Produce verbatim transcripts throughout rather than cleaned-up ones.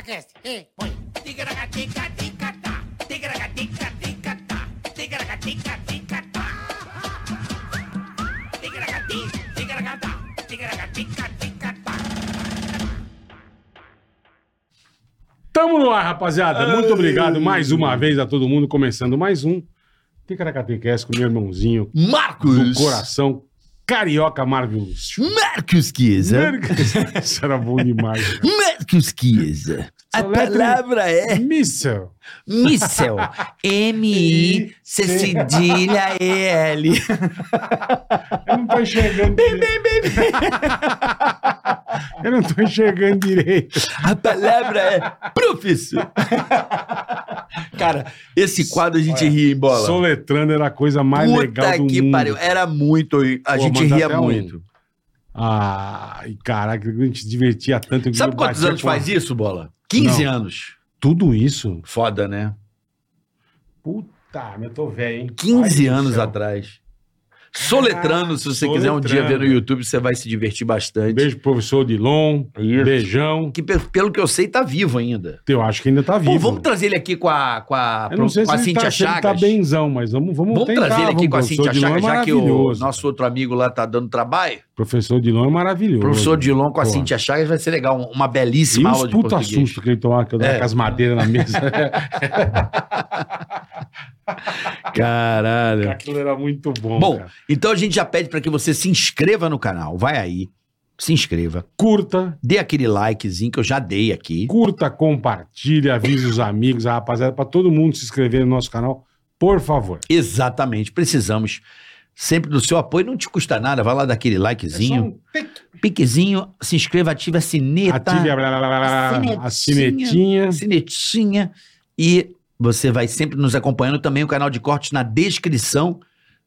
Ticaracast. Ei, põe. Ticaracatica-ticatá. Ticaracatica-ticatá. Ticaracatica-ticatá. Ticaracati, ticaracatá. Ticaracatica-ticatá. Tamo no ar, rapaziada. Muito obrigado mais uma vez a todo mundo. Começando mais um Ticaracatica com meu irmãozinho Marcos do coração, Carioca Marvelous. Marcos Chiesa. Isso era bom demais. Cara. Marcos Chiesa. A Só letra- palavra é Míssel. míssel. M I C cedilha E L. Eu não tô enxergando direito. Eu não tô enxergando direito. A palavra é professor. Cara, esse quadro a gente Olha, ria em bola. Soletrando era a coisa mais Puta legal do que mundo. pariu. Era muito. A Pô, gente mas ria até muito. Ai, caraca, a gente se divertia tanto. que Sabe eu quantos batia anos com a- faz isso, Bola? quinze Não. anos. Tudo isso? Foda, né? Puta, eu tô velho, hein? quinze Ai, do anos céu. atrás. Soletrando, se você quiser um dia ver no YouTube, você vai se divertir bastante. Beijo pro professor Odilon. Isso. Beijão. Que pe- pelo que eu sei, tá vivo ainda. Eu acho que ainda tá vivo. Pô, vamos trazer ele aqui com a, com a, Eu não sei com se a ele, Cíntia tá, se ele Chagas. tá benzão, mas vamos, vamos, Vamos tentar. trazer ele aqui vamos. com a Professor Cíntia Odilon Chagas, é já que o maravilhoso, nosso cara. outro amigo lá tá dando trabalho. Professor Odilon é maravilhoso. Professor Dilon com a Pô. Cíntia Chagas vai ser legal. um- Uma E belíssima os aula de puta português. susto que ele tomava, que eu dava É. com as madeiras na mesa. Caralho. Aquilo era muito bom, Bom, cara. então a gente já pede pra que você se inscreva no canal. Vai aí, se inscreva. Curta, Dê aquele likezinho que eu já dei aqui. curta, compartilha, avise os amigos, a rapaziada, pra todo mundo se inscrever no nosso canal, por favor. Exatamente. Precisamos sempre do seu apoio. Não te custa nada. Vai lá dar aquele É só likezinho. um tic, Piquezinho, se inscreva, ative a sineta. ative a, blá, blá, blá, blá, a sinetinha. Sinetinha. E você vai sempre nos acompanhando. Também o canal de cortes na descrição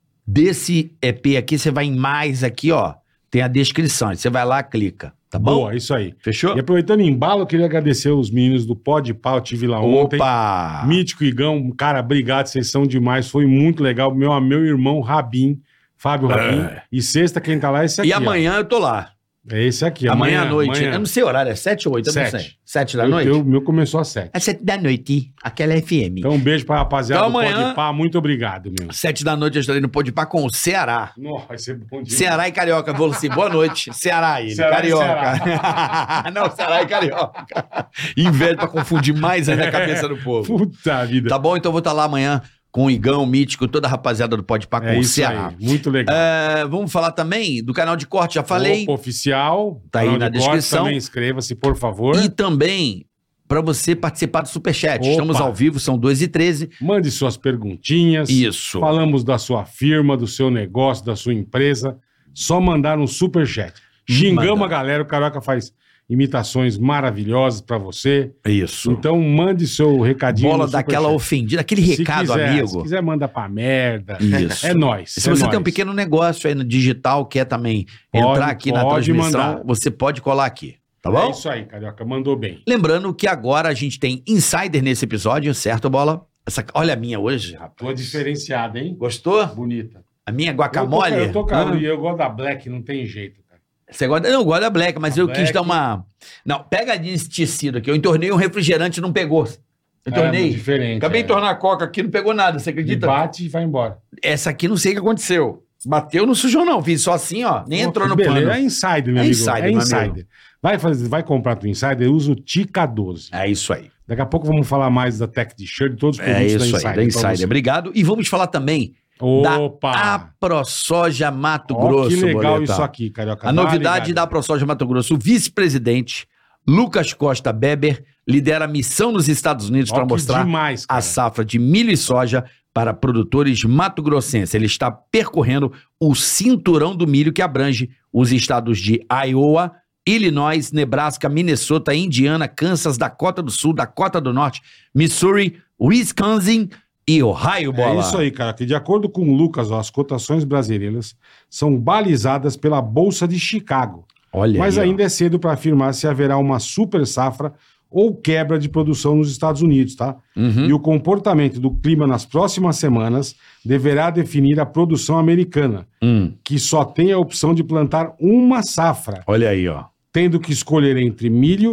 desse E P aqui. Você vai em mais aqui, ó. Tem a descrição. Aí você vai lá, clica. Tá bom? Boa, isso aí. Fechou? E aproveitando o embalo, eu queria agradecer os meninos do Pode Pá, eu tive lá ontem. Opa! Mítico e Igão, cara, obrigado, vocês são demais, foi muito legal. Meu, meu irmão Rabin, Fábio Rabin. É. E sexta, quem tá lá é esse aqui. E amanhã eu tô lá. ó. É esse aqui. Amanhã, à noite. amanhã. Eu não sei o horário, é sete ou oito? Eu não Sete. sei. Sete da Eu- noite? eu- O meu começou às sete. É sete da noite. Aquela F M. Então um beijo pra rapaziada Então, do amanhã- Pode Pá, muito obrigado, meu. Sete da noite eu estarei no Podpah com o Ceará. Nossa, vai ser bom demais. Ceará e Carioca. Vou assim, boa noite. Ceará ele, Ceará e Carioca. Não, Ceará e Carioca. Inveja pra confundir mais ainda a cabeça do povo. Puta vida. Tá bom? Então eu vou estar lá amanhã com o Igão, o Mítico, toda a rapaziada do Podpah com É o isso Ceará. aí, muito legal. É, vamos falar também do canal de corte, já falei. Opa, oficial. Tá aí canal na de corte, descrição. Também inscreva-se, por favor. E também para você participar do Superchat. Opa. Estamos ao vivo, são duas e treze. Mande suas perguntinhas. Isso. Falamos da sua firma, do seu negócio, da sua empresa. Só mandar um superchat. Xingamos Manda. a galera, o Carioca faz imitações maravilhosas pra você. Isso. Então mande seu recadinho Bola no daquela superchat. ofendida, aquele Se recado, quiser, amigo. Se quiser, manda pra merda. Isso. É nóis. Se é você nóis. tem um pequeno negócio aí no digital, quer também Pode- entrar aqui na pode transmissão, mandar. você pode colar aqui, tá bom? É isso aí, Carioca. Mandou bem. Lembrando que agora a gente tem Insider nesse episódio, certo, Bola? Essa, olha a minha hoje, rapaz. Tua diferenciada, hein? Gostou? Bonita. A minha Eu tô, guacamole? eu tô Ah, com e eu gosto da Black, não tem jeito, cara. Você gosta? Não, eu gosto da Black, mas A eu Black- quis dar uma... Não, pega nesse tecido aqui. Eu entornei um refrigerante e não pegou. Eu É, tornei. diferente. Acabei é. de tornar a coca aqui, não pegou nada, você E acredita? bate e vai embora. Essa aqui não sei o que aconteceu. Bateu, não sujou não, fiz só assim, ó. Nem Pô, entrou que no beleza. pano. É insider, meu É amigo. insider, é meu insider. amigo. Vai, fazer, vai comprar tu insider, usa o Tica doze. É isso aí. Daqui a pouco vamos falar mais da Tech T-shirt, de todos os É produtos isso da aí, Insider. da pra Insider. você. Obrigado. E vamos falar também Opa! da AproSoja Mato Ó, Grosso, que legal Boleta. isso aqui, Carioca. A Dá novidade ligado. da AproSoja Mato Grosso, o vice-presidente Lucas Costa Beber lidera a missão nos Estados Unidos Ó, para que mostrar demais, cara. a safra de milho e soja para produtores mato-grossenses. Ele está percorrendo o cinturão do milho que abrange os estados de Iowa, Illinois, Nebraska, Minnesota, Indiana, Kansas, Dakota do Sul, Dakota do Norte, Missouri, Wisconsin e Ohio, Bola. É isso aí, cara. Que de acordo com o Lucas, ó, as cotações brasileiras são balizadas pela Bolsa de Chicago. Olha Mas aí, ó. ainda é cedo para afirmar se haverá uma super safra ou quebra de produção nos Estados Unidos, tá? Uhum. E o comportamento do clima nas próximas semanas deverá definir a produção americana, Hum, que só tem a opção de plantar uma safra, olha aí, ó. tendo que escolher entre milho,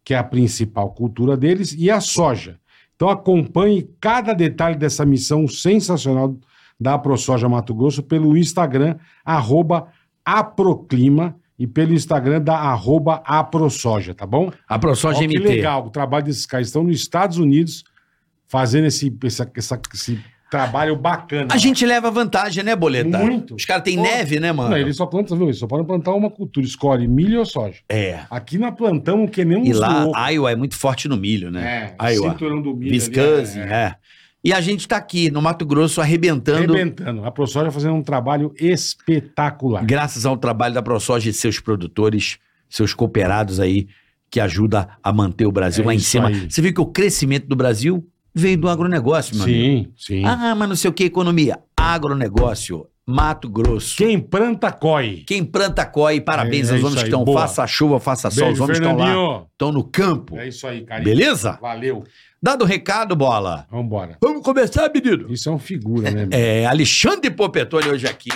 que é a principal cultura deles, e a soja. Então acompanhe cada detalhe dessa missão sensacional da AproSoja Mato Grosso pelo Instagram, arroba Aproclima, e pelo Instagram da arroba AproSoja, tá bom? AproSoja Ó, M T. que legal, o trabalho desses caras. Estão nos Estados Unidos fazendo esse, essa, essa, esse trabalho bacana. A gente leva vantagem, né, Boleta? Muito. Os caras têm Pô, neve, né, mano? Não, eles só plantam, viu? Eles só podem plantar uma cultura, escolhe milho ou soja. É. Aqui nós plantamos que nem um E lá, loucos. Iowa é muito forte no milho, né? É, Iowa. cinturão do milho. Wisconsin, ali, é. E a gente tá aqui no Mato Grosso arrebentando, Arrebentando. A ProSoja fazendo um trabalho espetacular. graças ao trabalho da ProSoja e seus produtores, seus cooperados aí, que ajuda a manter o Brasil É lá em isso cima. aí. Você viu que o crescimento do Brasil veio do agronegócio, meu amigo. Sim, sim. Ah, mas não sei o que, economia. Agronegócio, Mato Grosso. Quem planta, coi. Quem planta, coi. Parabéns É, é aos isso homens que aí, estão, boa. faça chuva, faça sol. Beijo, Os homens estão lá, Fernandinho. estão no campo. É isso aí, carinho. Beleza? Valeu. Dado o recado, bola. Vambora. Vamos começar, menino? Isso é um figura, né? meu? É, Alexandre Popetoni hoje aqui.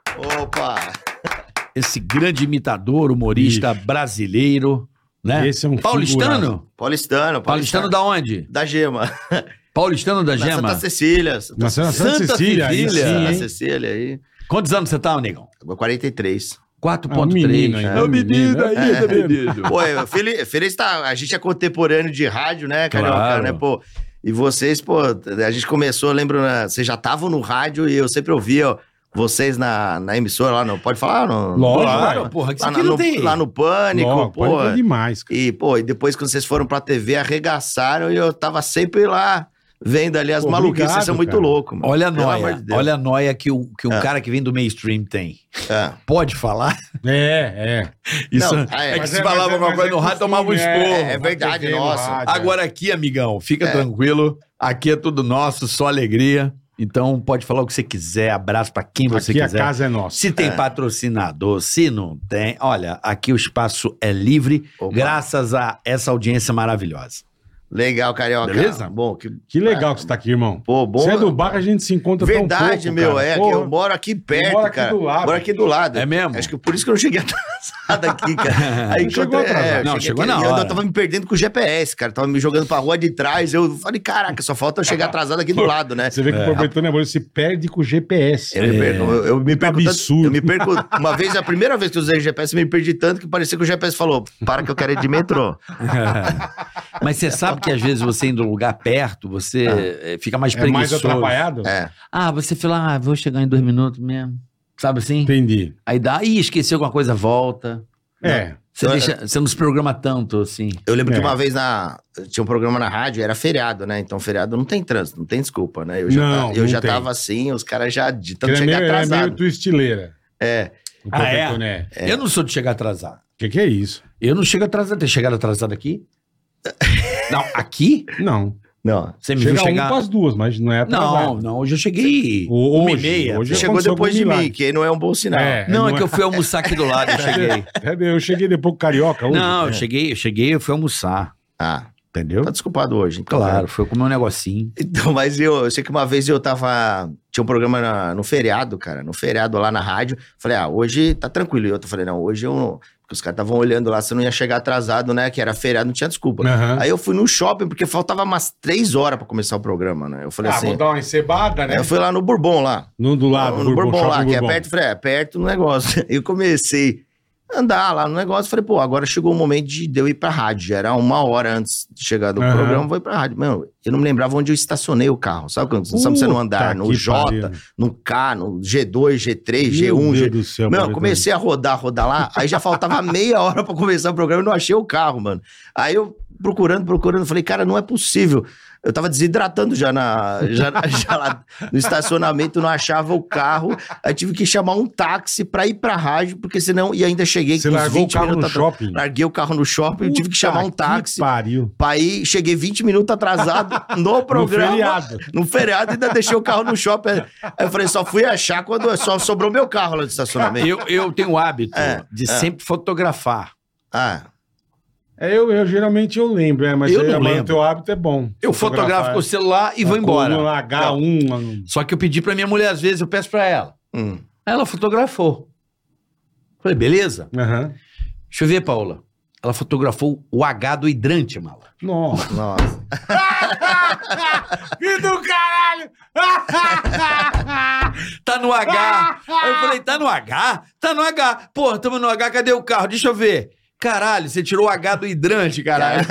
Opa! Esse grande imitador, humorista brasileiro, né? Esse é um Paulistano? figuraço. Paulistano, Paulistano da onde? da Gema. Paulistano da Na Gema? Santa Cecília. Santa, Nasceu na Santa, Santa Cecília. aí Cecília. sim, Santa hein? Cecília aí. Quantos anos você tá, negão? quarenta e três. quatro Ah, um ponto menino três. ainda, É um o menino menino, ainda, é. menino. Pô, eu- feliz, feliz tá. A gente é contemporâneo de rádio, né, Carioca, Claro. né, pô? E vocês, pô, a gente começou, eu lembro, né, vocês já estavam no rádio e eu sempre ouvia ó, vocês na, na emissora lá, não pode falar? No, Lógico, Claro, ué. porra, que isso lá, aqui na- não no, tem. lá no Pânico, Ó, pô. pânico é demais, cara. E, pô, e depois que vocês foram pra T V, arregaçaram e eu tava sempre lá vendo ali as Pô, maluquices. obrigado, Vocês são muito cara. loucos, mano. Olha a Pelo amor noia, de Deus. olha a noia que, o, que um É. cara que vem do mainstream tem. É. Pode falar? É, é. Isso Não, é, é, que Mas se é- falava mas é- alguma mas coisa é no rádio, tomava um costume, esporro. é verdade, Na T V, no nossa. rádio, Agora aqui, amigão, fica É. tranquilo. Aqui é tudo nosso, só alegria. Então pode falar o que você quiser, abraço pra quem você Aqui a quiser. casa é nossa. Se tem patrocinador, se não tem, olha, aqui o espaço é livre, Opa. graças a essa audiência maravilhosa. Legal, Carioca. Beleza? Bom, que... Que legal que você tá aqui, irmão. Pô, bom. Você é do bar, a gente se encontra tão Verdade, pouco, meu, cara. é, que Porra. eu moro aqui perto, moro aqui cara. do lado. Moro aqui do lado. É mesmo? Acho que por isso que eu não cheguei atrasado aqui, cara. Aí Não chegou encontrei- atrasado. eu Não, cheguei chegou aqui, na e eu hora. ainda tava me perdendo com o G P S, cara. Tava me jogando pra rua de trás. Eu falei, caraca, só falta eu chegar atrasado aqui do lado, né? Você vê que o Robertone é bom, ele se perde com o G P S. Eu me perco, eu, eu me perco tanto- absurdo. eu me perco. Uma vez, a primeira vez que eu usei o G P S, eu me perdi tanto que parecia que o G P S falou: para que eu quero ir de metrô. Mas você sabe que às vezes você indo num lugar perto, você eh, fica mais É mais preguiçoso. atrapalhado? É. Ah, você fala, ah, vou chegar em dois minutos mesmo. Sabe assim? Entendi. Aí dá, ih, esqueceu alguma coisa, volta. É. Você, Eu- deixa, você não se programa tanto, assim. Eu lembro É. que uma vez na, tinha um programa na rádio, era feriado, né? Então feriado não tem trânsito, não tem desculpa, né? Eu já, Não, ta- eu não já tem. tava assim, os caras já de Ele tanto é chegar meio, é atrasado. meio tua estileira. É. O Ah, é? Robertone é. Eu não sou de chegar atrasado. O que, que é isso? Eu não chego atrasado. Tem chegado atrasado aqui? Não, aqui? Não. Não. Você me Chega viu um chegar? pras duas, mas não é atrasado. Não, não. Hoje eu cheguei O- uma e hoje, meia. hoje Você chegou aconteceu depois algum de milagre. mim, que aí não é um bom sinal. É. Não, é não que é- eu fui almoçar aqui do lado, eu cheguei. É, eu cheguei depois com o Carioca hoje. Não, eu cheguei, eu cheguei, eu fui almoçar. Ah, Entendeu? tá desculpado hoje. Então, Claro, né? foi comer um negocinho. Então, mas eu, eu sei que uma vez eu tava. Tinha um programa na- no feriado, cara. No feriado lá na rádio. Falei, ah, hoje tá tranquilo. E eu falei, não, hoje eu não. Porque os caras estavam olhando lá, você não ia chegar atrasado, né? Que era feriado, não tinha desculpa. Aham. Aí eu fui no shopping, porque faltava umas três horas pra começar o programa, né? Eu falei Ah, assim. vou dar uma encebada, né? Aí eu fui lá no Bourbon lá. No do lado, no do Bourbon, Shopping lá, que é Bourbon. perto, falei, é perto do negócio. Eu comecei a andar lá no negócio, falei, pô, agora chegou o momento de de eu ir pra rádio. Já era uma hora antes de chegar do Aham. programa, vou ir pra rádio. Mano, eu não me lembrava onde eu estacionei o carro. Sabe quando você não sabe você não andar? Puta No que J, pariu. no K, no G dois, G três, G Meu um, Deus G... do céu, Meu, Robertone. comecei a rodar, rodar lá, aí já faltava meia hora pra começar o programa e não achei o carro, mano. Aí eu procurando, procurando, falei, cara, não é possível. Eu tava desidratando já, na, já, já lá no estacionamento, não achava o carro. Aí tive que chamar um táxi pra ir pra rádio, porque senão... E ainda cheguei Você com uns largou o vinte carro no minutos atrás. shopping? Larguei o carro no shopping, tive que Puta chamar um táxi. Que pariu. Pra ir, cheguei vinte minutos atrasado no programa. No feriado. No feriado, ainda deixei o carro no shopping. Aí eu falei, só fui achar quando só sobrou meu carro lá no estacionamento. Eu, eu tenho o hábito É, de é. sempre fotografar. Ah, É, eu, eu geralmente eu lembro, é, mas Eu é, não mas lembro. o teu hábito é bom. Eu fotografo com o celular e vou embora. No H um, mano. Só que eu pedi pra minha mulher, às vezes, eu peço pra ela. hum. Ela fotografou. Falei, beleza? Aham. Deixa eu ver, Paula. ela fotografou o H do hidrante, mala. Nossa. Nossa. Que do caralho! Tá no H. Aí eu falei, tá no H? Tá no H. Pô, tamo no H, cadê o carro? Deixa eu ver. Caralho, você tirou o H do hidrante, caralho.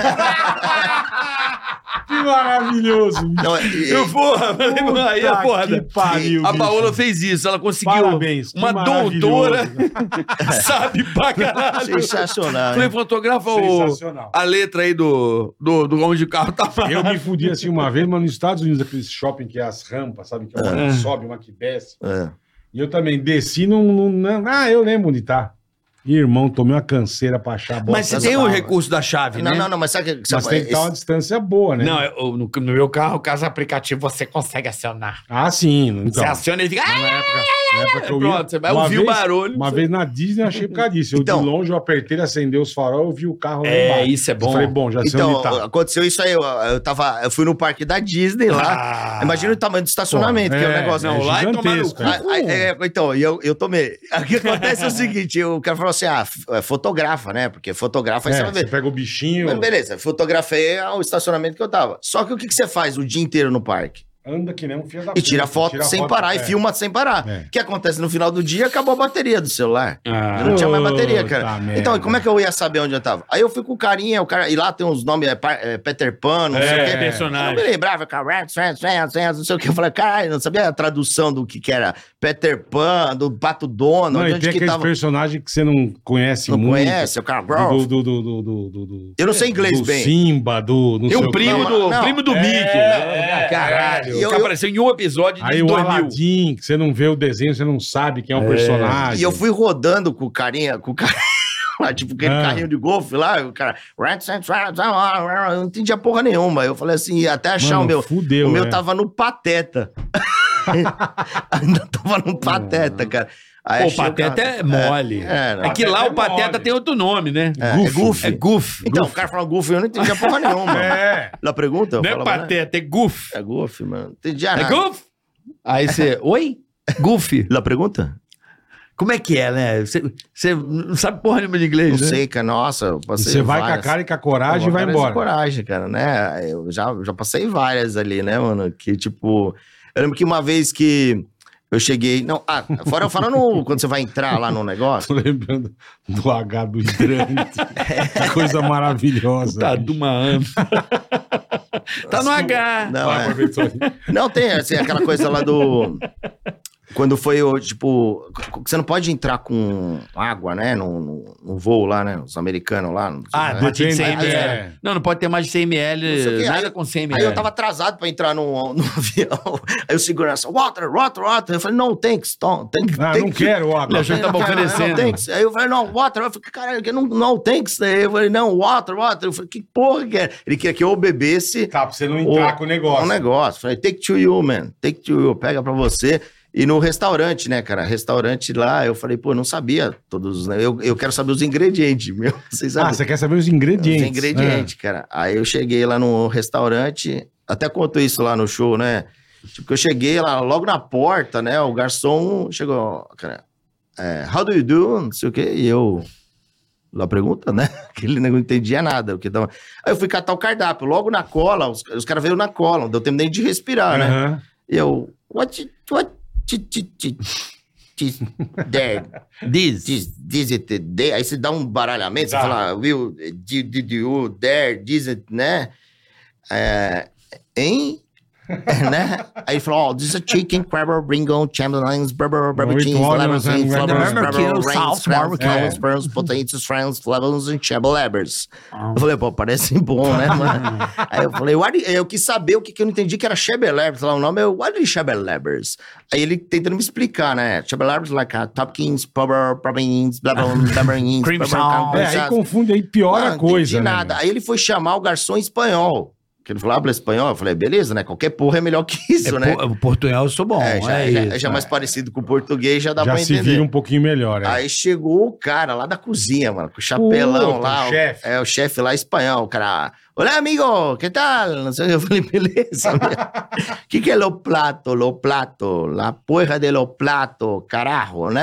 Que maravilhoso. Não, e- Eu, porra, falei, Puta aí a porra. que pariu, A bicho. Paola fez isso, ela conseguiu Parabéns, que uma maravilhoso. doutora, sabe pra caralho. Sensacional. Falei, né? fotografa o, Sensacional. a letra aí do, do, do onde o carro tá parado. Eu me fudi assim uma vez, mas nos Estados Unidos, aqueles shopping que é as rampas, sabe? Que é uma que sobe, uma que desce. É. E eu também desci num. num- num- ah, eu lembro onde tá. Irmão, tomei uma canseira pra achar a bosta. Mas você Essa tem o palavra. recurso da chave, Não, né? não, não, mas sabe que... Mas tem que estar uma distância boa, né? Não, eu- no, no meu carro, caso aplicativo, você consegue acionar. Ah, sim. Então, Você aciona e fica... na "Ah!" época, na época que eu Pronto, ia, você vai uma ouvir o vez- barulho. Uma vez na Disney eu achei por causa disso. Eu Então- de longe eu apertei, ele acendeu os farol, eu vi o carro lá É, embaixo. isso é bom. Eu falei, bom, já sei Então, onde tá. aconteceu isso aí. Eu, eu, tava, eu fui no parque da Disney lá. Ah. Imagina o tamanho do estacionamento, Pô, que é o é, negócio. não, lá é tomar no gigantesco, cu. é. Ah, ah, é, então, e eu, eu tomei. O que acontece é o seguinte: o cara falou assim: ah, f- é, fotografa, né? Porque fotografa, aí É, você vai você ver. pega o bichinho, Mas beleza, fotografei o estacionamento que eu tava. Só que o que, que você faz o dia inteiro no parque? anda que nem um filho da E tira puta, foto tira sem foto, parar, é. e filma sem parar. É. O que acontece no final do dia? Acabou a bateria do celular. Ah. Eu não tinha mais bateria, Puta cara. merda. Então, e como é que eu ia saber onde eu tava? Aí eu fui com o carinha, o cara, e lá tem uns nomes, é, Pa- é Peter Pan, não sei o É, quê. Eu não personagem. me lembrava, cara, Rats, Rats, Rats, Rats, não sei o que. Eu falei, caralho, não sabia a tradução do que, que era Peter Pan, do Pato Donald, Não, de e onde tem que aqueles tava. personagens que você não conhece Não muito. conhece, o cara. Do, do, do, do, do, do, do- Eu não sei inglês do bem. Simba, do. Não Tem sei o o primo quê. do, Não, primo do é, Mickey. é, Caralho. é. que Eu- apareceu em um episódio de Aí o dois mil. Aladdin, que você não vê o desenho, você não sabe quem é o personagem. E eu fui rodando com o carinha, com o carinha lá, tipo aquele Ah. carrinho de golfe lá, o cara. Rats, Rats, Rats, Eu não entendia porra nenhuma. Eu falei assim, até achar Mano, o meu. fudeu, o meu né? tava no Pateta. Ainda tava no Pateta, cara. Aí Pô, o achei Pateta cara- é mole. É, não. É que lá Pateta o Pateta é mole. tem outro nome, né? É, é Goofy. Goofy. É Goof. Então, o cara falou Goofy, eu não entendia porra nenhuma. É. Na pergunta, eu Não é falava, né? Pateta, é Goof. É Goofy, mano. Não entendia É nada. Goof? Aí você... Oi? Goof. Na pergunta? Como é que é, né? Você, você não sabe porra nenhuma de inglês, Não né? sei, cara. Nossa, eu E passei você vai com a várias. cara e com a coragem e vai Várias embora. coragem, cara, né? Eu já, já passei várias ali, né, mano? Que, tipo... Eu lembro que uma vez que eu cheguei... Não, ah, fora eu falando quando você vai entrar lá no negócio... Tô lembrando do H do hidrante. Que coisa maravilhosa. Tá bicho. de uma ano. Tá no H. Não, Vai, é. professor. Não, tem, assim, aquela coisa lá do... Quando foi, o, tipo... Você não pode entrar com água, né? No, no, no voo lá, né? Os americanos lá. Não sei, Ah, né? a partir de cem Depende, mililitros. é. Não, não pode ter mais de cem mililitros. Não sei o quê. Nada Aí- com cem Aí mililitros. eu tava atrasado pra entrar no, no avião. Aí o segurança, water, water, water. Eu falei, não, thanks, Tom. Thank, Ah, thank não quero o Ele H. achou que tava Não, não, oferecendo. Não, thanks. Aí eu falei, não, water. Eu falei, caralho, não, não, thanks. Aí eu falei, não, water, water. Eu falei, que porra que é? Ele queria que eu bebesse Tá, pra você não entrar o- com o negócio. um negócio. Falei, take to you, man. Take to you. Pega pra você. E no restaurante, né, cara? Restaurante lá, eu falei, pô, não sabia todos. Né? Eu, eu quero saber os ingredientes, meu. Vocês sabem? Ah, você quer saber os ingredientes. Os ingredientes, cara. Aí eu cheguei lá no restaurante, até conto isso lá no show, né? Tipo, que eu cheguei lá, logo na porta, né? O garçom chegou, cara, é, how do you do? Não sei o quê. E eu, lá pergunta, né? Que ele não entendia nada. O que tava... Aí eu fui catar o cardápio, logo na cola, os, os caras veio na cola, não deu tempo nem de respirar, É. né? Aham. E eu, what, what, ti, ti, ti, ti, there, This. This, this it, there. Aí você dá um baralhamento, você Dá. fala, will, did, did you, there, this it, né? É, hein? né? Aí ele falou, oh, this is a chicken, crabber, ringo, chamberlains, berber, berber, Oito cheese, horas, lemons, né? flavors, Barbecue, berber, sauce, rains, barbecue. flowers, burns, potatoes, friends, flavors, and chabelabers. Eu falei, pô, parece bom, né, mano? Aí eu falei, what do- eu quis saber o que, que eu não entendi, que era chabelabers, lá o nome é, what are chabelabers? Aí ele tentando me explicar, né? Chabelabers, like uh, Topkins, Pubber, Probins, blá, blá, blá, blá, Cream sauce. É, aí confunde, aí piora Mano, a coisa, não entendi né? nada. Aí ele foi chamar o garçom em espanhol. Que ele falou, habla espanhol. Eu falei, beleza, né? Qualquer porra é melhor que isso, É, né? po- o portunhol eu sou bom. É, já, é já, isso. já mais parecido com o português, já dá Já pra se entender. vira um pouquinho melhor, é. Aí chegou o cara lá da cozinha, mano, com o chapelão Puta, lá. o chefe. É, o chefe lá espanhol, o cara. Olá, amigo, que tal? Não sei o que. Eu falei, beleza. O que, que é lo plato? Lo plato. La porra de lo plato, carajo, né?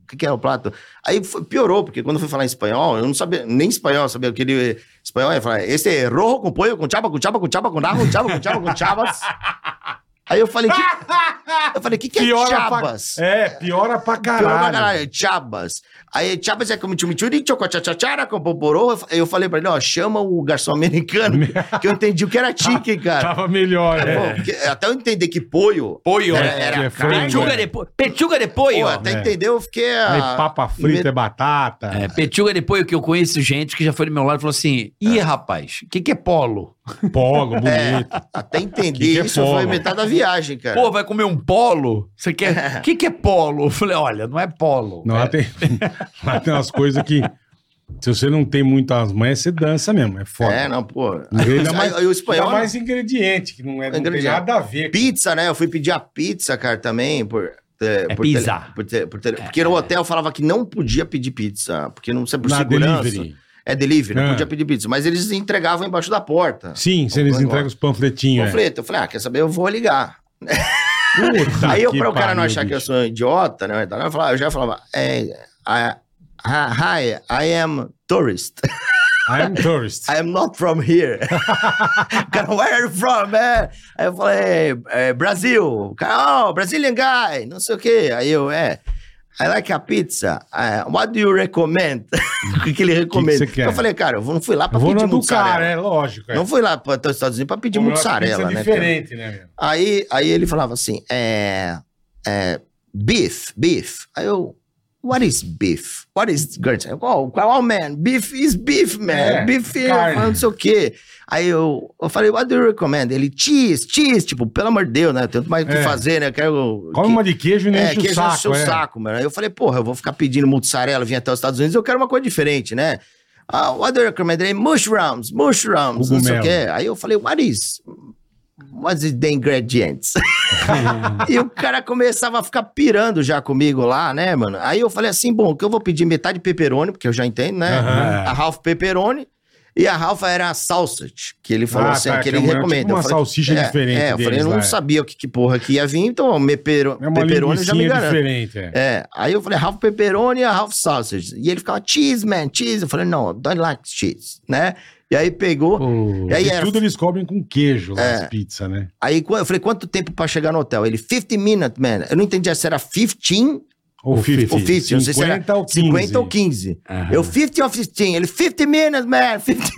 que, que é o prato? Aí foi- piorou, porque quando eu fui falar em espanhol, eu não sabia, nem espanhol, eu sabia o que ele... Espanhol, eu falei, esse é rojo com pollo, com chapa, com chapa, com chapa, com narro, com chapa, com chapa, com chavas. Aí eu falei, que... eu falei, o que, que é Piora chavas? pra... É, piora pra caralho. Pior pra caralho, chabas. Aí, chabas é como chimichurri, chocochachachara, com poporô. Aí eu falei pra ele, ó, chama o garçom americano, que eu entendi o que era chicken, cara. Tava melhor, Pô, é. porque até eu entender que pollo... Pollo, era, né? era É, carne. Pechuga de, po- pechuga de pollo. Pô, até É. entender eu fiquei... Aí ah, papa frita é batata. É, pechuga de pollo, que eu conheço gente que já foi do meu lado e falou assim, ih, rapaz, o que, que é polo? Polo, bonito. Até entender Que que é isso polo? foi metade da viagem, cara. Pô, vai comer um polo? Você quer... O que, que é polo? Eu falei, olha, não é polo. Não, lá, tem, lá tem umas coisas que, se você não tem muitas manhas, você dança mesmo. É foda. É, não, pô. Aí dá mais, Aí o espanhol... dá mais ingrediente, que não, é, não tem Ingrediente. nada a ver. Pizza, né? Eu fui pedir a pizza, cara, também, por... É, por pizza. tele- por te- por tele- Porque no hotel falava que não podia pedir pizza, porque não sei por Na segurança. delivery. É delivery, não Ah. podia pedir pizza. Mas eles entregavam embaixo da porta. Sim, se eles Vamos entregam os panfletinhos. é. Panfleto. Eu falei, ah, quer saber? Eu vou ligar. Puta Aí eu, que para o cara não pariu, achar que eu bicho. sou um idiota, né? então Eu, falava, eu já falava, é, I, I- hi, I am tourist. I am tourist. I am not from here. Cara, where are you from, man? Aí eu falei, é, Brasil. O cara, oh, Brazilian guy, não sei o quê. Aí eu, é, I like a pizza. Uh, what do you recommend? O que, que ele recomenda? você quer? Eu falei, cara, eu não fui lá pra Eu vou pedir no do cara, mussarela. é lógico. É. Não fui lá para os Estados Unidos pra pedir Uma mussarela, pizza né? cara? diferente, né, meu? Aí, aí ele falava assim, é, é, beef, beef. Aí eu, what is beef? What is, Gertz? Oh, oh, man, beef is beef, man. É, beef, é, carne. não sei o quê. Aí eu, eu falei, what do you recommend? Ele, cheese, cheese. Tipo, pelo amor de Deus, né? Eu tenho mais o que É. fazer, né? Eu quero... Come que- uma de queijo e nem é, enche o queijo saco. no seu é. saco, mano. Aí eu falei, porra, eu vou ficar pedindo mussarela, vim até os Estados Unidos, eu quero uma coisa diferente, né? Ah, what do you recommend? Ele, mushrooms, mushrooms, não sei o Cogumelo. quê. Aí eu falei, what is... What is the ingredients? E o cara começava a ficar pirando já comigo lá, né, mano? Aí eu falei assim, bom, que eu vou pedir metade pepperoni, porque eu já entendo, né? Aham. A Ralph pepperoni. E a Ralph era a sausage, que ele falou Ah, assim, tá, que que ele é uma- recomenda. tipo uma Eu falei, salsicha é, diferente É, eu falei, deles eu não lá, é. sabia o que, que porra que ia vir, então o mepero, É uma pepperoni já me linguicinha garanto. diferente, é. É, aí eu falei, Ralph pepperoni e a Ralph sausage. E ele ficava, cheese, man, cheese. Eu falei, não, don't like cheese, né? E aí pegou, Pô, E aí e era- tudo eles cobrem com queijo lá, É. as pizzas, né? aí qu- eu falei, quanto tempo pra chegar no hotel? Ele, fifty minutes, man. Eu não entendi se era quinze Ou cinquenta. ou cinquenta, não sei se era cinquenta ou quinze. cinquenta ou quinze. Aham. Eu, fifty ou quinze? Ele, fifty minutes, man, fifty.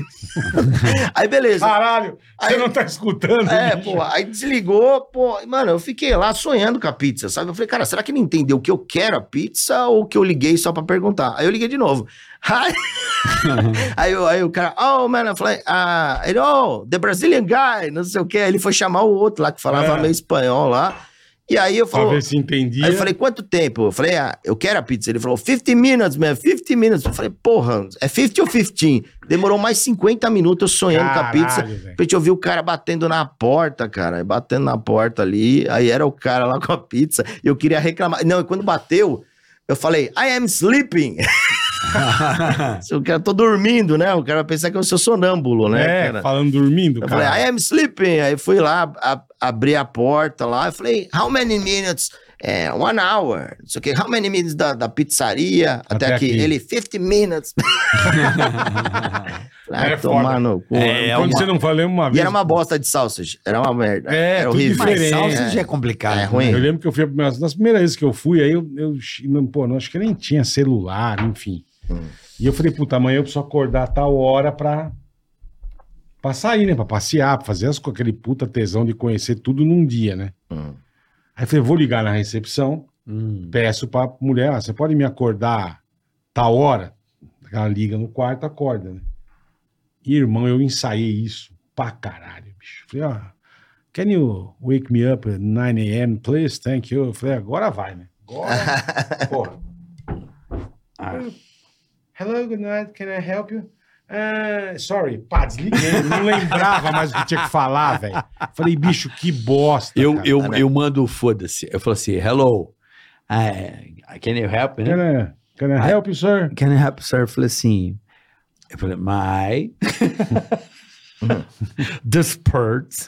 Aí, beleza. Caralho, você Aí- não tá escutando, É, bicho? pô, aí desligou, pô, mano, eu fiquei lá sonhando com a pizza, sabe? Eu falei, cara, será que ele entendeu que eu quero a pizza ou que eu liguei só pra perguntar? Aí eu liguei de novo. Aí, aí, eu- aí o cara, oh, man, eu falei, ah, ele, oh, the Brazilian guy, não sei o quê. Aí ele foi chamar o outro lá que falava É. meio espanhol lá. E aí eu Pra falei, ver se entendia. aí eu falei, quanto tempo? Eu falei, ah, eu quero a pizza. Ele falou, fifty minutes, man, fifty minutes. Eu falei, porra, é fifty ou quinze? Demorou mais cinquenta minutos eu sonhando com a Caralho, pizza. velho. A gente ouviu o cara batendo na porta, cara, batendo na porta ali. Aí era o cara lá com a pizza. E eu queria reclamar. Não, e quando bateu, eu falei, I am sleeping. O cara, tô dormindo, né? O cara vai pensar que eu sou sonâmbulo, né, É, cara? falando dormindo, Eu cara. falei, I am sleeping. Aí fui lá, a- abri a porta lá. Eu falei, how many minutes? É, one hour. Não sei o quê. How many minutes da, da pizzaria até, Até aqui? aqui. Ele, fifty minutes. Falei, É ah, tomar foda. no cu. É, Quando uma- você não falou uma vez... E era uma bosta de sausage. Era uma merda. É, era tudo horrível. Mas diferente. salsa É. já é complicado. É ruim. Eu lembro que eu fui, nas nas primeiras vezes que eu fui, aí eu, eu não, pô, não, acho que nem tinha celular, enfim. Hum. E eu falei, puta, amanhã eu preciso acordar a tal hora pra, pra sair, né? Pra passear, pra fazer as, com aquele puta tesão de conhecer tudo num dia, né? Hum. Aí eu falei, vou ligar na recepção, Hum. peço pra mulher, ah, você pode me acordar tal hora? Ela liga no quarto, acorda, né? E, irmão, eu ensaiei isso pra caralho, bicho. Falei, ó, can you wake me up at nine a m, please? Thank you. Eu falei, agora vai, né? Agora, porra. Ah. Hello, good night, can I help you? Ah, sorry, pá, desliguei. Não lembrava mais o que tinha que falar, velho. Falei, bicho, que bosta. Eu, cara. eu, eu mando foda-se. Eu falo assim, hello, uh, can you help me? Can I, can I help you, sir? Can I help, sir? Eu falei assim, eu falei, my... The Spurs.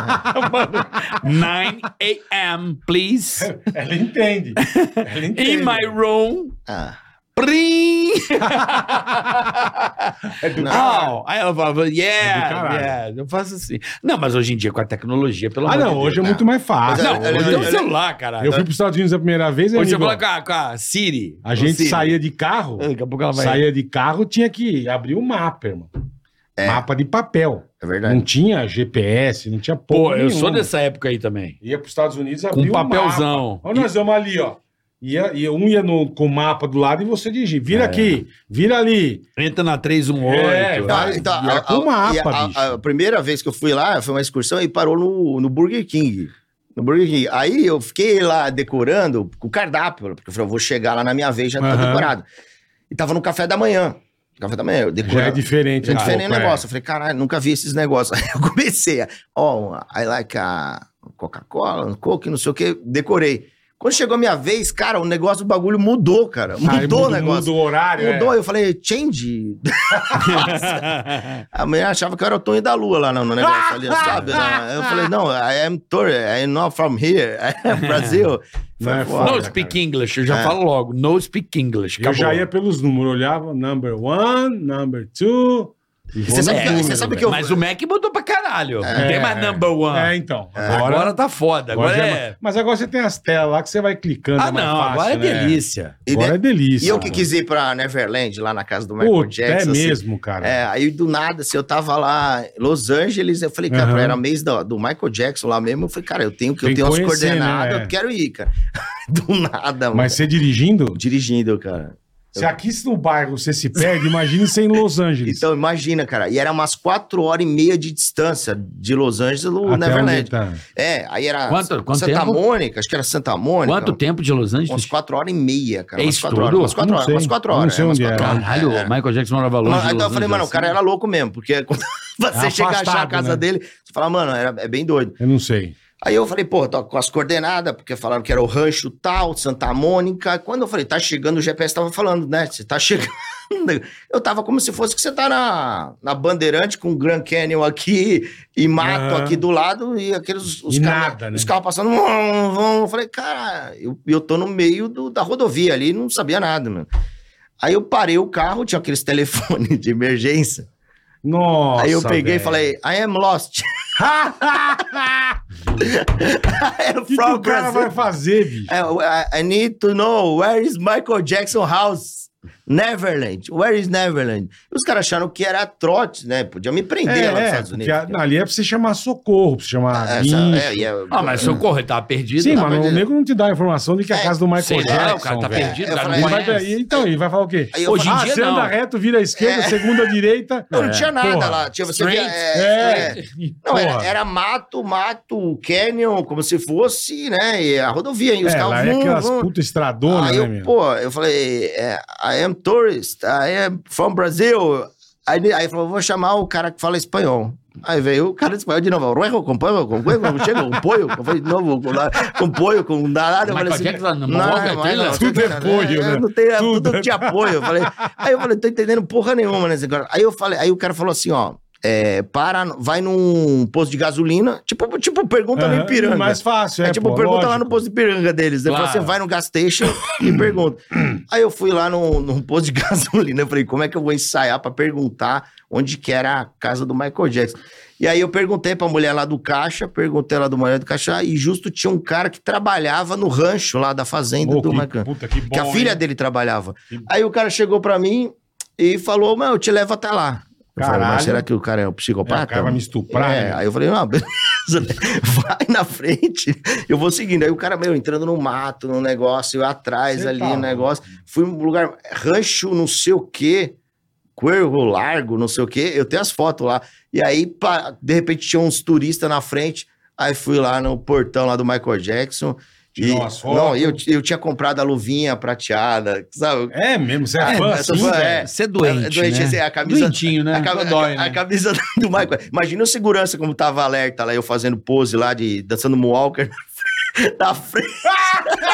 nine a.m., please. Ela entende. Ela entende. In my room. Ah. Prim! É do Não, aí ela falava, É do yeah, caralho. yeah, eu faço assim. Não, mas hoje em dia com a tecnologia, pelo Ah, amor não, de hoje é Deus. muito mais fácil. Não, Mas, hoje eu- tem um eu- celular, caralho. Eu fui para os Estados Unidos a primeira vez, Hoje você amigo, fala com a, com a Siri. a gente Siri. saía de carro, Daqui a pouco ela vai... saía de carro, tinha que abrir o mapa, irmão. É. Mapa de papel. É verdade. Não tinha G P S, não tinha Pô, porra eu sou nenhuma. dessa época aí também. Ia para os Estados Unidos Com abrir o papelzão. mapa. Olha, nós vamos ali, ó. Ia, ia, um ia no, com o mapa do lado e você dirigir. Vira É. aqui, vira ali. Entra na três um oito. É, Então, vai- então, e é a, com mapa, e a- bicho. a- a primeira vez que eu fui lá, foi uma excursão e parou no, no Burger King. No Burger King. Aí eu fiquei lá decorando com o cardápio, porque eu falei, eu vou chegar lá na minha vez, já tá Aham. decorado. E tava no café da manhã. Café da manhã, eu decorando. Já é diferente. Já é um diferente o pouco, negócio. Eu falei, caralho, nunca vi esses negócios. Aí eu comecei a, ó, I like a Coca-Cola, Coke, não sei o que, decorei. Quando chegou a minha vez, cara, o negócio do bagulho mudou, cara. Mudou Aí o muda- negócio. muda o horário, Mudou, é. eu falei, change. A mulher achava que eu era o Tony da Lua lá no, no negócio ali, sabe? Eu falei, não, I am Tori, I am not from here, I am Brazil. Não é Foi foda. No foda. speak English, eu já É. falo logo. No speak English. Eu já acabou. ia pelos números, olhava number one, number two. E Você vou sabe no que- número, você sabe velho. que eu- Mas o Mac mudou pra caralho. Não tem mais number one. É, então. Agora, Agora, tá foda. Agora, já é... Mas agora você tem as telas lá que você vai clicando. Ah, é mais não. fácil, agora é né? delícia. E, Agora de- é delícia. e eu que cara. quis ir pra Neverland, lá na casa do Michael Puta, Jackson. é assim. mesmo, cara. É, aí do nada, assim, eu tava lá em Los Angeles, eu falei, cara, Aham. era mês do, do Michael Jackson lá mesmo, eu falei, cara, eu tenho que eu Tem tenho que umas conhecer, coordenadas, né? eu quero ir, cara. Do nada, mano. Mas você dirigindo, Dirigindo, cara. se aqui no bairro você se perde, imagine você em Los Angeles. Então, imagina, cara. E era umas quatro horas e meia de distância de Los Angeles no Até Neverland. onde tá. É, aí era Quanto- quanto Santa tempo? Mônica, acho que era Santa Mônica. Quanto tempo de Los Angeles? Umas quatro horas e meia, cara. É umas isso quatro tudo? horas. Umas quatro Não horas. sei. Umas quatro Eu não horas. sei é, umas onde quatro era. horas. Caralho, É. o Michael Jackson morava longe. Mano, de então eu Los falei, mano, o Angeles, cara assim. era louco mesmo, porque quando você É chega a achar a afastado, casa né? dele, você fala, mano, era, é bem doido. Eu não sei. Aí eu falei, pô, tô com as coordenadas, porque falaram que era o rancho tal, Santa Mônica. Quando eu falei, tá chegando, o G P S tava falando, né? Você tá chegando. Eu tava como se fosse que você tá na, na Bandeirante com o Grand Canyon aqui e mato Aham. aqui do lado e aqueles os E carros, nada, né? os carros passando. Vum, vum. Eu falei, cara, eu, eu tô no meio do, da rodovia ali, não sabia nada, mano. Aí eu parei o carro, tinha aqueles telefones de emergência. Nossa, Aí eu peguei velho. e falei, I am lost. I am O que, que from o cara Brazil. vai fazer, bicho? É, I, I need to know where is Michael Jackson house? Neverland. Where is Neverland? Os caras acharam que era trote, né? Podia me prender lá nos Estados porque Unidos. a- ali é pra você chamar socorro, pra você chamar Essa- guincho. é, e é- Ah, mas socorro, ele tava perdido. Sim, Tá mas perdido. o nego não te dá a informação de que é a É, casa do Michael sei lá, Jackson, o cara tá velho. perdido, Eu o cara falei, não Ele vai, conhece. e- então, ele vai falar o quê? Aí eu Hoje em ah, dia você não. anda reto, vira à esquerda, É. segunda direita. Não, não tinha nada Porra. lá. Tinha, você via, Straight. é, É. é. e Não, era, porra. era mato, mato, canyon, como se fosse, né? E a rodovia. E os É, carros. lá é vum, aquelas vum. puta estradonas, Aí né, eu, meu? pô, eu falei, é, I am tourist, I am from Brazil. Aí, aí ele falou, vou chamar o cara que fala espanhol. Aí veio o cara de espanhol de novo, ruego, com pollo, com huevo, chega, com pollo. Eu falei de novo, com, com pollo, com nada. Eu Michael falei assim, Jackson não, não, não, mas não, tudo é pollo, é, né? Não tem, é, Tudo. tudo tinha apoio. Eu falei, aí eu falei, tô entendendo porra nenhuma nesse negócio. Aí eu falei, aí o cara falou assim, ó, é, para, vai num posto de gasolina, tipo, tipo pergunta no Aham, Ipiranga. mais fácil, é, É tipo, pô, pergunta lá lógico. no posto de Ipiranga deles. Ele Claro. falou assim, vai no gas station e pergunta. Aí eu fui lá no, num posto de gasolina, eu falei, como é que eu vou ensaiar pra perguntar onde que era a casa do Michael Jackson? E aí eu perguntei pra mulher lá do caixa, perguntei lá do mulher do caixa, e justo tinha um cara que trabalhava no rancho lá da fazenda Ô, do que, Michael. puta, que bom, Que a filha hein? dele trabalhava. Que- Aí o cara chegou pra mim e falou, mano, eu te levo até lá. Eu falei, Caralho. mas será que o cara é um É, psicopata? o cara vai me estuprar, É, né? aí eu falei, não, beleza, vai na frente, eu vou seguindo. Aí o cara, meu, entrando no mato, no negócio, eu atrás Cê ali, tá no negócio. Fui num lugar, rancho não sei o quê, Cuervo Largo, não sei o quê, eu tenho as fotos lá. E aí, pá, de repente, tinha uns turistas na frente, aí fui lá no portão lá do Michael Jackson. Tirou E, umas fotos. não, eu, eu tinha comprado a luvinha prateada, sabe? É mesmo, você é É, fã essa assim, foi- velho? é. Você é doente, doente, né? assim, a camisa, Doentinho, né? A, cam- Dói, a- a né? camisa do Michael. Imagina o segurança como tava alerta lá, eu fazendo pose lá, de dançando moonwalker na frente.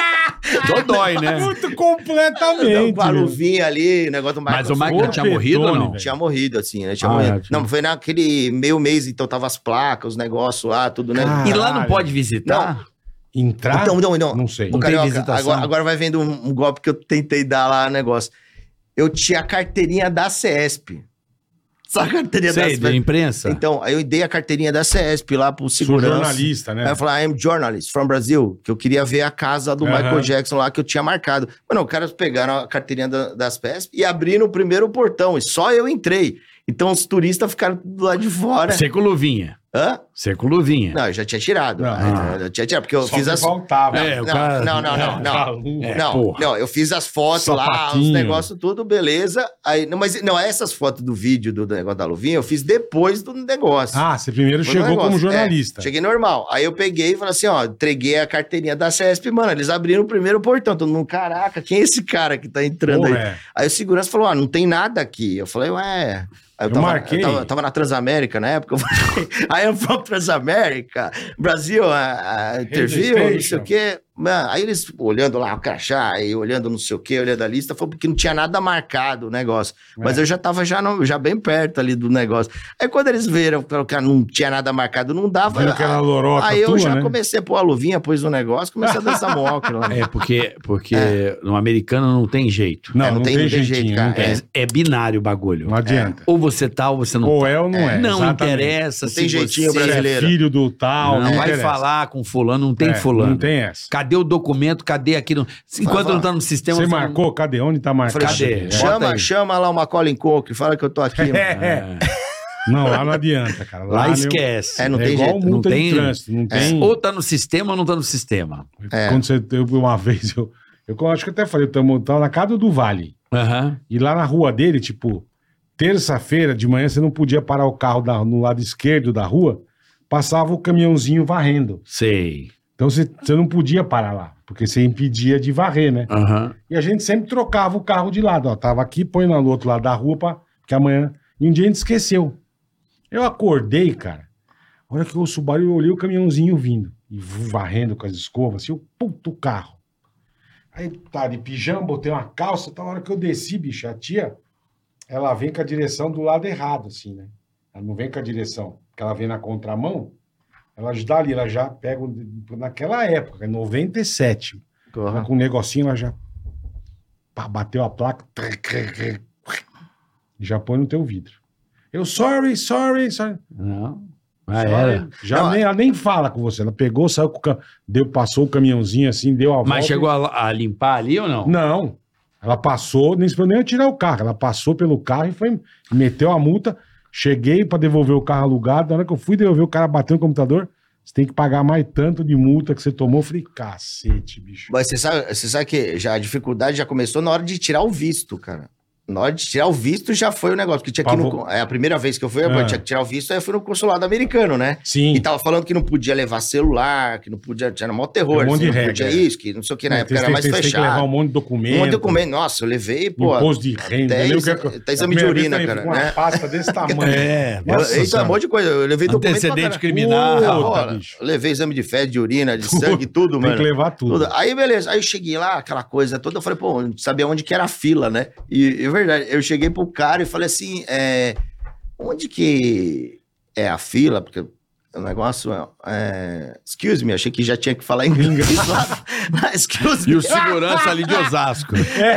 Dodói, né? Muito completamente. Com a meu. luvinha ali, o negócio do Mas o Michael Michael tinha morrido ou não? velho. Tinha morrido, assim, né? Tinha Ah, morrido. é, tinha- Não, foi naquele meio mês, então tava as placas, os negócios lá, tudo, né? Caralho. E lá não pode visitar? Entrar? Então, não, não. Não sei. O Não tem Carioca, visitação? agora, agora vai vendo um, um golpe que eu tentei dar lá no negócio. Eu tinha a carteirinha da CESP. Sabe a carteirinha Sei, da da imprensa? Então, aí eu dei a carteirinha da CESP lá pro Sou segurança. jornalista, né? Aí eu falei, I'm journalist from Brazil, que eu queria ver a casa do Aham. Michael Jackson lá que eu tinha marcado. Mano, os caras pegaram a carteirinha da- das P E S P e abriram o primeiro portão, e só eu entrei. Então os turistas ficaram do lado de fora. Você com luvinha. Hã? Você com luvinha. Não, eu já tinha tirado. Não. Aí, eu tinha tirado, porque eu Só fiz que as... faltava. É, não, o cara- não, não, não, não. Maluco. É, Não, porra. não, eu fiz as fotos lá, Sapatinho. os negócios tudo, beleza. Aí, não, mas não, essas fotos do vídeo do negócio da luvinha, eu fiz depois do negócio. Ah, você primeiro Foi chegou um negócio. como jornalista. É, cheguei normal. Aí eu peguei e falei assim, ó, entreguei a carteirinha da CESP, mano, eles abriram o primeiro portão. Todo mundo, caraca, quem é esse cara que tá entrando Porra, aí? é. Aí o segurança falou, ah, não tem nada aqui. Eu falei, ué... Aí eu, Eu tava, marquei. eu tava, tava na Transamérica na época, eu falei, I am from Transamérica, Brasil, a, a interview, não sei Station. o quê. Mano, aí eles olhando lá o crachá, e olhando não sei o quê, olhando a lista, falou porque não tinha nada marcado o negócio. Mas É. eu já tava já, no- já bem perto ali do negócio. Aí quando eles viram que não tinha nada marcado, não dava. Viram que era lorota Aí eu tua, já né? comecei a pôr a luvinha, pôs o negócio, comecei a dançar mock lá. É, porque, porque no americano não tem jeito. Não, É, não, não tem, tem- não tem jeitinho. jeito, não cara. tem. É, é binário o bagulho. Não adianta. Ou você tá ou você não Ou tá. é ou não é. Não exatamente. interessa Não tem se jeitinho você Se é brasileiro. filho do tal, não não, vai interessa. falar com fulano, não tem É, fulano. Não tem essa. Cadê o documento? Cadê aquilo? Enquanto Vai, não tá no sistema... Você não- marcou? Cadê? Onde tá marcado? Cadê? É. Bota Chama, aí. chama lá uma Colin Cook, fala que eu tô aqui. mano. É. Não, lá não adianta, cara. Lá meu- esquece. É, não é tem igual jeito. multa Não de tem- trânsito. Não tem... Ou tá no sistema ou não tá no sistema. É. Quando você... Eu, uma vez, eu, eu acho que eu até falei, eu tamo- tava na casa do Vale. Aham. E lá na rua dele, tipo, terça-feira de manhã, você não podia parar o carro da- no lado esquerdo da rua, passava o caminhãozinho varrendo. Sei. Então você, você não podia parar lá, porque você impedia de varrer, né? Aham. E a gente sempre trocava o carro de lado, ó. Tava aqui, põe lá no outro lado da rua, pra, porque amanhã... E um dia a gente esqueceu. Eu acordei, cara. A hora que eu ouço o barulho, eu olhei o caminhãozinho vindo. E varrendo com as escovas, assim, o puto carro. Aí tá de pijama, botei uma calça, tá na hora que eu desci, bicho, a tia, ela vem com a direção do lado errado, assim, né? Ela não vem com a direção, porque ela vem na contramão, ela já dá ali, ela já pega, o- naquela época, em noventa e sete, ela com um negocinho, ela já pá, bateu a placa, e já põe no teu vidro. Eu, sorry, sorry, sorry. Não. Ah, sorry. era. Já Não, nem, ela nem fala com você, ela pegou, saiu com o cam... deu, passou o caminhãozinho assim, deu a volta. Mas chegou a, a limpar ali ou não? Não. Ela passou, nem esperou nem eu tirar o carro. Ela passou pelo carro e foi, meteu a multa. Cheguei pra devolver o carro alugado. Na hora que eu fui devolver, o cara bateu no computador. Você tem que pagar mais tanto de multa que você tomou. Eu falei, cacete, bicho. Mas você sabe, você sabe que já a dificuldade já começou na hora de tirar o visto, cara. Na hora de tirar o visto já foi o negócio. Porque tinha que ir no, Pavô. é a primeira vez que eu fui, eu Ah. tinha que tirar o visto, aí eu fui no consulado americano, né? Sim. E tava falando que não podia levar celular, que não podia. Tinha mó terror, Tem um monte assim, de não regra, podia é. isso, que não sei o que, na época Vocês era têm- mais vocês têm que levar um fechado. monte de documento. Um monte de documento. Nossa, eu levei, pô. Imposto de renda. até eu lembro isso- que eu- até a exame de primeira vez urina, também cara, fui com uma né? pasta desse tamanho. É, Eu- Nossa Então, Senhora. um monte de coisa. Eu levei documento. pra Antecedente caralho. criminal. Puta, Ora, bicho. eu levei exame de fezes, de urina, de sangue, tudo, Tem mano. que levar tudo. Tudo. Aí, beleza. Aí eu cheguei lá, aquela coisa toda, eu falei, pô, não sabia onde que era a fila, né? E, é verdade, eu cheguei pro cara e falei assim, é, onde que é a fila? Porque o negócio é, é... Excuse me, achei que já tinha que falar inglês lá. Excuse me. E o segurança ali de Osasco.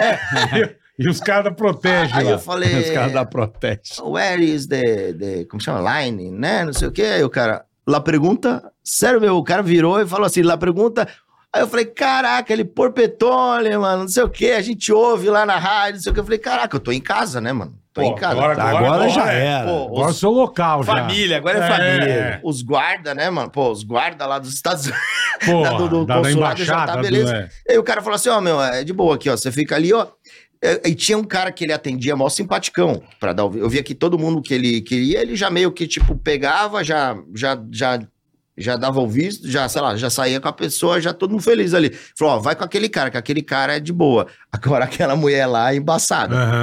É. E os caras protegem Aí lá. eu falei, Os caras da Proteste. where is the, the, como chama, line, né? Não sei o quê. Aí o cara, lá pergunta, sério meu, o cara virou e falou assim, lá pergunta... Aí eu falei, caraca, ele porpetone, mano, não sei o quê, a gente ouve lá na rádio, não sei o quê. Eu falei, caraca, eu tô em casa, né, mano? Tô Pô, em casa. agora- Tá. Agora, já é. era. Pô, Agora é o os, seu local já. Família, agora é, É. família. os guarda, né, mano? Pô, os guarda lá dos Estados Unidos, Porra, da- do, do da, da consulado já embaixada. tá, do- beleza. é. Aí o cara falou assim, ó, meu, é de boa aqui, ó, você fica ali, ó. É, E tinha um cara que ele atendia mó simpaticão para dar o... Eu via que todo mundo que ele queria, ele já meio que, tipo, pegava, já, já, já, já dava o visto, já, sei lá, já saía com a pessoa, já todo mundo feliz ali. Falou, ó, vai com aquele cara, que aquele cara é de boa. Agora aquela mulher lá é embaçada. Aham. Com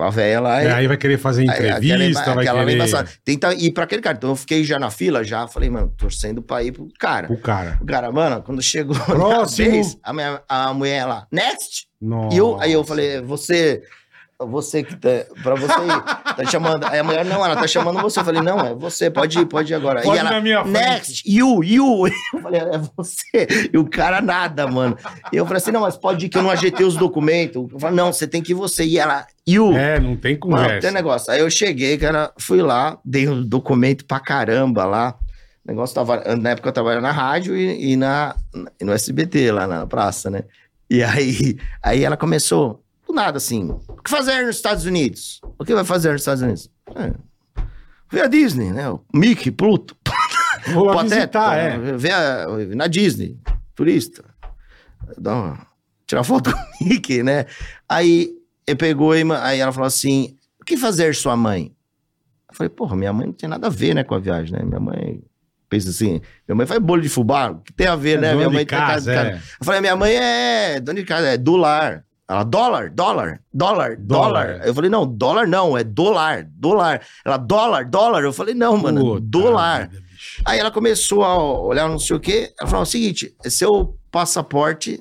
com a véia lá. É, e- aí vai querer fazer entrevista, Aí, aquela, vai aquela querer... embaçada. Tenta ir pra aquele cara. Então eu fiquei já na fila, já falei, mano, torcendo pra ir pro cara. O cara. O cara, mano, quando chegou Próximo. na vez, a, minha, a mulher lá, next! Nossa. E eu, aí eu falei, você, você que tá, pra você ir, tá chamando. Aí a mulher, não, ela tá chamando você. Eu falei, não, é você, pode ir, pode ir agora. Pode e ela, ir na minha frente. next, you, you. Eu falei, é você. E o cara nada, mano. E eu falei assim, não, mas pode ir que eu não ajeitei os documentos. Eu falei, não, você tem que ir você. E ela, you. É, não tem Mano, conversa. tem negócio. Aí eu cheguei, cara, fui lá, dei um documento pra caramba lá. O negócio tava. Na época eu trabalhava na rádio e, e na, e no S B T, lá na praça, né? E aí, aí ela começou, do nada assim, o que fazer nos Estados Unidos? O que vai fazer nos Estados Unidos? É, ver a Disney, né? O Mickey, Pluto, Vou lá Pateta, visitar, é. ver a, na Disney, turista. Dá uma, tirar foto com o Mickey, né? Aí ele pegou e aí ela falou assim, o que fazer sua mãe? Eu falei, porra, minha mãe não tem nada a ver, né, com a viagem, né? Minha mãe pensa assim, minha mãe faz bolo de fubá, o que tem a ver, É né? dona Minha de mãe tá casa, casa, é. Eu falei, minha mãe é dona de casa, é dólar. Ela, dólar, dólar, dólar, Dólar. dólar. Eu falei, não, dólar não, é dólar, dólar. Ela, dólar, dólar. Eu falei, não, mano, Puta dólar. vida, bicho. Aí ela começou a olhar não sei o quê. Ela falou o seguinte, seu passaporte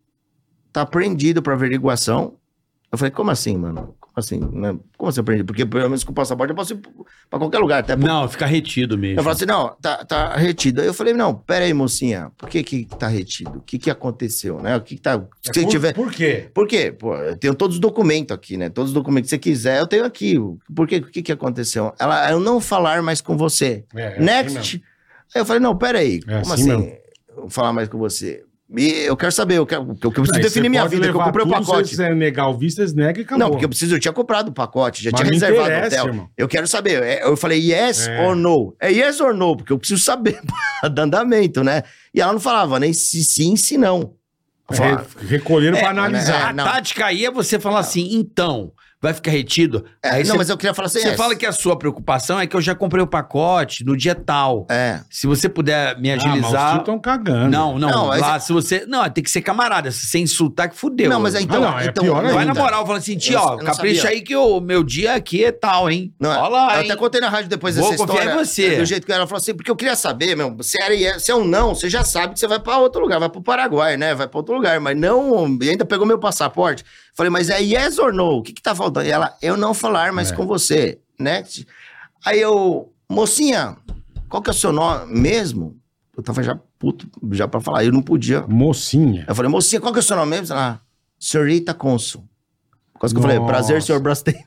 tá apreendido pra averiguação. Eu falei, como assim, mano? Como assim? Né? Como assim apreendido? Porque pelo menos com o passaporte eu posso ir pra qualquer lugar, até pro Não, fica retido mesmo. eu falei assim, não, tá, tá retido. Aí eu falei, não, pera aí, mocinha, por que que tá retido? O que que aconteceu, né? O que que tá... Se É por, tiver... por quê? Por quê? Pô, eu tenho todos os documentos aqui, né? Todos os documentos que você quiser, eu tenho aqui. Por quê? O que que aconteceu? Ela, eu não falar mais com você. É, é assim Next. mesmo. Aí eu falei, não, pera aí, É como assim assim? mesmo. Eu vou falar mais com você. E eu quero saber, eu, quero, eu preciso Aí definir você minha pode vida, que eu levar comprei o tudo, pacote. Se você negar o visto, eles negam e acabou. Não, porque eu preciso, eu tinha comprado o pacote, já Mas tinha não reservado o interessa, hotel. irmão. Eu quero saber. é, Eu falei yes É. or no. É yes or no, porque eu preciso saber do andamento, né? E ela não falava nem se sim, se não. Eu falava, Re- Recolheram É, pra analisar. A não. tática aí é você falar assim, então, vai ficar retido. é, aí não, você, mas eu queria falar assim. você é, fala que a sua preocupação é que eu já comprei o pacote no dia tal. É. Se você puder me Ah, mas os agilizar... tios estão cagando. não, não, Não, mas lá é- se você... Não, tem que ser camarada, se você insultar que fudeu. Não, mas é então. Ah, não, é então pior Vai ainda. na moral, fala assim, tio, Eu- ó, eu não capricha sabia. aí que o meu dia aqui é tal, hein? Não, Olha lá, eu hein? até contei na rádio depois Vou dessa confiar história. em você. Do jeito que ela falou assim, porque eu queria saber, meu, se, era, se é um não, você já sabe que você vai pra outro lugar, vai pro Paraguai, né? Vai pra outro lugar, mas não. E ainda pegou meu passaporte. Falei, mas é yes or no? O que que tá faltando? E ela, eu não falar mais É. com você, né? Aí eu, mocinha, qual que é o seu nome mesmo? Eu tava já puto, já pra falar, eu não podia. Mocinha. Eu falei, mocinha, qual que é o seu nome mesmo? Ela, senhorita Consul. Por causa que eu falei, Nossa. prazer, senhor Brastemp.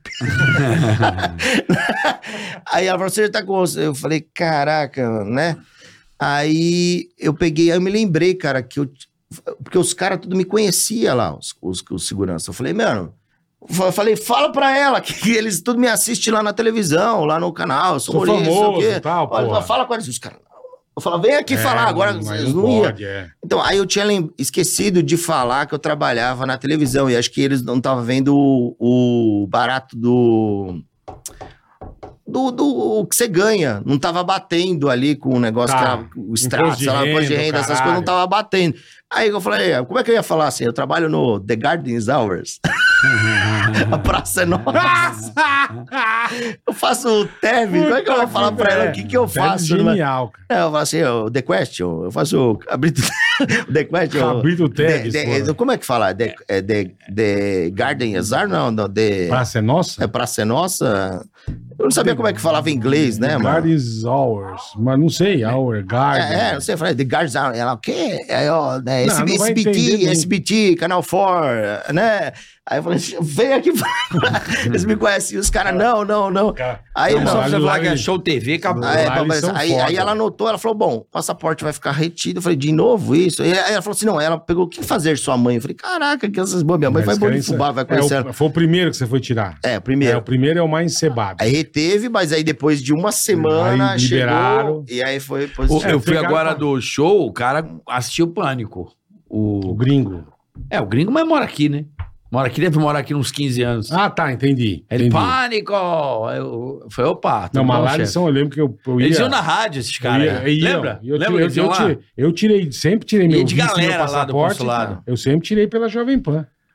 Aí ela falou, senhorita Consul. Eu falei, caraca, né? Aí eu peguei, aí eu me lembrei, cara, que eu... Porque os caras tudo me conhecia lá, os, os, os seguranças. Eu falei, mano... Eu falei, fala pra ela que eles tudo me assistem lá na televisão, lá no canal. Eu sou, Sou humorista, famoso sei o quê. e tal, Olha, porra. fala com eles. Os caras... Eu falava, vem aqui É, falar agora. mas Eles não, não iam. pode, é. Então, aí eu tinha lem- esquecido de falar que eu trabalhava na televisão. E acho que eles não estavam vendo o, o barato do... Do, do o que você ganha. Não tava batendo ali com o negócio, Tá. que era o extrato, Imposto de sei lá, imposto de renda, renda, essas caralho. coisas não tava batendo. Aí eu falei, como é que eu ia falar assim? Eu trabalho no The Gardens Hours. A praça é nossa. Eu faço o T E V. Como é que eu vou falar pra ela o que, que eu É faço? numa- genial, cara. É, eu falo assim, o The Question, eu faço o cabrito, o The Question. Cabrito The- Teves, the- porra. como é que fala? The, é the, the Garden Azar? Não, não, The... Praça é nossa? É Praça é Nossa? Eu não sabia como é que falava em inglês, né, mano? Gardens Hours. Mas não sei, Hour, Garden. É, é, não sei, eu falei, The Gardens Hour. Ela, o quê? Aí, ó, né, Não, não vai S B T, entender nunca. S B T, Canal quatro, né? Aí eu falei, vem aqui. Eles me conhecem. E os caras, não, não, não. Cara, Aí, não, É não, só lá- você lá falar que é eles- show T V, acabou. Ah, é, Lá não, eles mas são aí, foda. aí ela anotou, ela falou, bom, o passaporte vai ficar retido. Eu falei, de novo isso? E aí ela falou assim, não, ela pegou, o que fazer sua mãe? Eu falei, caraca, que essas boas, minha mãe Mas vai bolo de querem fubá, ser- vai conhecer é, ela. o, Foi o primeiro que você foi tirar. É, o É, primeiro. o primeiro é o mais encebado. Aí reteve, mas aí depois de uma semana Aí liberaram. chegou, e aí foi O- positivo. É, eu fui pegaram agora pra- do show, o cara assistiu Pânico. O O... gringo. É, o gringo, mas mora aqui, né? Mora aqui, deve morar aqui uns quinze anos. Ah, tá, entendi. Ele, entendi. Pânico! Eu, foi, opa, tudo Não, mas bom, lá chefe? eles são, eu lembro que eu, eu ia... Eles iam na rádio, esses eu caras. ia- aí. iam, Lembra? e Eu, Lembra eu, que eles eu, iam lá? tirei, eu tirei, sempre tirei Ia meu de visto, meu galera lá do passaporte. consulado. Eu sempre tirei pela Jovem Pan.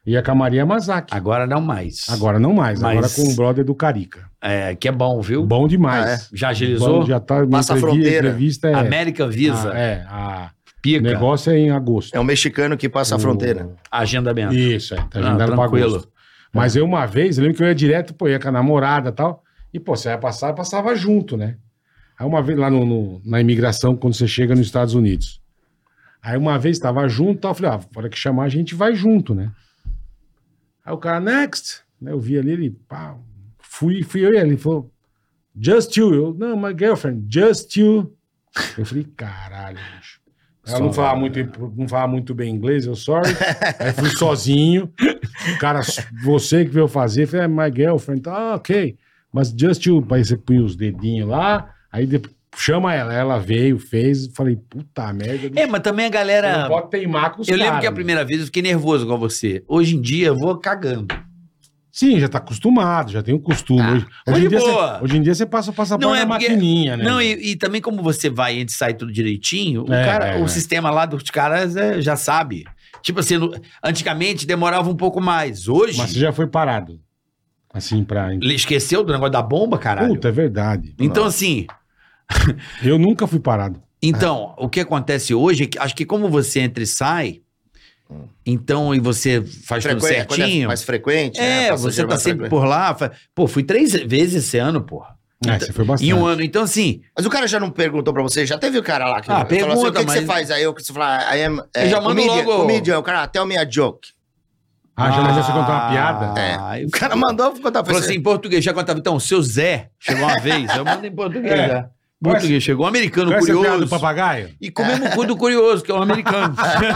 Ia com a Maria Mazaki. Agora não mais. Agora não mais, Mas- agora com o brother do Carica. É, que é bom, viu? Bom demais. Ah, é? Já agilizou? Bom, já tá, minha Passa a entrevista- fronteira. entrevista é... América Visa. a- é, a, o Pica. negócio é em agosto. É um mexicano que passa a O- fronteira. Agendamento. Isso, é. Tá Ah, agendado pra tranquilo. agosto. Mas eu uma vez, eu lembro que eu ia direto, pô, ia com a namorada e tal. E, pô, você ia passar, passava junto, né? Aí uma vez lá no, no- na imigração, quando você chega nos Estados Unidos. Aí uma vez tava junto e tal, eu falei, ah, hora que chamar a gente vai junto, né? Aí o cara, next. Né, eu vi ali, ele, pá, fui, fui eu e ele, ele falou, just you. Eu, não, my girlfriend, just you. Eu falei, caralho, bicho. Ela não falava, muito, não falava muito bem inglês, eu sorry. Aí fui sozinho. O cara, você que veio fazer, eu falei, ah, my girlfriend, ah, ok. Mas just you. Aí você punha os dedinhos lá, aí depois, chama ela. Ela veio, fez, falei, puta merda. É, mas também a Você galera... não pode teimar com os Eu lembro caras, que a né? primeira vez eu fiquei nervoso igual você. Hoje em dia eu vou cagando. Sim, já tá acostumado, já tem o costume. Ah, hoje, mas hoje, de em dia boa. você, hoje em dia você passa o passaporte Não na é porque- maquininha, né? Não, e, e também como você vai, entra e sai tudo direitinho, o, É, cara, é, o é. sistema lá dos caras é, já sabe. Tipo assim, no- antigamente demorava um pouco mais. Hoje, Mas você já foi parado. Assim, pra... ele esqueceu do negócio da bomba, caralho. Puta, é verdade. Então, assim, Eu nunca fui parado. então, o que acontece hoje é que acho que como você entra e sai, então, e você faz tudo Frequente, quando é certinho. mais frequente, né? É, Passageiro você tá mais sempre frequente. por lá. fa- Pô, fui três vezes esse ano, porra. É, você foi bastante. Em um ano. Então, assim, Mas o cara já não perguntou pra você? Já teve o cara lá que Ah, falou assim, pergunta, o que, que você mas- faz? Aí eu que você fala, I am... Eu já mando comedian, logo- Comedian, o cara, tell me a joke. Ah, já, mas já você contou uma piada? É. Ah, eu- O cara mandou contar pra Falou você. assim, em português, já contava. Então, o seu Zé chegou uma vez, eu mando em português, É. já. Português, chegou um americano Conhece a piada curioso. do papagaio? E comemos o cu do curioso, que é um americano.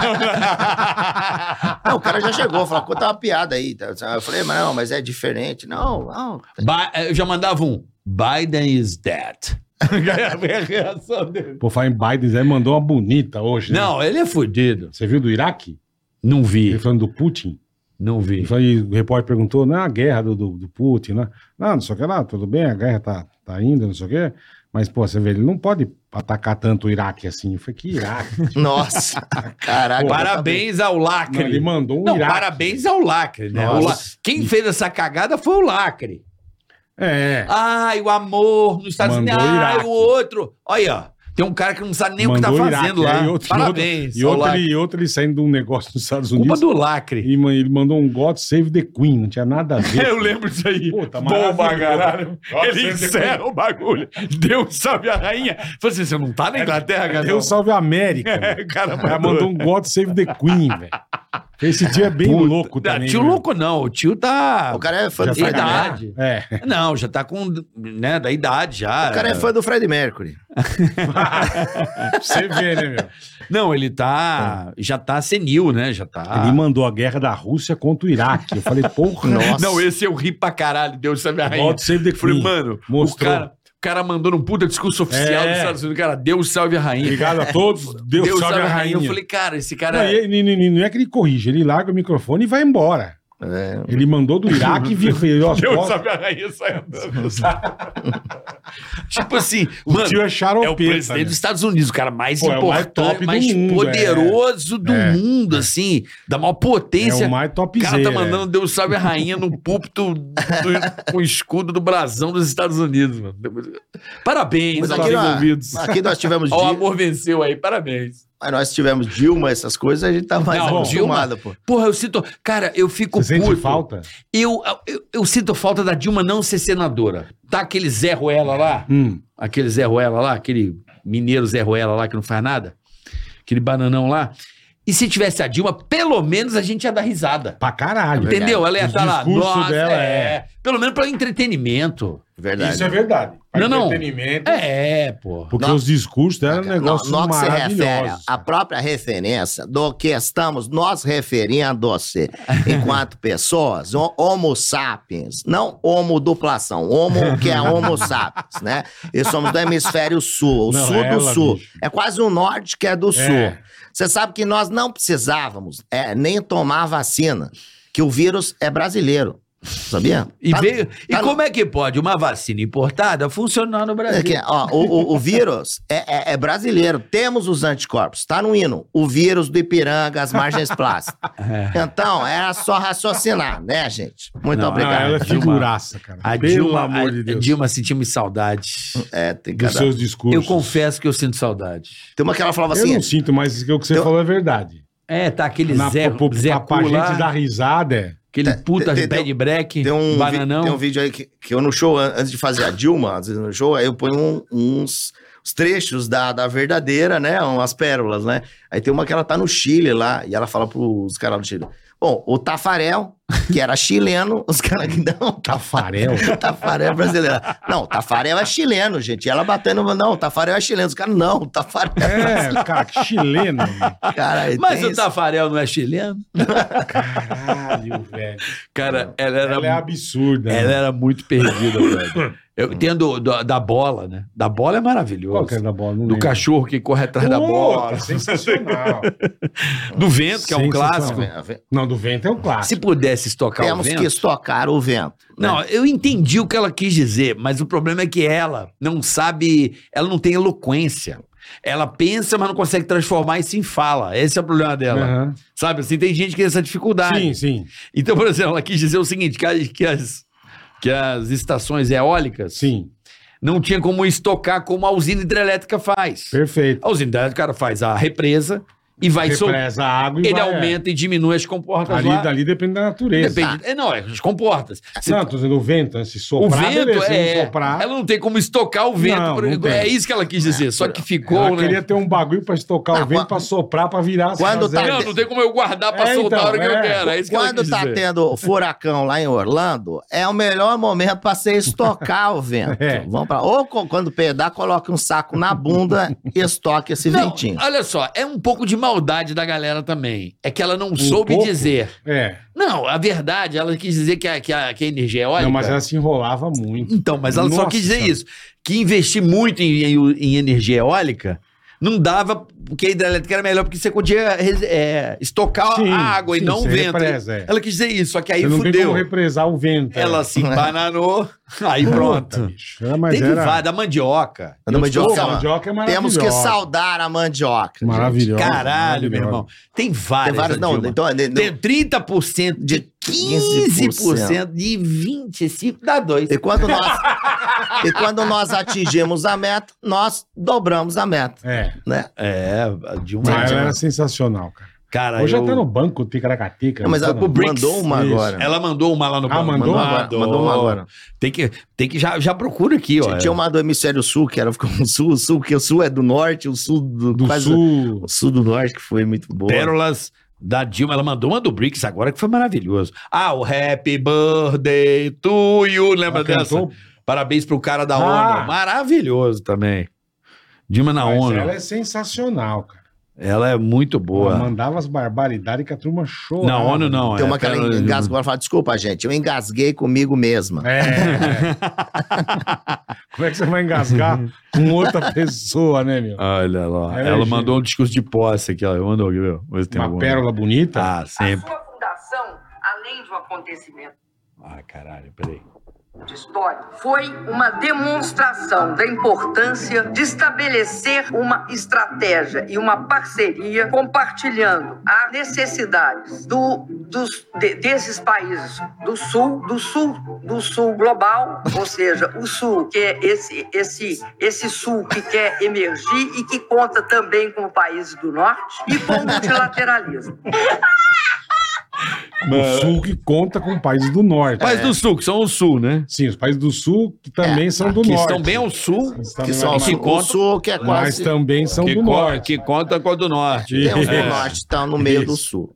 Não, o cara já chegou, falou, conta uma piada aí. Eu falei, mas não, mas é diferente. Não, não. Ba- eu já mandava um, Biden is dead. a reação dele. Pô, falar em Biden, Zé mandou uma bonita hoje, né? Não, ele é fudido. Você viu do Iraque? Não Ele vi, falando do Putin? não vi. Ele falou, e o repórter perguntou, não, a guerra do, do, do Putin, né? Não, não sei o que lá, tudo bem, a guerra tá, tá indo, não sei o que. Mas, pô, você vê, ele não pode atacar tanto o Iraque assim. Eu falei, que Iraque? Nossa, caraca. Pô, Parabéns ao lacre. Não, ele mandou um Não, Iraque. parabéns ao lacre, né? O Nossa. la- Quem fez essa cagada foi o lacre. É, Ai, o amor nos Estados Mandou Unidos. Ai, Iraque. o outro. Olha, ó. Tem um cara que não sabe nem o que tá mandou fazendo Iraque. lá. Aí outro- Parabéns. E ao outro, lacre. ele, e outro ele saindo de um negócio nos Estados Culpa Unidos. do lacre. E man, ele mandou um God Save the Queen, não tinha nada a ver. Eu lembro disso aí. Puta, Bomba, maravilhoso. caralho. God Ele save the encerra o bagulho. Deus salve a rainha. Falei assim, você não tá na Inglaterra, cara? Deus salve a América. velho. O cara O cara mandou um God Save the Queen, velho. Esse tio é bem Puta. louco Não, também. tio né? louco não. O tio tá... O cara é fã Já do tá Fred ganhando. idade. É. Não, já tá com... Né, da idade já. O cara é fã do Fred Mercury. Você vê, né, meu? Não, ele tá... Já tá senil, né? Já tá... Ele mandou a guerra da Rússia contra o Iraque. Eu falei, porra. Nossa. Não, esse eu ri pra caralho. Deus sabe a rainha. God Save the Falei, Queen. mano, Mostrou. o cara, o cara mandou num puta discurso oficial É. dos Estados Unidos. Cara, Deus salve a rainha. Obrigado a todos. Deus, salve a rainha. Eu falei, cara, esse cara... Não, e ele- não, não- não é que ele corrige, ele larga o microfone e vai embora. É. Ele mandou do Iraque e viu. Ó, Deus ó, sabe a rainha sai andando. Tipo assim, o mano, tio é charopeta. é o presidente né? dos Estados Unidos, o cara mais Pô, é o mais importante, top do mais, mundo, poderoso do É. mundo, assim, da maior potência. É o mais O topzera. cara tá mandando Deus salve a rainha no púlpito do- com o escudo do brasão dos Estados Unidos, mano. Parabéns Mas aos aqui, nós- envolvidos. aqui nós tivemos Ó, o Dilma, amor venceu aí, parabéns. mas nós tivemos Dilma, essas coisas, a gente tá mais Não, acostumado, pô. Porra, eu sinto... Cara, eu fico Você sente puto. falta? Eu, eu, eu sinto falta da Dilma não ser senadora. Tá aquele Zé Ruela lá? Hum. Aquele Zé Ruela lá, aquele mineiro Zé Ruela lá que não faz nada, aquele bananão lá. E se tivesse a Dilma, pelo menos a gente ia dar risada. Pra caralho. Entendeu? Ela ia Os estar lá. discursos Nossa, dela é. é- Pelo menos para entretenimento. Verdade. Isso é verdade. Pra Não, não. entretenimento. É, pô. Porque Não. os discursos dela eram um negócio no, no que se refere maravilhoso. à própria referência do que estamos nós referindo-se enquanto pessoas, o- homo sapiens, não homo duplação, homo que é homo sapiens, né? E somos do hemisfério sul, o Não, sul do ela, sul. bicho. É quase o norte que é do sul. É. Você sabe que nós não precisávamos é, nem tomar vacina, que o vírus é brasileiro. Sabia? E, Tá- veio, e tá no- como é que pode uma vacina importada funcionar no Brasil? É que, ó, o, o- o vírus é, é- é brasileiro. Temos os anticorpos. Tá no hino. O vírus do Ipiranga, as margens plásticas. Então, era só raciocinar, né, gente? Muito Não, Ah, obrigado. ela é Dilma- figuraça, cara. A Pelo Dilma, amor a, de Deus. Dilma sentimos saudade. É, tem Dos cada... seus discursos. Eu confesso que eu sinto saudade. Tem uma que ela falava Eu assim... não sinto, mas o que você Eu- falou é verdade. É, tá aquele Na, Zé, pra, Zé pra, pra Cu lá, gente dar risada, é. aquele puta tem- pé tem- de breque, Tem um, vi- bananão. tem um vídeo aí que, que eu no show, an- antes de fazer a Dilma, às vezes no show, aí eu ponho um- uns os trechos da, da verdadeira, né? Umas pérolas, né? Aí tem uma que ela tá no Chile lá, e ela fala pros caras do Chile. Bom, o Tafarel, que era chileno, os caras que não, Tafarel. Tafarel é brasileiro. Não, Tafarel é chileno, gente. E ela batendo, não, Tafarel é chileno. Os caras, não, Tafarel é É, cara, que chileno. mano. cara, aí Mas tem o isso. Tafarel não é chileno? Caralho, velho. Cara, ela era, Ela é absurda. ela né? era muito perdida, velho. Eu tenho do- do- da bola, né? Da bola é maravilhoso. Qual que é da bola? Não Do lembro. cachorro que corre atrás da Puta, bola. sensacional. Do vento, que é um Sensacional. clássico. Não, do vento é o Se clássico. pudesse estocar Temos o que vento... estocar o vento. né? Não, eu entendi o que ela quis dizer, mas o problema é que ela não sabe, ela não tem eloquência. Ela pensa, mas não consegue transformar isso em fala. Esse é o problema dela. Aham. Sabe, assim, tem gente que tem essa dificuldade. Sim, sim, Então, por exemplo, ela quis dizer o seguinte, que as, que as, que as estações eólicas sim. não tinha como estocar como a usina hidrelétrica faz. Perfeito. A usina hidrelétrica, o cara faz a represa e vai soltar. Represa a água e Ele vai, aumenta e diminui as comportas Ali, lá. dali depende da natureza. Depende, é, não, é as comportas. Se- Não, tô dizendo o vento, né? Se o soprar, vento beleza. Se é. não soprar, Ela não tem como estocar o vento. Não, por- não tem. é isso que ela quis dizer. Só que ficou, ela né? queria ter um bagulho pra estocar Não, o vento, quando- pra soprar, pra virar as Quando fazer- tá- Não, não tem como eu guardar pra É, soltar então, a hora que eu é. quero. É isso que ela Quando quis tá dizer. tendo furacão lá em Orlando, é o melhor momento para você estocar o vento. É. Vamos pra... Ou co- quando pedar, coloque um saco na bunda e estoque esse Não, ventinho. olha só, é um pouco de maldade da galera também. É que ela não Um soube pouco? dizer. É. Não, a verdade, ela quis dizer que a, que a, que a energia eólica... Não, mas ela se enrolava muito. Então, mas ela só Nossa quis dizer Senhora. isso. Que investir muito em, em- em energia eólica não dava, porque a hidrelétrica era melhor, porque você podia é, estocar Sim, a água sim, e não o você vento. represa, é. Ela quis dizer isso, só que aí Você não tem fudeu. como represar o vento. Ela é. se embananou, aí Puta, pronto. bicho. É, mas Teve era várias, da mandioca. A da mandioca, Pô, a mandioca é Temos que maravilhosa. saudar a mandioca. gente. Maravilhosa. Caralho, meu maravilhosa. irmão. Tem várias. Tem várias, da não, Dilma. então, de- Tem trinta por cento de de quinze por cento de vinte e cinco por cento dá dois. E quando nós, e quando nós atingimos a meta, nós dobramos a meta, É. né? É, a Dilma. Mas ela Dilma. era sensacional, cara. Cara, Hoje eu... ela tá no banco, ticaracatica. Não, mas não a, tá, não? mandou uma Isso. agora. Ela mandou uma lá no Ah, banco. mandou? Mandou agora, mandou uma agora. Tem que, tem que já, já procura aqui, ó. Tinha, tinha uma do hemisfério sul, que era ficou o sul, o sul, porque o sul é do norte, o sul do, Do quase- sul. o sul do norte, que foi muito boa. Pérolas da Dilma. Ela mandou uma do Brix agora que foi maravilhoso. Ah, o Happy Birthday to you. Lembra Ela dessa? cantou, Parabéns pro cara da Ah. ONU. Maravilhoso também. Dilma na mas ONU. ela é sensacional, cara. Ela é muito Ela boa. mandava as barbaridades que a turma chorava. Na ONU não. Tem é uma que ela Pérola da engasgou, ela fala, desculpa, gente, eu engasguei comigo mesma. É. é. Como é que você vai engasgar com outra pessoa, né, meu? Olha lá. Ela é Ela gente. mandou um discurso de posse aqui. Ela mandou aqui, viu? Vamos ver se tem Uma alguma. pérola bonita. Ah, A sempre. sua fundação, além de um acontecimento Ah, caralho, peraí. de história, foi uma demonstração da importância de estabelecer uma estratégia e uma parceria compartilhando as necessidades do, dos, de- desses países do sul, do sul, do sul global, ou seja, o sul que é esse, esse, esse sul que quer emergir e que conta também com países do norte e com o multilateralismo. O sul que conta com países do norte. Países do Sul, que são o Sul, né? Sim, os países do sul que também são do que norte. estão bem ao Sul. Eles Que também- são mas, o que sul, conta- o sul, que é mas quase... também são Que, do co- norte. que conta com a do Norte. Tem uns do É. norte que estão no meio do Isso. sul.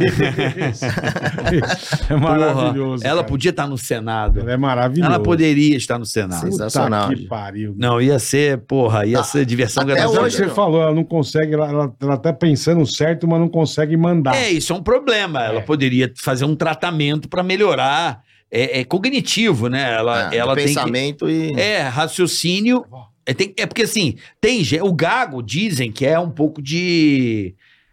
É maravilhoso. Porra, ela cara. podia estar no Senado. Ela é maravilhosa. Ela poderia estar no Senado. Sim. Puta sensacional, que gente. pariu. Não, ia ser, porra, ia ser diversão até Mas é o que gratuita. hoje- você falou, ela não consegue, ela, ela, ela tá pensando certo, mas não consegue mandar. É, isso é um problema. Ela É. poderia fazer um tratamento para melhorar. É, é cognitivo, né? Ela, É, ela tem que... pensamento e... É, raciocínio. É, tem- é porque assim, tem gen- o gago dizem que é um pouco de.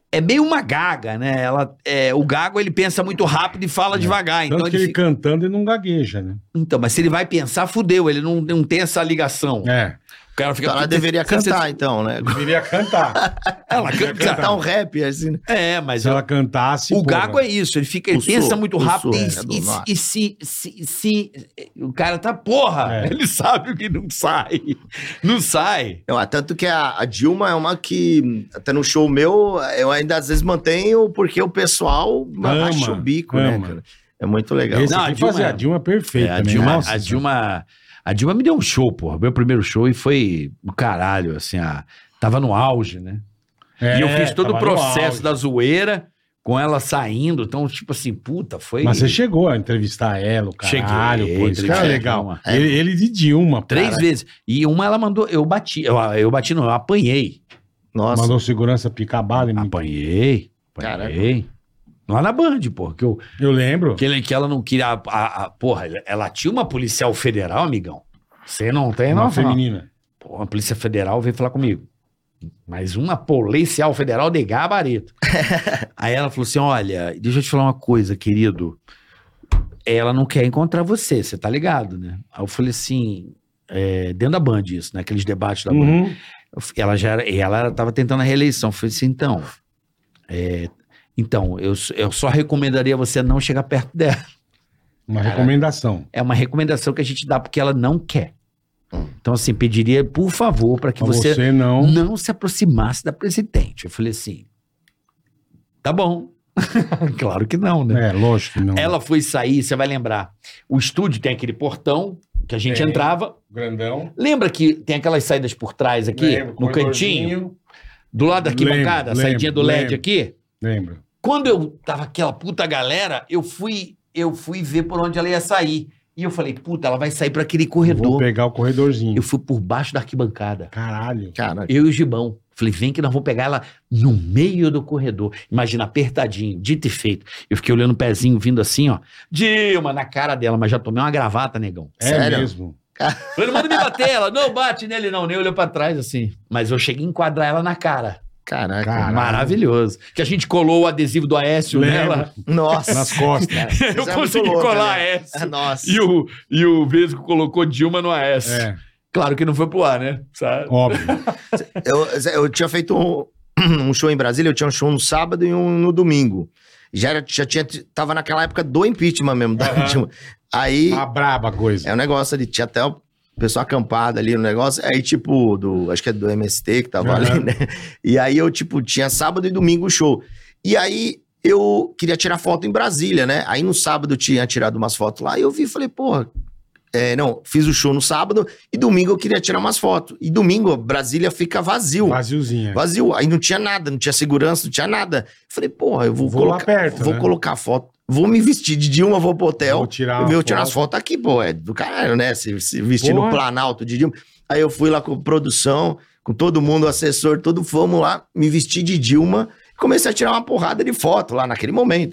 é meio uma gaga, né? Ela, é, o gago, ele pensa muito rápido e fala devagar. Tanto Então que ele ele fica... cantando ele não gagueja, né? Então, mas se ele vai pensar, fudeu. Ele não, não tem essa ligação. É. O cara fica... Então ela deveria cantar, então, né? Deveria cantar. Ela Deveria canta. Cantar um rap, assim. É, mas Se ela cantasse. o porra. gago é isso. Ele fica, ele O pensa sul, muito o rápido sul, e, é do e- norte. e se, se, se... O cara tá, porra! É. Ele sabe o que não sai. Não sai. Não, tanto que a, a Dilma é uma que, até no show meu, eu ainda às vezes mantenho, porque o pessoal Ama, acha o bico, né, ama. cara? É muito legal. Esse Não, aqui a Dilma fazia é- a Dilma perfeita, É, a, né? Dilma, Nossa a, Senhora. Dilma, a Dilma me deu um show, porra. Meu primeiro show e foi do caralho, assim, a, tava no auge, né? É, e eu fiz todo o tava no processo auge. da zoeira com ela saindo. Então, tipo assim, puta, foi... Mas você chegou a entrevistar ela, o caralho, Cheguei, pô. Isso que era entrevistei legal. Dilma. Ele, ele de Dilma, Três cara. vezes. E uma ela mandou, eu bati, eu, eu bati não, eu apanhei. Nossa, Mandou segurança picar bala em mim. Apanhei, apanhei. Lá na Band, porra, que, eu, Eu lembro. que, ele, que ela não queria... A, a- a- porra, ela tinha uma policial federal, amigão. Você não tem, Uma não? feminina. Pô, a Polícia Federal veio falar comigo. Mas uma policial federal de gabarito. Aí ela falou assim: olha, deixa eu te falar uma coisa, querido. Ela não quer encontrar você, você tá ligado, né? Aí eu falei assim, é, dentro da Band isso, né? Aqueles debates da Band. Uhum. Eu f- Ela já era, e ela tava tentando a reeleição. Eu falei assim, então, é, então, eu, s- eu só recomendaria você não chegar perto dela. Uma recomendação. É uma recomendação que a gente dá porque ela não quer. Então, assim, pediria, por favor, para que Pra você, você não. não se aproximasse da presidente. Eu falei assim, tá bom. Claro que não, né? É, lógico que não. Ela foi sair, você vai lembrar, o estúdio tem aquele portão que a gente Tem. entrava. Grandão. Lembra que tem aquelas saídas por trás aqui, Lembro, no cantinho, corredorzinho. do lado da arquibancada, a Lembro, saidinha do lembro, L E D lembro. aqui? Lembro. Quando eu tava aquela puta galera, eu fui, eu fui ver por onde ela ia sair. E eu falei, puta, ela vai sair por aquele Vou corredor. pegar o corredorzinho. Eu fui por baixo da arquibancada. Caralho. cara, Eu e o Gibão. Falei, vem que nós vamos pegar ela no meio do corredor. Imagina, apertadinho, dito e feito. Eu fiquei olhando o pezinho vindo assim, ó. Dilma, na cara dela, mas já tomei uma gravata, negão. É Sério? mesmo. Falei, não manda me bater. Ela, não bate nele não, nem olhou pra trás assim. Mas eu cheguei a enquadrar ela na cara. caraca. Caralho. Maravilhoso. Que a gente colou o adesivo do Aécio Lembro. nela. Nossa. Nas costas. Eu Isso é consegui muito louco, colar né? Aécio. Nossa. E o, e o Vesgo colocou Dilma no Aécio. É, Claro que não foi pro ar, né? Sabe? óbvio. Eu, eu tinha feito um, um show em Brasília, eu tinha um show no sábado e um no domingo. Já, era, já tinha, tava naquela época do impeachment mesmo. da Dilma. Aí, A braba a coisa. é um negócio ali, tinha até o pessoal acampado ali no negócio, aí tipo, do, acho que é do M S T que tava Uhum. ali, né? E aí eu, tipo, tinha sábado e domingo o show. E aí eu queria tirar foto em Brasília, né? Aí no sábado eu tinha tirado umas fotos lá e eu vi e falei, porra, é, não, fiz o show no sábado e domingo eu queria tirar umas fotos. E domingo Brasília fica vazio. Vaziozinha. Vazio. Aí não tinha nada, não tinha segurança, não tinha nada. Falei, porra, eu vou, Vou lá colocar, perto, vou né? colocar foto. Vou me vestir de Dilma, vou pro hotel. Vou tirar eu uma vou tirar foto. as fotos aqui, pô. É do caralho, né? Se, se vestir Porra. no Planalto de Dilma. Aí eu fui lá com produção, com todo mundo, assessor, todo, fomos lá, me vesti de Dilma. Comecei a tirar uma porrada de foto lá naquele momento.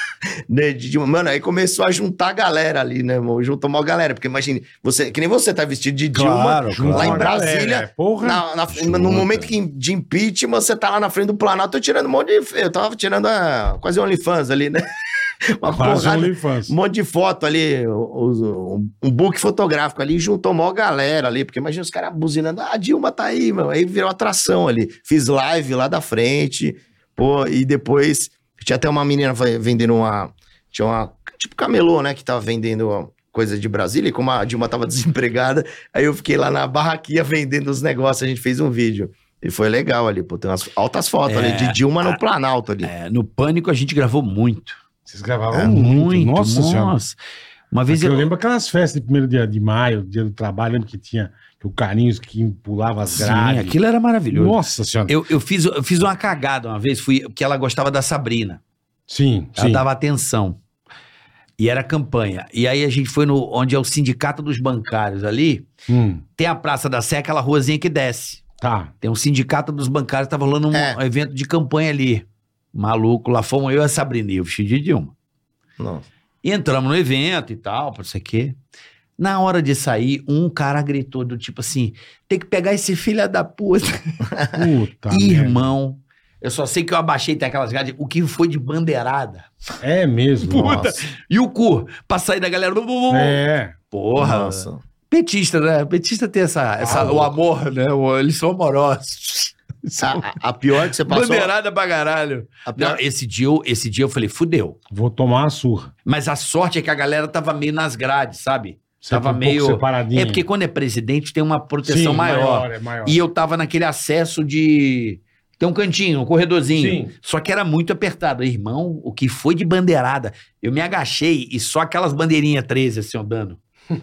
né, de Dilma. Mano, aí começou a juntar a galera ali, né, irmão? Juntou uma galera. Porque imagine, você, que nem você tá vestido de Dilma Claro, lá Junta em uma galera, Brasília. é, porra. Na, na- Junta. no momento que, de impeachment, você tá lá na frente do Planalto, eu tirando um monte de. Eu tava tirando a, quase OnlyFans ali, né? Uma Quase porrada, OnlyFans. um monte de foto ali, os- um, um book fotográfico ali, juntou mó galera ali, porque imagina os caras buzinando, ah, a Dilma tá aí, meu. Aí virou atração ali. Fiz live lá da frente, pô, e depois tinha até uma menina vai- vendendo uma. Tinha uma. Tipo camelô, né? Que tava vendendo ó, coisa de Brasília, e como a Dilma tava desempregada, aí eu fiquei lá na barraquinha vendendo os negócios, a gente fez um vídeo. E foi legal ali, pô. Tem umas altas fotos É, ali de Dilma no Planalto ali. É, no Pânico a gente gravou muito. Vocês gravavam É, muito. Nossa Senhora. nossa. Uma vez Porque eu, eu lembro aquelas festas de primeiro dia de maio, dia do trabalho, lembro que tinha que o Carinhos que pulava as Sim, grades. aquilo era maravilhoso. Nossa Senhora. Eu, eu, fiz, eu fiz uma cagada uma vez, fui, porque ela gostava da Sabrina. Sim, Ela sim. dava atenção. E era campanha. E aí a gente foi no onde é o Sindicato dos Bancários ali. Hum, Tem a Praça da Sé, aquela ruazinha que desce. tá. Tem um Sindicato dos Bancários, tava rolando um É. evento de campanha ali. Maluco, lá fomos eu e a Sabrina, eu vestido de Dilma. Não. E entramos no evento e tal, não sei o quê. Na hora de sair, um cara gritou do tipo assim, tem que pegar esse filho da puta. Puta merda. Irmão, Eu só sei que eu abaixei, tem aquelas grades. O que foi de bandeirada? É mesmo. Puta. Nossa. E o cu? Pra sair da galera. É. Porra. Nossa. Petista, né? Petista tem essa, essa Ah, o amor, né? O- Eles são amorosos. A, a- a pior que você passou... Bandeirada pra caralho. A pior... Não, esse dia, eu, esse dia eu falei, fudeu. Vou tomar uma surra. Mas a sorte é que a galera tava meio nas grades, sabe? Você Tava foi um meio. pouco separadinho. É porque quando é presidente tem uma proteção Sim, maior. é maior. E eu tava naquele acesso de. Tem um cantinho, um corredorzinho. Sim. Só que era muito apertado. Irmão, o que foi de bandeirada? Eu me agachei e só aquelas bandeirinhas treze assim andando.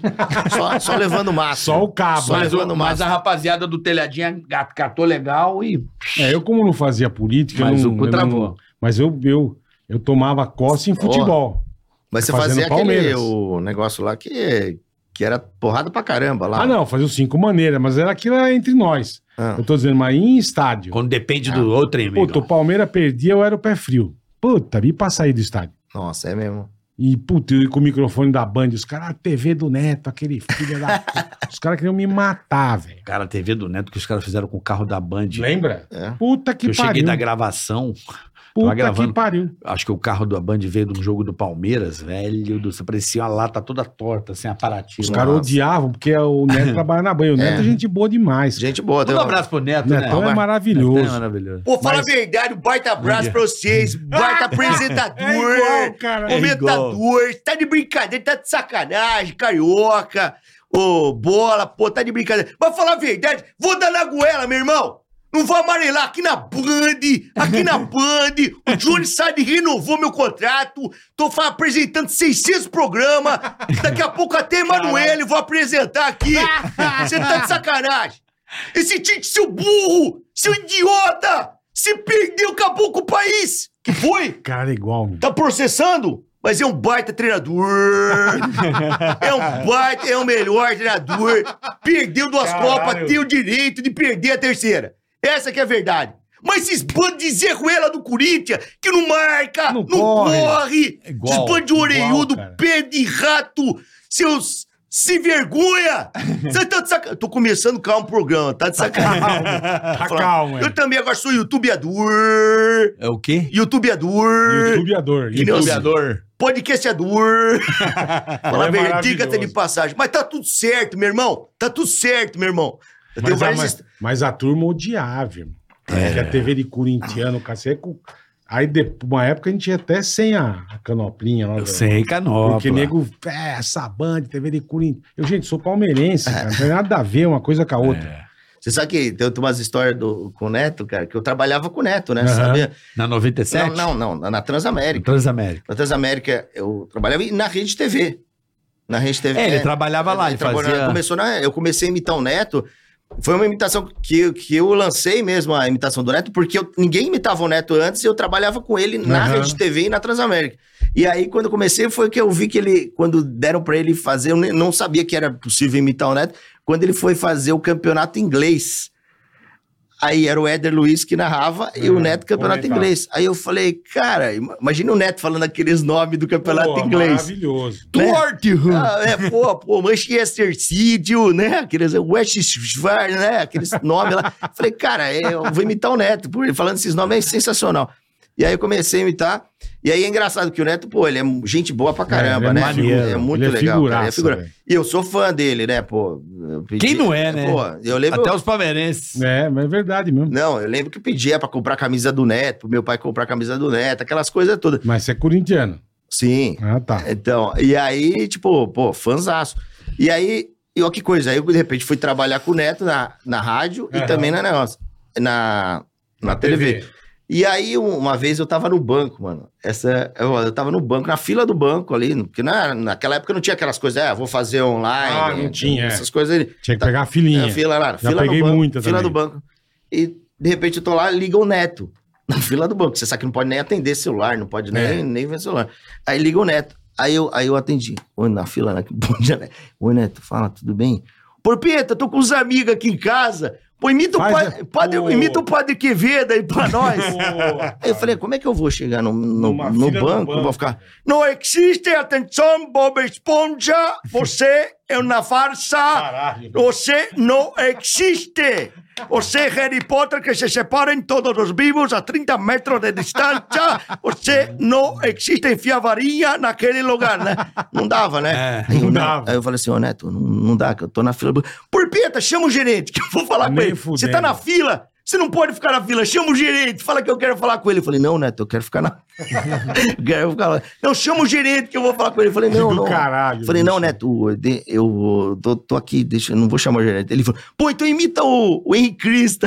Só, só levando massa. Só o cabo. Só Mas, levando o- mas massa. a rapaziada do telhadinha gat- catou legal e. É, eu como não fazia política, Mas eu não, o cu eu travou. não- mas eu, eu, eu tomava coça em futebol. Mas você Fazendo fazia aquele Palmeiras. o negócio lá que, que era porrada pra caramba lá. Ah, não, fazia os cinco maneiras, mas era aquilo era entre nós. Ah. Eu tô dizendo, mas em estádio. Quando depende do outro, hein, amigo? Puta, o Palmeiras perdia, eu era o pé frio. Puta, vi pra sair do estádio. Nossa, é mesmo. E, puta, eu com o microfone da Band, os caras, a T V do Neto, aquele filho da... puta. Os caras queriam me matar, velho. Cara, a T V do Neto que os caras fizeram com o carro da Band. Lembra? É. Puta que Que eu cheguei pariu. da gravação. Puta gravando. que pariu. Acho que o carro da Band veio de um jogo do Palmeiras, velho. Do, parecia uma lata toda torta, sem aparativo. Os caras odiavam, porque o Neto trabalha na Band. O Neto é, É. gente boa demais. Gente boa. Manda um abraço pro Neto, Netão né? é maravilhoso. Netão é maravilhoso. Pô, fala Mas- a verdade, um baita abraço pra vocês, baita apresentador, É igual, cara. É comentador, tá de brincadeira, tá de sacanagem, carioca, ô, bola, pô, tá de brincadeira. Mas falar a verdade, vou dar na goela, meu irmão. Não vou amarelar aqui na Band, aqui na Band. O Johnny Sade renovou meu contrato. Tô fa- apresentando seiscentos programas. Daqui a pouco até Emanuele vou apresentar aqui. Você tá de sacanagem. Esse Tite, seu burro, seu idiota. Se perdeu, acabou com o país. Que foi? Cara, é igual, meu. Tá processando? Mas é um baita treinador. É um baita, é o melhor treinador. Perdeu duas Caralho. Copas, tem o direito de perder a terceira. Essa que é a verdade. Mas esses bandos de zerruela do Corinthians, que não marca, Não não, corre. corre. É igual, Esses bandos de orelhudo, igual, cara. pé de rato, seus... Se vergonha! Você tá de sacanagem. Tô começando calmo o programa, tá de sacanagem. Tá calmo, é. Eu também agora sou youtubeador. É o quê? Youtubeador. YouTubeador. Que nem os- Youtubeador. Podcasteador. Fala É a verdade, maravilhoso. dica de passagem. Mas tá tudo certo, meu irmão. Tá tudo certo, meu irmão. Eu tenho Mas, a, várias... mas, mas a turma odiava, irmão. É. Que a T V de corintiano, cacete. Aí, de, uma época, a gente ia até sem a, a canoplinha lá. Eu do- sei, canopla. Porque nego, é, essa Band, T V de Corinthians. Eu, gente, sou palmeirense, cara. Não tem nada a ver uma coisa com a outra. Você sabe que tem umas histórias do, com o Neto, cara, que eu trabalhava com o Neto, né? Aham. Sabia? Na noventa e sete? Não, não, não. Na Transamérica. Transamérica. Na Transamérica, eu trabalhava e na Rede T V. Na Rede T V. É, ele trabalhava lá, ele trabalhava- fazia- Começou na, eu comecei a imitar o Neto. Foi uma imitação que, eu- que eu lancei mesmo, a imitação do Neto, porque eu- ninguém imitava o Neto antes e eu trabalhava com ele na Aham. Rede T V e na Transamérica. E aí, quando eu comecei, foi que eu vi que ele, quando deram pra ele fazer, eu nem- não sabia que era possível imitar o Neto, quando ele foi fazer o campeonato inglês. Aí era o Éder Luiz que narrava e o Uhum, Neto campeonato comentava. inglês. Aí eu falei, cara, ima- imagina o Neto falando aqueles nomes do campeonato Pô, inglês. Maravilhoso. Né? Torte! Ah, é, pô, pô, Manchester City, né? Aqueles West Schwarz, né? Aqueles nomes lá. Falei, cara, é, eu vou imitar o Neto. Por ele falando esses nomes é sensacional. E aí eu comecei a imitar. E aí é engraçado que o Neto, pô, ele é gente boa pra caramba, É, ele é né? maneiro. É muito Ele é legal. cara, figuraça, figura- velho. E eu sou fã dele, né, pô? Eu pedi- Quem não é, né? Pô, eu lembro. Até os palmeirenses. É, mas é verdade mesmo. Não, eu lembro que eu pedia pra comprar a camisa do Neto, pro meu pai comprar a camisa do Neto, aquelas coisas todas. Mas você é corintiano. Sim. Ah, tá. Então, e aí, tipo, pô, fãzaço. E aí, e ó que coisa, aí eu de repente fui trabalhar com o Neto na, na rádio e Aham. também na negócio, na, na, T V. E aí, um- uma vez eu tava no banco, mano. Essa, eu, eu tava no banco, na fila do banco ali, porque na, naquela época não tinha aquelas coisas, ah, vou fazer online. Ah, não tinha, é. Essas coisas ali. Tinha que pegar a filinha. É, fila lá, Já fila peguei do banco. muita fila também. do banco. E de repente eu tô lá, liga o Neto. Na fila do banco. Você sabe que não pode nem atender celular, não pode nem, É. nem ver celular. Aí liga o Neto. Aí eu, aí eu atendi. Oi, na fila, né? Bom dia, né? Oi, Neto, fala, tudo bem? Porpeta, tô com uns amigos aqui em casa. Pô, imita, Faz o, a- padre, padre- Pô. imita o padre Quevedo aí pra nós. Aí eu falei, como é que eu vou chegar no, no, Numa no fila do banco? banco. Vou ficar. Não existe, atenção, Bob Esponja. Você é uma farsa. Caralho. Você não existe. você, Harry Potter, que se separem todos os vivos a trinta metros de distância, você não existe enfiar varinha naquele lugar, né? Não dava, né? É, aí, eu, não dava. aí eu falei assim, ô Neto, não, não dá, que eu tô na fila. Porpeta, chama o gerente, que eu vou falar Nem com ele. fudendo. Você tá na fila? Você não pode ficar na fila, chama o gerente, fala que eu quero falar com ele. Eu falei, não, Neto, eu quero ficar na... eu quero ficar lá. Não, chama o gerente que eu vou falar com ele. Eu falei, não, Do não. caralho, Eu falei, não, bicho. Neto, eu, de- eu tô, tô aqui, deixa, eu não vou chamar o gerente. Ele falou, pô, então imita o, o Henrique Cristo.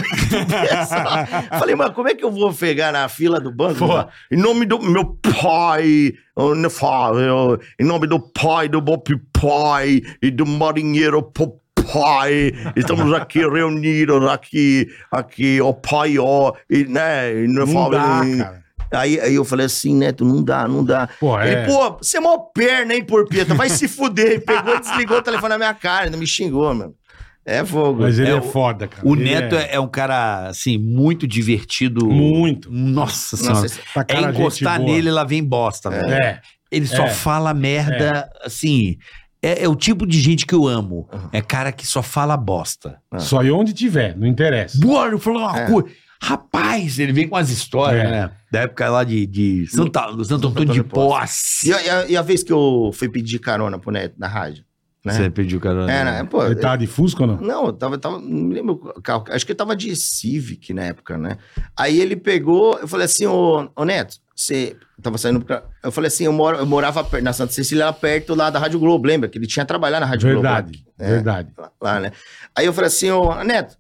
Eu falei, mas como é que eu vou pegar na fila do banco? Pô. Em nome do meu pai, eu não falo, eu- em nome do pai, do Bob Pai e do marinheiro Popeye. Pai, estamos aqui reunidos aqui, aqui, ó pai, ó, e, né, e não Não falo, dá, e- cara. Aí, aí eu falei assim, Neto, não dá, não dá. Pô, Ele, é. pô, você é mó perna, hein, porpeta, vai se fuder. Ele pegou e desligou o telefone na minha cara, ainda me xingou, mano. É fogo. Mas ele é, É, o- foda, cara. O Ele Neto é... é um cara, assim, muito divertido. Muito. Nossa senhora. Nossa, esse- Tá É cara, encostar gente boa. nele, lá vem bosta, velho. É. Ele só É. fala merda, assim... É, é o tipo de gente que eu amo. É cara que só fala bosta. Só e onde tiver, não interessa. Bora, eu falo uma É. coisa... Rapaz, ele vem com as histórias, É. né? Da época lá de, de Santa, do Santo Antônio de Posse. E a, e a- e a vez que eu fui pedir carona pro Neto na rádio, né? Você pediu carona? É, né? Pô, Ele tava de Fusca ou não? não, eu tava, tava, não me lembro o carro, acho que eu tava de Civic na época, né? Aí ele pegou, eu falei assim, ô, ô Neto, você tava saindo pra... Eu falei assim, eu, moro, eu morava per- na Santa Cecília, lá perto lá da Rádio Globo, lembra? Que ele tinha trabalhado na Rádio Verdade, Globo. É, verdade. lá, lá, né? Aí eu falei assim, ô Neto,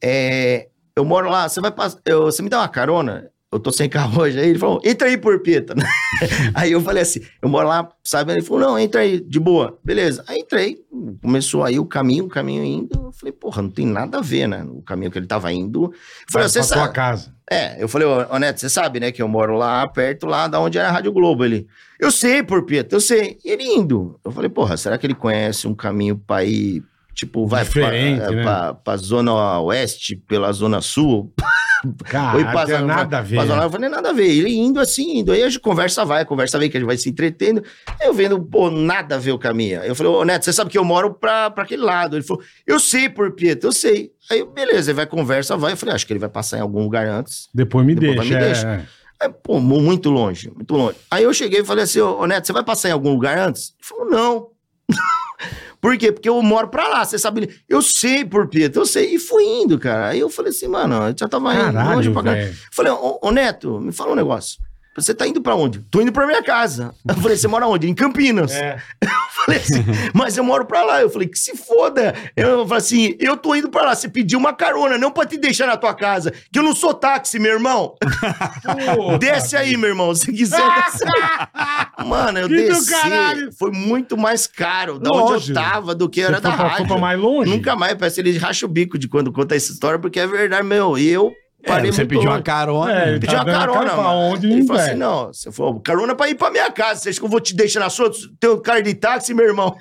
é, eu moro lá, você vai passar, eu- você me dá uma carona? Eu tô sem carro hoje. Aí ele falou, entra aí, porpeta. Aí eu falei assim, eu moro lá, sabe? Ele falou, não, entra aí, de boa. Beleza. Aí entrei, começou aí o caminho, o caminho indo. Eu falei, porra, não tem nada a ver, né? O caminho que ele tava indo. Eu falei, Vai você pra tua sabe... casa. É, eu falei, ô, ô Neto, você sabe, né, que eu moro lá perto, lá da onde era a Rádio Globo. Ele, eu sei, porpeta, eu sei. E ele indo. Eu falei, porra, será que ele conhece um caminho pra ir, tipo, vai Diferente, pra, né? pra, pra Zona Oeste, pela Zona Sul? Cara, Oi, não passa- tem nada a ver. passa lá, eu falei, nada a ver. Ele indo assim, indo. Aí a gente conversa vai, conversa vem, que a gente vai se entretendo. Aí eu vendo, pô, nada a ver o caminho. Aí eu falei, ô Neto, você sabe que eu moro pra, pra aquele lado. Ele falou, eu sei, porpeta, eu sei. Aí, beleza, aí vai, conversa, vai. Eu falei, acho que ele vai passar em algum lugar antes. Depois me Depois vai deixa. me é, deixa. é. Aí, pô, mu- muito longe, muito longe. Aí eu cheguei e falei assim, ô ô, Neto, você vai passar em algum lugar antes? Ele falou, não. Por quê? Porque eu moro pra lá, você sabe. Eu sei, porpeta, eu sei. E fui indo, cara. Aí eu falei assim, mano, eu já tava indo longe Caralho, pra cá. velho. Falei, ô, ô Neto, me fala um negócio. Você tá indo pra onde? Tô indo pra minha casa. Eu falei, você mora onde? Em Campinas. É. Eu falei assim, mas eu moro pra lá. Eu falei, que se foda. Eu falei assim, eu tô indo pra lá. Você pediu uma carona, não pra te deixar na tua casa. Que eu não sou táxi, meu irmão. Pô, Desce aí, meu irmão, se quiser descer. Mano, eu Que do desci. caralho. Foi muito mais caro da onde Lógico. eu tava do que era Você da foi pra- rádio. foi pra mais longe? Nunca mais, parece que ele racha o bico de quando conta essa história, porque é verdade, meu. E eu parei É, você muito pediu uma longe. carona. É, Pedi tá uma dando a carona, cara pra mano. onde, Ele não falou vai. assim, não, você falou, carona pra ir pra minha casa. Você acha que eu vou te deixar na sua? Teu cara de táxi, meu irmão.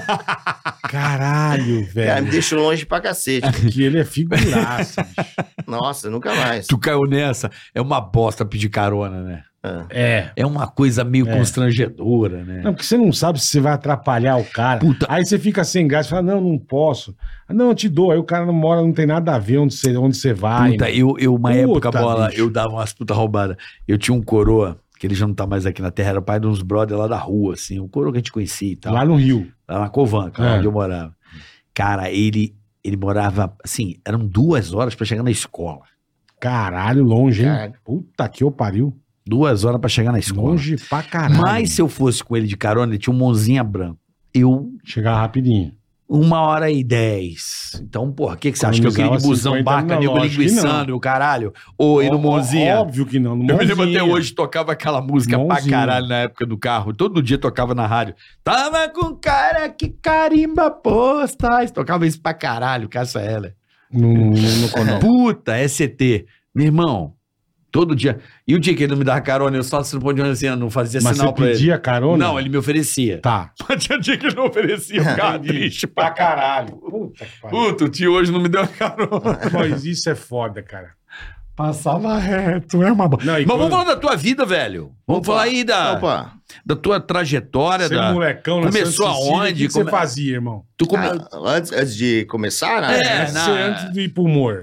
Caralho, Cara, me velho. deixou longe pra cacete. Que ele é figuraça, bicho. Nossa, nunca mais. Tu caiu nessa. É uma bosta pedir carona, né? Ah. É. É uma coisa meio É. constrangedora, né? Não, porque você não sabe se você vai atrapalhar o cara. Puta. Aí você fica sem gás e fala, não, não posso. Ah, não, eu te dou. Aí o cara não mora, não tem nada a ver onde você, onde você vai. Puta, né? eu, eu uma Puta, época, bola, bicho. eu dava umas puta roubadas. Eu tinha um coroa, que ele já não tá mais aqui na terra, era pai de uns brother lá da rua, assim. Um coroa que a gente conhecia e tal. Lá no Rio. Lá na Covanca, lá É. onde eu morava. Cara, ele, ele morava, assim, eram duas horas pra chegar na escola. Caralho, longe, hein? Caralho. Puta que eu pariu. Duas horas pra chegar na escola. Longe pra caralho. Mas se eu fosse com ele de carona, ele tinha um Monzinha branco. Eu, Chegar rapidinho. uma hora e dez. Então, porra, o que, que você acha? Que eu queria ir de Economizava busão, cinquenta, baca, não, nego lógico que linguiçando e o caralho? Ou ir no Ó- Monzinha? Óbvio que não. No Eu me lembro Monzinha. até hoje, tocava aquela música pra Mãozinha. caralho na época do carro. Todo dia tocava na rádio. Tava com cara que carimba postais. Tocava isso pra caralho, Cássia Heller. No, no, no, no, Puta, S C T. Meu irmão, todo dia. E o dia que ele não me dava carona, eu só se não podia assim, eu não fazia Mas sinal você pra ele. pedia carona? Não, ele me oferecia. Tá. Mas tinha dia que ele não oferecia, eu ficava Entendi. triste pra caralho. Puta que pariu. Puta, o tio hoje não me deu carona. Mas isso é foda, cara. Passava reto, é uma... Mas Não, e vamos quando- falar da tua vida, velho. Vamos Opa. falar aí da, Opa. da tua trajetória. Você Da... molecão na Começou Santa Cecília, aonde? O que, que Come- você fazia, irmão? Tu come... Ah, antes, antes de começar, né? É, Antes, não, de- é. antes de ir pro humor.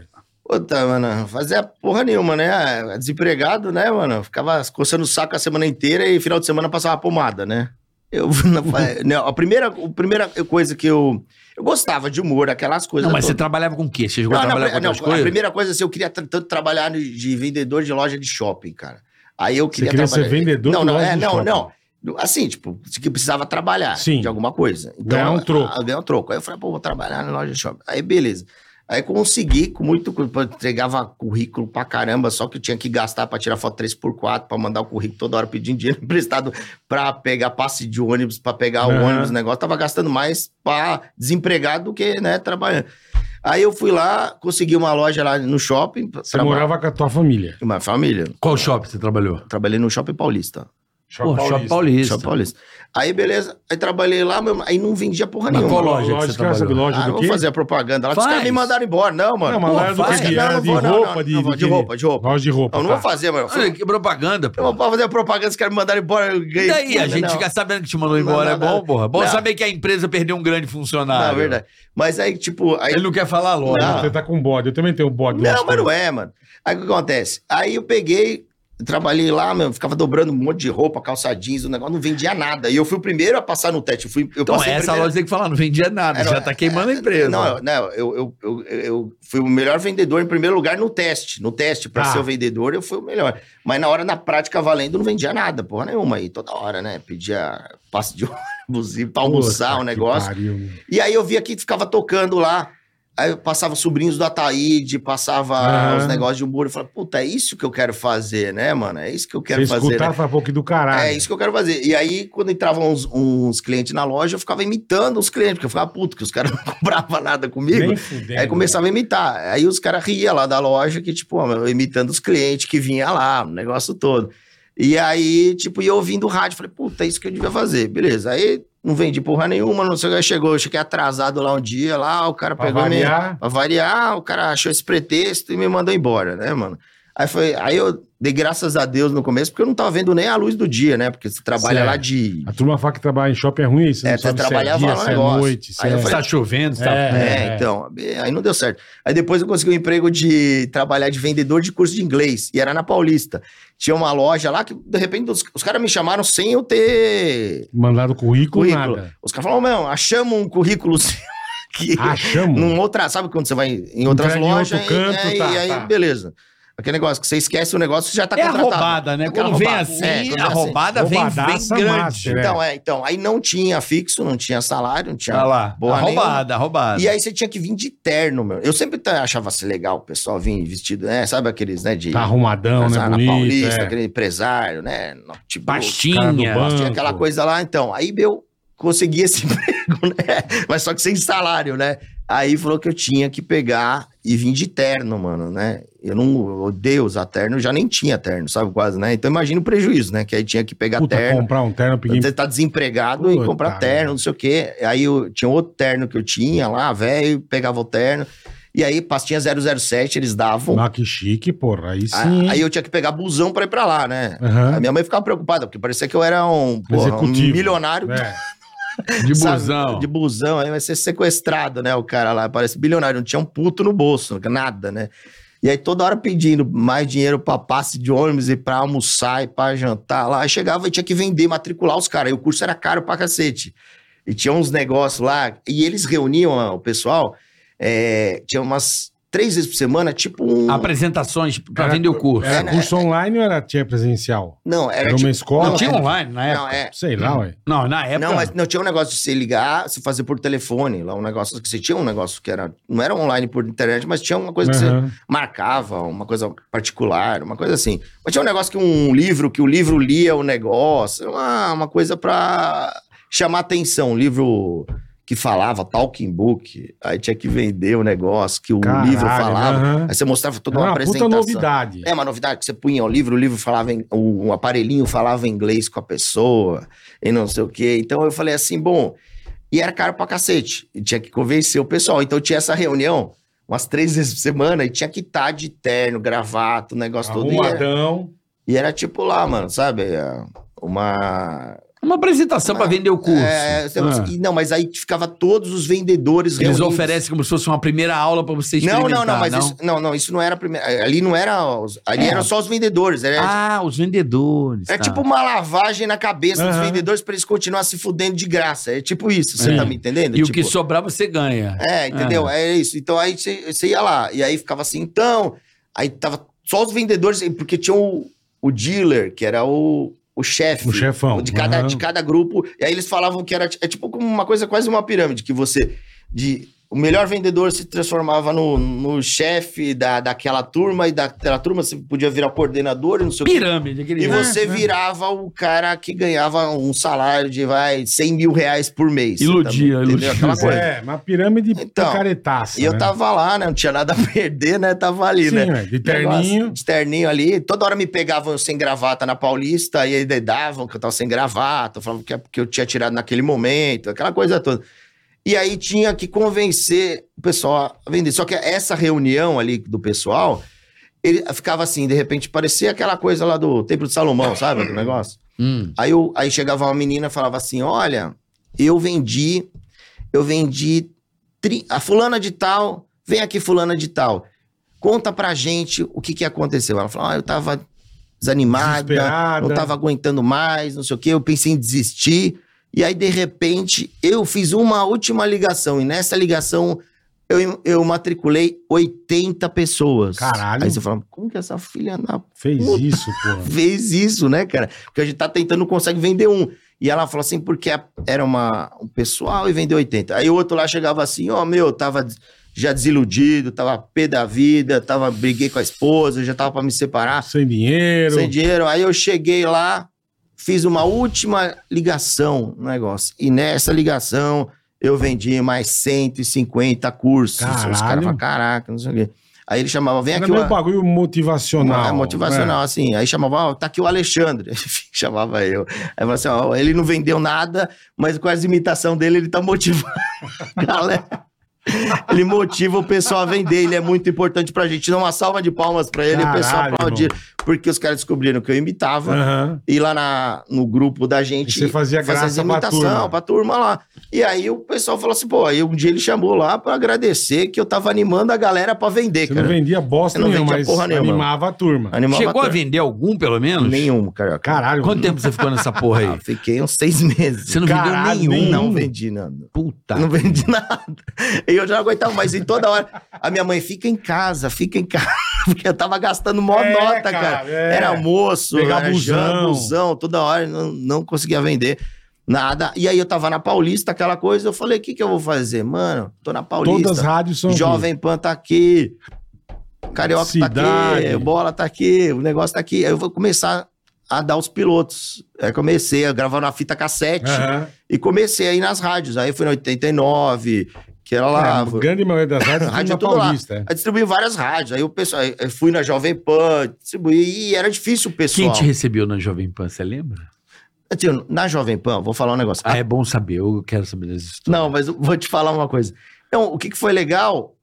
Puta, mano, fazia porra nenhuma, né? Desempregado, né, mano? Ficava coçando o saco a semana inteira e final de semana passava pomada, né? Eu, não, a, primeira, a primeira coisa que eu... Eu gostava de humor, aquelas coisas. Não, mas todas. Você trabalhava com o quê? Você chegou Não, a trabalhar não, com não, outras coisas? A primeira coisa, assim, eu queria t- tanto trabalhar de vendedor de loja de shopping, cara. Aí eu queria, Você queria trabalhar... ser vendedor não, de não, loja é, de não, shopping? não. Assim, tipo, que precisava trabalhar Sim. de alguma coisa. Então, Ganhar um troco. Ah, ganhar um troco. Aí eu falei, pô, vou trabalhar na loja de shopping. Aí, beleza. Aí consegui, com muito... Eu entregava currículo pra caramba, só que eu tinha que gastar pra tirar foto três por quatro, pra mandar o currículo toda hora pedindo dinheiro emprestado pra pegar passe de ônibus, pra pegar Uhum. o ônibus, o negócio. Tava gastando mais pra desempregado do que, né, trabalhando. Aí eu fui lá, consegui uma loja lá no shopping. Você morava com a tua família. Uma família. Qual shopping você trabalhou? Trabalhei no Shopping Paulista. Pô, Shopping Paulista. Shopping Paulista. Aí, beleza. Aí trabalhei lá, meu, aí não vendia porra Mas nenhuma. qual loja que Loja você que era, sabe, trabalhou? loja Ah, do não vou quê? fazer a propaganda lá, que os Faz. caras me mandaram embora. Não, mano. Não, mas Pô, lá era do faz, que? não, Era não de vou, não, roupa, não, de, não vou, de roupa, de roupa. Loja de roupa, Eu não tá. vou fazer, mano. Olha, que propaganda, Eu não pô. vou fazer a propaganda, os caras me mandaram embora, eu E ganhei. daí? A tudo, gente não. fica sabendo que te mandou Não, embora, não, é bom, não. porra. Bom Não. saber que a empresa perdeu um grande funcionário. Não, é verdade. Mas aí, tipo... Aí... Ele não quer falar logo. Não. Você tá com bode. Eu também tenho bode. Não, mas não é, mano. Aí o que acontece? Aí eu peguei, trabalhei lá, meu, ficava dobrando um monte de roupa, calça jeans, o negócio não vendia nada. E eu fui o primeiro a passar no teste. Eu fui, eu Então, passei essa primeiro... loja tem que falar, não vendia nada, Era- já tá queimando a empresa. Não, eu- não eu, eu, eu, eu fui o melhor vendedor em primeiro lugar no teste. No teste, pra Ah. ser o vendedor, eu fui o melhor. Mas na hora, na prática, valendo, não vendia nada, porra nenhuma. E toda hora, né? Pedia passe de ônibus e pra almoçar Puta o que negócio. pariu, meu. E aí eu via que ficava tocando lá. Aí eu passava os sobrinhos do Ataíde, passava Ah. os negócios de humor. Eu falava, puta, é isso que eu quero fazer, né, mano? É isso que eu quero Você fazer. escutar, Né? fala, pô, que do caralho. É isso que eu quero fazer. E aí, quando entravam uns, uns clientes na loja, eu ficava imitando os clientes, porque eu ficava puto, que os caras não compravam nada comigo. Nem fudendo. Aí começava a imitar. Aí os caras riam lá da loja, que, tipo, ó, eu imitando os clientes que vinha lá, o negócio todo. E aí, tipo, ia ouvindo o rádio. Falei, puta, é isso que eu devia fazer. Beleza. Aí não vendi porra nenhuma, não sei o que. Chegou, eu cheguei atrasado lá um dia, lá, o cara Pra pegou variar. me... Pra variar, o cara achou esse pretexto e me mandou embora, né, mano? Aí foi, aí eu dei graças a Deus no começo, porque eu não tava vendo nem a luz do dia, né? Porque você trabalha Certo. lá de... A turma fala que trabalha em shopping é ruim, aí você É, não você sabe se é trabalhava dia, lá no se é negócio. noite, se Aí eu é... falei, Tá chovendo, tá... É. É, então, aí não deu certo. Aí depois eu consegui um emprego de trabalhar de vendedor de curso de inglês, e era na Paulista. Tinha uma loja lá que, de repente, os, os caras me chamaram sem eu ter Mandaram currículo, currículo. nada. Os caras falaram, meu, achamos um currículo seu aqui. Achamos? Num outra, sabe quando você vai em outras Entrega em lojas? outro canto, e, tá, e aí, tá. beleza. Aquele negócio que você esquece o negócio, você já tá É a contratado. roubada, né? Aquela Quando vem roubada. assim, É, quando a vem assim. roubada vem, vem Roubadaça grande. master, é. Então, é, então, aí não tinha fixo, não tinha salário, não tinha Olha lá, porra a nenhuma. roubada, a roubada. E aí você tinha que vir de terno, meu. Eu sempre tá- achava assim legal o pessoal vir vestido, né? Sabe aqueles, né? De Tá arrumadão, né? na Bonito, Paulista, é. aquele empresário, né? no- Tipo, Pastinha. cara do banco. tinha aquela coisa lá, então. Aí eu consegui esse emprego, né? Mas só que sem salário, né? Aí falou que eu tinha que pegar e vir de terno, mano, né? Eu não eu odeio usar terno, eu já nem tinha terno, sabe? Quase, né? Então imagina o prejuízo, né? Que aí tinha que pegar Puta, terno. comprar um terno pequeno. Você tá desempregado Puta, e comprar terno, merda. não sei o quê. Aí eu tinha outro terno que eu tinha lá, velho, pegava o terno. E aí, pastinha zero zero sete, eles davam. Ah, que chique, porra. Aí sim. Aí, aí eu tinha que pegar busão pra ir pra lá, né? Aham. A minha mãe ficava preocupada, porque parecia que eu era um, porra, um Executivo. milionário É. De sabe, busão. de busão, aí vai ser sequestrado, né? O cara lá, parece bilionário, não tinha um puto no bolso, nada, né? E aí toda hora pedindo mais dinheiro pra passe de ônibus e pra almoçar e pra jantar lá. Aí chegava e tinha que vender, matricular os caras. E o curso era caro pra cacete. E tinha uns negócios lá, e eles reuniam ó, o pessoal, é, tinha umas três vezes por semana, tipo um... Apresentações pra Era- vender o curso. Era né? curso online ou era tinha presencial? Não, era, Era uma tipo... escola? Não tinha é- online na época? Não, é... Sei lá, ué. Não, na época... Não, mas não tinha um negócio de você ligar, você fazer por telefone, lá um negócio que você tinha um negócio que era, não era online por internet, mas tinha uma coisa que você Aham. marcava, uma coisa particular, uma coisa assim. Mas tinha um negócio que um livro, que o livro lia o negócio, uma, uma coisa pra chamar atenção, um livro que falava, talking book, aí tinha que vender o negócio que o Caralho, livro falava, aham. aí você mostrava toda Era uma uma puta apresentação. novidade. É uma novidade que você punha o livro, o livro falava, em, o, o aparelhinho falava inglês com a pessoa, e não sei o quê. Então eu falei assim, bom, e era caro pra cacete, e tinha que convencer o pessoal. Então tinha essa reunião umas três vezes por semana, e tinha que estar de terno, gravata, o negócio todo. E era, Arrumadão. e era tipo lá, mano, sabe? É, Uma... Uma Uma apresentação pra vender o curso. É, Ah. e não, mas aí ficava todos os vendedores Eles reunidos. oferecem como se fosse uma primeira aula pra você Não, experimentar. não, não, mas Isso, não, não, isso não era a primeira. Ali não era. Os, ali É. eram só os vendedores. Era, Ah, os vendedores. é tá. tipo uma lavagem na cabeça dos Aham. vendedores pra eles continuarem se fudendo de graça. É tipo isso, você Sim. tá me entendendo? E o Tipo, que sobrar você ganha. É, entendeu? É isso. Então aí você você ia lá. E aí ficava assim, então. Aí tava só os vendedores, porque tinha o, o dealer, que era o, o chefe. O chefão. De cada, Aham. de cada grupo. E aí eles falavam que era é tipo como uma coisa, quase uma pirâmide, que você. De, o melhor vendedor se transformava no, no chefe da, daquela turma, e daquela turma você podia virar coordenador e não sei o quê. Pirâmide, aquele E você virava o cara que ganhava um salário de, vai, cem mil reais por mês. Iludia, Entendeu? iludia. Aquela coisa. É, uma pirâmide Então, picaretaça. E eu né? tava lá, né? Não tinha nada a perder, né? Tava ali, Sim, né? ué, de terninho. Negócio De terninho ali. Toda hora me pegavam sem gravata na Paulista, e aí davam que eu tava sem gravata, falavam que é porque eu tinha tirado naquele momento, aquela coisa toda. E aí tinha que convencer o pessoal a vender. Só que essa reunião ali do pessoal, ele ficava assim, de repente parecia aquela coisa lá do Templo de Salomão, sabe? O negócio. Hum. Aí, eu, aí chegava uma menina e falava assim, olha, eu vendi, eu vendi, tri- a fulana de tal, vem aqui fulana de tal, conta pra gente o que que aconteceu. Ela falou, ah, eu tava desanimada, Desesperada. não tava aguentando mais, não sei o quê, eu pensei em desistir. E aí, de repente, eu fiz uma última ligação, e nessa ligação eu, eu matriculei oitenta pessoas. Caralho. Aí você fala, como que essa filha da Fez Puta. isso, porra. fez isso, né, cara? Porque a gente tá tentando, não consegue vender um. E ela falou assim, porque a- era uma, um pessoal e vendeu oitenta. Aí o outro lá chegava assim, ó, meu, tava des- já desiludido, tava pé da vida, tava, briguei com a esposa, já tava pra me separar, Sem dinheiro. sem dinheiro. Aí eu cheguei lá, fiz uma última ligação no negócio. E nessa ligação eu vendi mais cento e cinquenta cursos. Caralho. Os caras falaram, caraca, não sei o quê. Aí ele chamava, vem Era aqui... meio o- bagulho motivacional. é, motivacional, assim. Aí chamava, ó, tá aqui o Alexandre. Enfim, chamava eu. Aí falava assim, ó, ele não vendeu nada, mas com as imitações dele, ele tá motivando. Galera, ele motiva o pessoal a vender, ele é muito importante pra gente. Dá uma salva de palmas pra ele, e o pessoal Caralho, aplaudir. irmão. Porque os caras descobriram que eu imitava. Aham. E lá na, no grupo da gente... E você fazia graça as pra imitação, turma. pra turma lá. E aí o pessoal falou assim, pô, aí um dia ele chamou lá pra agradecer que eu tava animando a galera pra vender, Você cara. não vendia bosta Eu não nenhuma, vendia mas porra nenhuma. animava a turma. Animava Chegou a turma. vender algum, pelo menos? Nenhum, cara. Caralho. Quanto tempo você ficou nessa porra Ah, aí? fiquei uns seis meses. Você não Caralho, vendeu nenhum? nenhum. Não vendi nada. Puta. Não vendi nada. E eu já não aguentava mais. E toda hora, a minha mãe, fica em casa, fica em casa. Porque eu tava gastando mó É, nota, cara, cara. é. Era almoço, Pegar era busão. janta, busão, toda hora, não, não conseguia vender nada. E aí eu tava na Paulista, aquela coisa, eu falei, o que que eu vou fazer? Mano, tô na Paulista. Todas as rádios são Jovem Pan tá aqui. Carioca tá Cidade. aqui, Bola tá aqui, o negócio tá aqui. Aí eu vou começar a dar os pilotos. Aí comecei a gravar na fita cassete. Aham. E comecei a ir nas rádios. Aí fui na oitenta e nove, que era lá. É, a grande maioria das rádios Rádio rádio é na tudo lá. Paulista. é. Aí distribuí várias rádios. Aí o pessoal, aí fui na Jovem Pan, distribuí, e era difícil o pessoal. Quem te recebeu na Jovem Pan, você lembra? Tio, na Jovem Pan, vou falar um negócio. Ah, é bom saber, eu quero saber das histórias. Não, mas eu vou te falar uma coisa. Então, o que, que foi legal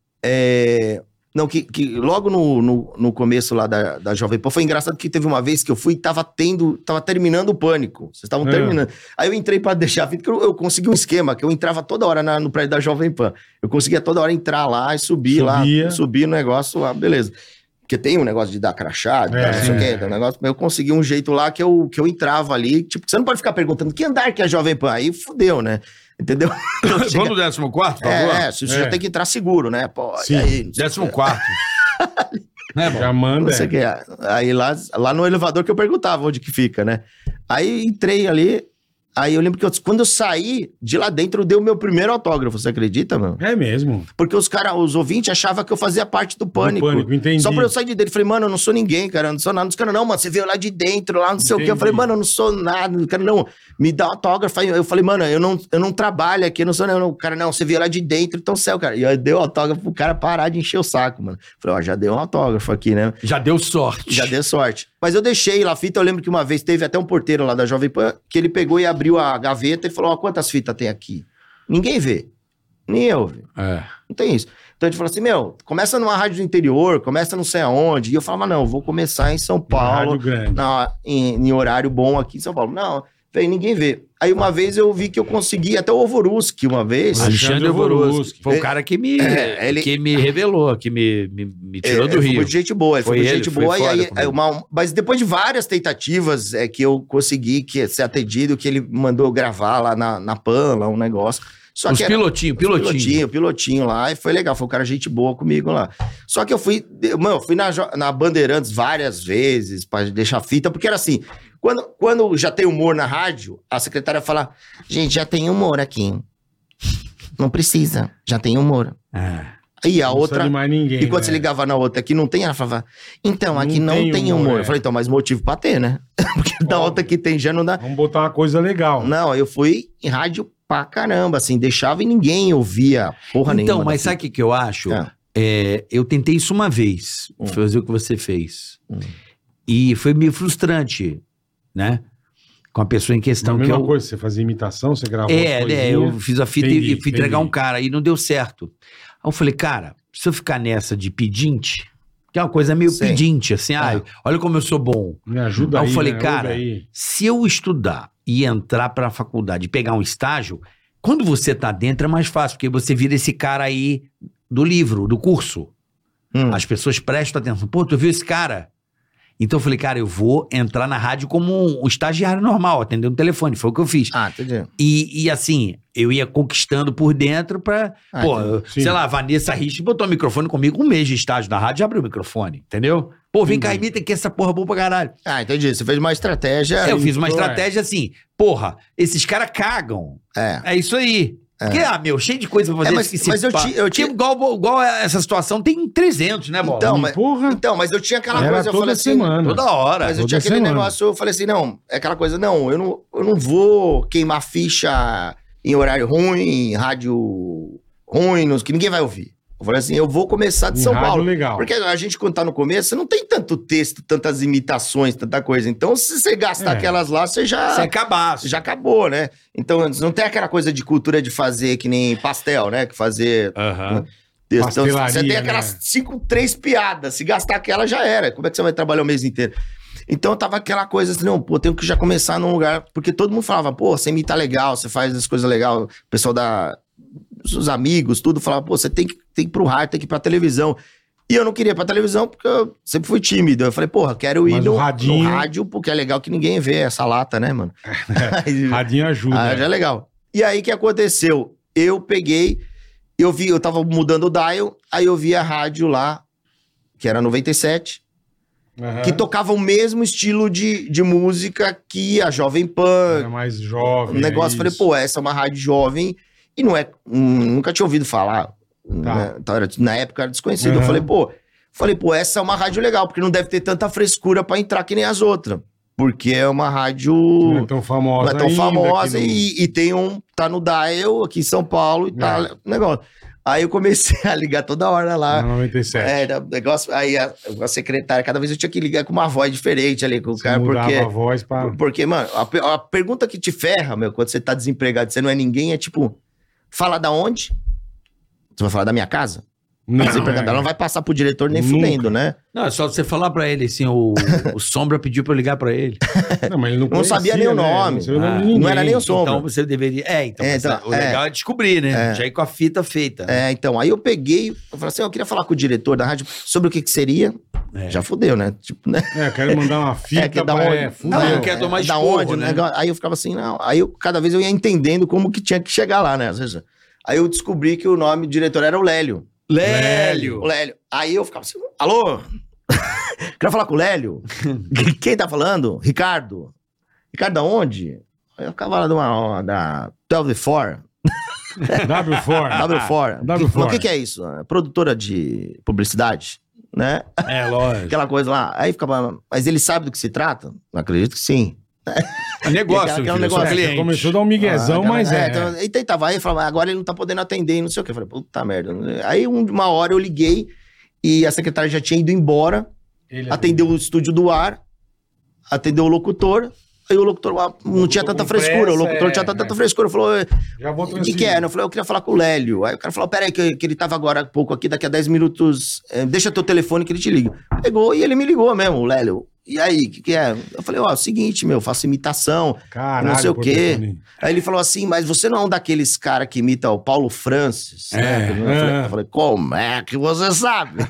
é. Não, que, que logo no, no, no começo lá da, da Jovem Pan, foi engraçado que teve uma vez que eu fui e tava tendo, tava terminando o Pânico. Vocês estavam É. terminando. Aí eu entrei pra deixar a fita, que eu, eu consegui um esquema, que eu entrava toda hora na- no prédio da Jovem Pan. Eu conseguia toda hora entrar lá e subir Subia. lá, subir no negócio lá, beleza. Porque tem um negócio de dar crachá, de É, dar não sei o é. quê, tem um negócio, mas eu consegui um jeito lá que eu, que eu entrava ali. Tipo, você não pode ficar perguntando que andar que é a Jovem Pan. Aí fudeu, né? Entendeu? Vamos no décimo quarto, por favor? É, é, você É. já tem que entrar seguro, né? Pô, Sim. e aí, não sei o Décimo quê. quarto. né, bom? Já manda. Não sei o é. que. Aí lá, lá no elevador que eu perguntava onde que fica, né? Aí entrei ali, aí eu lembro que eu- quando eu saí de lá dentro, eu dei o meu primeiro autógrafo, você acredita, mano? É mesmo. Porque os caras, os ouvintes achavam que eu fazia parte do Pânico. Pânico, entendi. Só pra eu sair de dentro. Eu falei, mano, eu não sou ninguém, cara, eu não sou nada. Os caras, não, mano, você veio lá de dentro, lá não sei o quê. Eu Entendi. falei, mano, eu não sou nada. O cara, não, me dá autógrafo. Aí eu falei, mano, eu não, eu não trabalho aqui, eu não sou não. O cara, não, você veio lá de dentro, então céu, cara. E eu dei o autógrafo pro cara parar de encher o saco, mano. Falei, ó, já deu um autógrafo aqui, né? Já deu sorte. Já deu sorte. Mas eu deixei lá a fita, eu lembro que uma vez teve até um porteiro lá da Jovem Pan, que ele pegou e abriu a gaveta e falou, ó, quantas fitas tem aqui? Ninguém vê. Nem eu vi. É. Não tem isso. Então a gente falou assim, meu, começa numa rádio do interior, começa não sei aonde. E eu falava, não, vou começar em São Uma Paulo, rádio grande. na, em, em horário bom aqui em São Paulo. Não, Falei, ninguém vê. Aí uma vez eu vi que eu consegui, até o Ovoruski uma vez. Alexandre Ovoruski. Foi o cara que me, É, ele- que me revelou, que me, me, me tirou É, do ele Rio. Foi de gente boa, ele foi, Foi de ele, gente foi boa. E foda aí, comigo. aí uma- mas depois de várias tentativas é que eu consegui que, ser atendido, que ele mandou gravar lá na, na Pan, lá um negócio. Só Os que era- pilotinhos, os pilotinho. pilotinho, pilotinho lá, e foi legal, foi um cara gente boa comigo lá. Só que eu fui, mano, eu fui na, Jo- na Bandeirantes várias vezes pra deixar fita, porque era assim, quando, quando já tem humor na rádio, a secretária fala, gente, já tem humor aqui. Não precisa, já tem humor. É. E a Não precisa outra... de mais ninguém, E quando você né? ligava na outra que não tem, ela falava, então, Não aqui não tem tem, humor, humor. é. Eu falei, então, mas motivo pra ter, né? Porque da Óbvio. outra que tem já não dá. Vamos botar uma coisa legal. Não, eu fui em rádio pra caramba, assim, deixava e ninguém ouvia porra nenhuma. Então, mas daqui. sabe o que, que eu acho? É. É, eu tentei isso uma vez, Hum. fazer o que você fez. Hum. E foi meio frustrante, né? Com a pessoa em A questão que mesma eu... coisa, você fazia imitação, você gravou É, as né? Eu coisinhas. fiz a fita Entendi, e fui entregar entendi. um cara e não deu certo. Aí eu falei, cara, se eu ficar nessa de pedinte, que é uma coisa meio Sim. pedinte, assim, ah, É. olha como eu sou bom. Me ajuda Aí aí, eu falei, né? cara, Ajuda aí. Se eu estudar e entrar pra faculdade e pegar um estágio, quando você tá dentro é mais fácil, porque você vira esse cara aí do livro, do curso. Hum. As pessoas prestam atenção. Pô, tu viu esse cara? Então eu falei, cara, eu vou entrar na rádio como um, um estagiário normal, atendendo o telefone. Foi o que eu fiz. Ah, entendi. E, e assim, eu ia conquistando por dentro pra... Ah, pô, entendi. eu- Sim. sei lá, a Vanessa Rich botou o microfone comigo, um mês de estágio na rádio, abriu o microfone, entendeu? Pô, vem cá, imita que essa porra é boa pra caralho. Ah, entendi. Você fez uma estratégia. eu fiz uma então, é. estratégia assim, porra, esses caras cagam. É. É isso aí. Porque, ah, meu, cheio de coisa pra fazer. É, mas- esse mas eu pá. ti- eu ti- Tipo, igual, igual essa situação, tem trezentos, né, Bola? Então, mas, Porra, então, mas eu tinha aquela era coisa, eu toda falei assim... semana. Toda hora. Mas eu Toda tinha aquele semana. negócio, eu falei assim, não, é aquela coisa, não, eu não, eu não vou queimar ficha em horário ruim, em rádio ruim, nos- que ninguém vai ouvir. Eu falei assim, eu vou começar de Em São rádio Paulo. legal. Porque a gente, quando tá no começo, você não tem tanto texto, tantas imitações, tanta coisa. Então, se você gastar É. aquelas lá, você já, Você é cabaço. já acabou, né? Então, não tem aquela coisa de cultura de fazer que nem pastel, né? Que fazer... Aham. Então, Pastelaria, você tem né? aquelas cinco, três piadas. Se gastar aquela, já era. Como é que você vai trabalhar o mês inteiro? Então, tava aquela coisa assim, não, pô, tenho que já começar num lugar... Porque todo mundo falava, pô, você imita legal, você faz as coisas legais. O pessoal da... Os amigos, tudo, falava, pô, você tem que, tem que ir pro rádio, tem que ir pra televisão. E eu não queria ir pra televisão porque eu sempre fui tímido. Eu falei, porra, quero ir Mas no, o radinho- no rádio porque é legal que ninguém vê essa lata, né, mano? Aí- Radinho ajuda. ah, já é legal. E aí, o que aconteceu? Eu peguei, eu vi, eu tava mudando o dial, aí eu vi a rádio lá, que era noventa e sete, Aham. que tocava o mesmo estilo de, de música que a Jovem Pan. Era mais O jovem. negócio, é falei, isso. pô, essa é uma rádio jovem, e não é, hum, nunca tinha ouvido falar. Tá. Né? Então, era- na época era desconhecido. Aham. Eu falei, pô, falei, pô, essa é uma rádio legal, porque não deve ter tanta frescura pra entrar que nem as outras. Porque é uma rádio... Não é tão famosa Não é tão ainda, famosa que não- e, e tem um... Tá no dial aqui em São Paulo e tá É. o negócio. Aí eu comecei a ligar toda hora lá. Na noventa e sete. É, era negócio, aí a, a secretária, cada vez eu tinha que ligar com uma voz diferente ali com o Você cara, mudava porque... a voz pra... Porque, mano, a, pe- a pergunta que te ferra, meu, quando você tá desempregado, você não é ninguém, é tipo... Fala da onde? Você vai falar da minha casa? Não, Desempregado, é. ela não vai passar pro diretor nem Nunca. fudendo, né? Não, é só você falar pra ele, assim, o, o Sombra pediu pra eu ligar pra ele. Não, mas ele não, Não sabia conhecia, nem o né? nome. Não sabia o nome Ah, de ninguém. não era nem o som. Sombra. Então você deveria... É, então, É, mas então, o legal é, descobrir, né? É. Já ir com a fita feita. É, então, aí eu peguei, eu falei assim, eu queria falar com o diretor da rádio sobre o que que seria. É. Já fudeu, né? Tipo, né? É, eu quero mandar uma fita É, que é da pra... onde? É, fudeu. Não, não quer tomar da esporro, onde, né? né? Aí eu ficava assim, não. Aí eu, cada vez eu ia entendendo como que tinha que chegar lá, né? Às vezes. Aí eu descobri que o nome do diretor era o Lélio. Lélio! O Lélio. Aí eu ficava assim, alô? Queria falar com o Lélio? Quem tá falando? Ricardo. Ricardo da onde? Aí eu ficava lá de uma, da doze quatro. W quatro. W quatro. W Mas o quatro. que que é isso? É produtora de publicidade, né? É, lógico. Aquela coisa lá. Aí ficava, mas ele sabe do que se trata? Eu acredito que sim. É negócio, Aquela- aquele filho, eu sou negócio. É, cliente. começou a dar um miguezão, Ah, mas é. Então, e tentava, aí falava, agora ele não tá podendo atender e não sei o que. Eu falei, puta merda. Aí um- uma hora eu liguei e a secretária já tinha ido embora, Ele- atendeu o estúdio do ar, atendeu o locutor, aí o locutor ah, não tinha Tô tanta com frescura, pressa, o locutor é, tinha tanta é. frescura, falou, Já vou o que transferir. que é? Eu falei, eu queria falar com o Lélio. Aí o cara falou, peraí, que, que ele tava agora há pouco aqui, daqui a dez minutos, eh, deixa teu telefone que ele te liga. Pegou e ele me ligou mesmo, o Lélio. e aí, o que, que é? Eu falei, ó, é o seguinte, meu, eu faço imitação, Caralho, não sei o quê. Portoni. Aí ele falou assim, mas você não é um daqueles caras que imita o Paulo Francis, né? É, Eu falei, é. eu falei, como é que você sabe?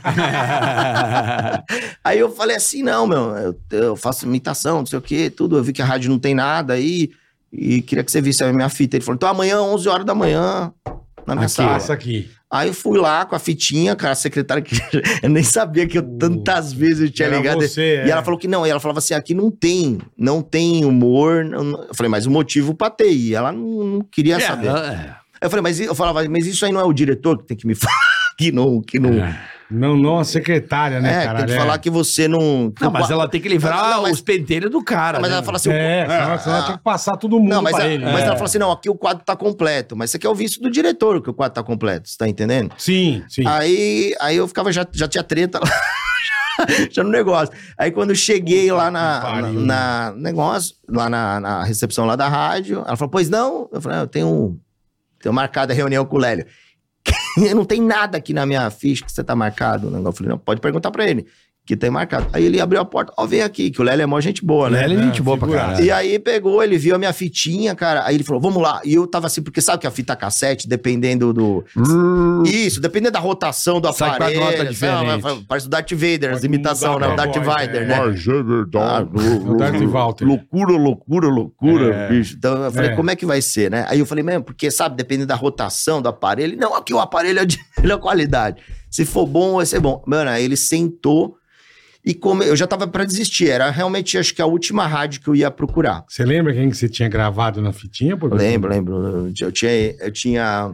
Aí eu falei assim, não, meu, eu, eu faço imitação, não sei o quê, tudo. Eu vi que a rádio não tem nada aí e queria que você visse a minha fita. Ele falou, então amanhã, onze horas da manhã, na minha Aqui, sala. essa aqui. Aí eu fui lá com a fitinha, cara, a secretária que eu nem sabia que eu tantas vezes eu tinha Era ligado. você, E é. ela falou que não, e ela falava assim, aqui não tem, não tem humor. não- não- Eu falei, mas o motivo pra ter, e ela não, não queria saber. É, Eu falei, mas eu falava, mas isso aí não é o diretor que tem que me falar, que não, que não... é. Não, não a secretária, né, É, cara? tem que É. falar que você não... que Não, o mas qua- ela tem que livrar Não, mas- os pentelhos do cara. Mas né? ela fala assim... É, o- senão, Ah, senão ela ah. tinha que passar todo mundo Não, mas, pra a- ele. mas É. ela falou assim, não, aqui o quadro tá completo, mas você quer ouvir isso do diretor, que o quadro tá completo, você tá entendendo? Sim, sim. Aí, aí eu ficava, já, já tinha treta lá, já no negócio. Aí quando eu cheguei lá na, que na, pariu, na negócio, lá na, na recepção lá da rádio, ela falou, pois não? Eu falei, ah, eu tenho, tenho marcado a reunião com o Lélio. Não tem nada aqui na minha ficha que você tá marcado. Eu falei, não, pode perguntar pra ele, que tem marcado. Aí ele abriu a porta, ó, vem aqui, que o Lélio é mó gente boa, né? Lélio é gente É, boa pra figuraça. caralho. E aí pegou, ele viu a minha fitinha, cara. Aí ele falou, vamos lá. E eu tava assim, porque sabe que a fita cassete, dependendo do... Isso, dependendo da rotação do Sai com a aparelho. nota sabe? diferente. Parece o Darth Vader, as Pode imitações, mudar né? O a Darth voz, Vader, é. né? Mas é verdade. O Darth Walter. Loucura, loucura, loucura, É. bicho. Então eu falei, É. como é que vai ser, né? Aí eu falei, mesmo, porque sabe, dependendo da rotação do aparelho. Não, aqui o aparelho é de melhor qualidade. Se for bom, vai ser bom. Mano, aí ele sentou e come... eu já tava pra desistir. Era realmente, acho que a última rádio que eu ia procurar. Você lembra quem que você tinha gravado na fitinha? Por Lembro, lembro. Eu tinha... Eu tinha...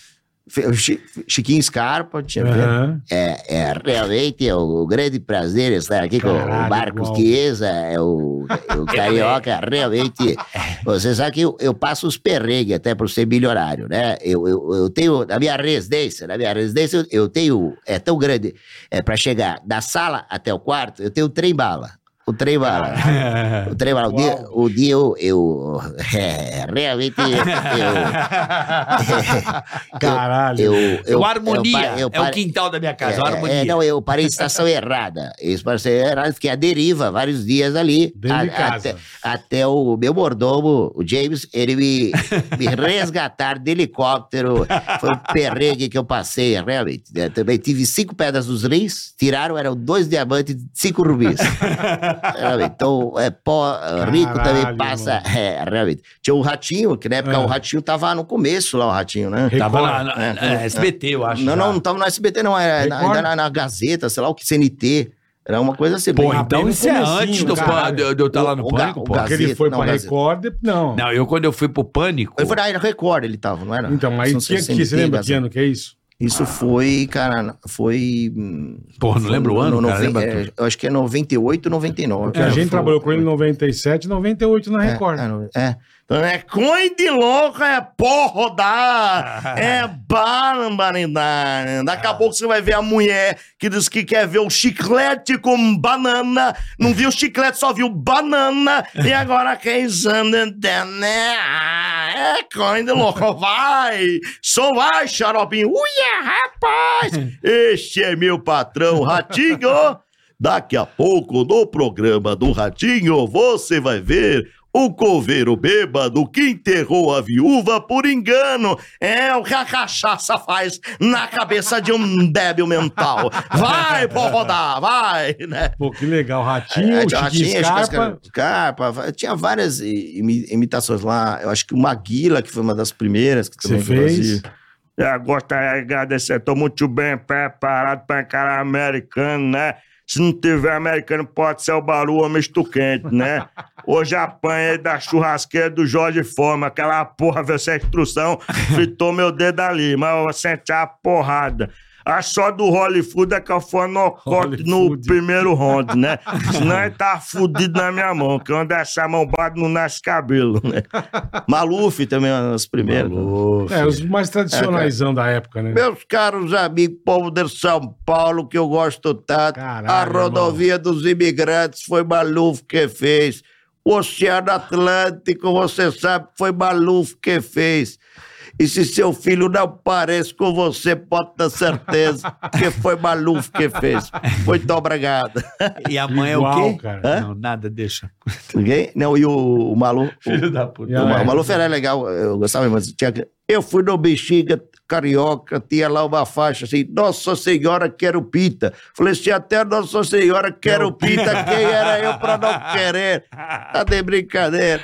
Chi- Chiquinho Scarpa, tinha... Aham. É, é realmente é o grande prazer estar aqui com Caralho, o Marcos igual. Chiesa, é o, o carioca, realmente. Você sabe que eu, eu passo os perrengues até por ser milionário, né? Eu, eu, eu tenho, na minha residência, na minha residência, eu, eu tenho, é tão grande, é, para chegar da sala até o quarto, eu tenho trem-bala. O trem-bala. O trem-bala. O dia, o dia eu, eu é, realmente, eu, Caralho. eu, eu, o Harmonia eu pa- eu é o pa- quintal da minha casa, o é, Harmonia. é, não, eu parei em estação errada. Isso parece errado, fiquei à deriva vários dias ali. Dentro de a- casa. Até, até o meu mordomo, o James, ele me, me resgatar de helicóptero. Foi um perrengue que eu passei, realmente. né? Também tive cinco pedras nos rins, tiraram, eram dois diamantes e cinco rubis. Realmente. Então, é, pó, rico Caralho, também passa. É, realmente. Tinha o Ratinho, que na época Ah. o Ratinho tava no começo lá, o Ratinho, né? Tava Record. na, na- É, na S B T, eu acho. Não, já. não, não tava no S B T, não. Era na- Record? ainda na, na Gazeta, sei lá o que, C N T. Era uma coisa assim. Pô, bem- então bem no isso é comecinho, antes do caralho. pan- de de eu estar lá no O- o ga- Pânico, o pô. ga- Porque ele Gazeta, foi não, pra Gazeta. Record, não. Não, eu quando eu fui pro Pânico... Ele foi na Record, ele tava, não era? Então, mas Não que, sei que, se ele você tem lembra que Gazeta. ano que é isso? Isso foi, cara, foi... hum, Porra, não foi lembro o no- ano, no cara, noven- lembra é, tudo? eu acho que é noventa e oito, noventa e nove. Porque a É, gente foi- trabalhou com ele em noventa e sete, noventa e oito na É, Record. É, no- é. Então é coisa de louco, é porra dar, é barbaridade. Daqui a pouco você vai ver a mulher que diz que quer ver o chiclete com banana, não viu chiclete, só viu banana, e agora quer exame, né? É coisa de louco, vai, só vai, xaropinho, uia, rapaz, este é meu patrão, Ratinho. Daqui a pouco, no programa do Ratinho, você vai ver o coveiro bêbado que enterrou a viúva por engano. É o que a cachaça faz na cabeça de um débil mental. Vai, pô, rodar, vai, né? Pô, que legal. Ratinho, É, Chiquinho Ratinho, Scarpa. Scarpa. Tinha várias imi- imitações lá. Eu acho que o Maguila, que foi uma das primeiras que Você também fez? fazia. Eu gostaria de agradecer. Estou muito bem preparado para encarar americano, né? Se não tiver americano, pode ser o Baru misto quente, né? Hoje apanhei da churrasqueira do Jorge Forma. Aquela porra, viu essa instrução, fritou meu dedo ali, mas eu senti a porrada. A só do Hollywood é que eu fui nocote no Hollywood. primeiro round, né? Senão ele tá fudido na minha mão, que onde essa mão bate não nasce cabelo, né? Maluf também é uma das primeiras. É, os mais tradicionaisão da época, né? Meus caros amigos, povo de São Paulo, que eu gosto tanto, Caralho, a rodovia dos imigrantes foi Maluf que fez. O Oceano Atlântico, você sabe, foi Maluf que fez. E se seu filho não parece com você, pode ter certeza que foi Maluf que fez. Muito obrigado. E a mãe Igual, é o quê? cara. Hã? Não, nada, deixa. Ninguém? Não, e o, o Maluf... Filho da puta. E O, a- o Maluf era legal, eu gostava, mas tinha que... Eu fui no Bexiga Carioca, tinha lá uma faixa assim, Nossa Senhora quero pita. Falei, se até Nossa Senhora quero pita, quem era eu pra não querer? Tá de brincadeira.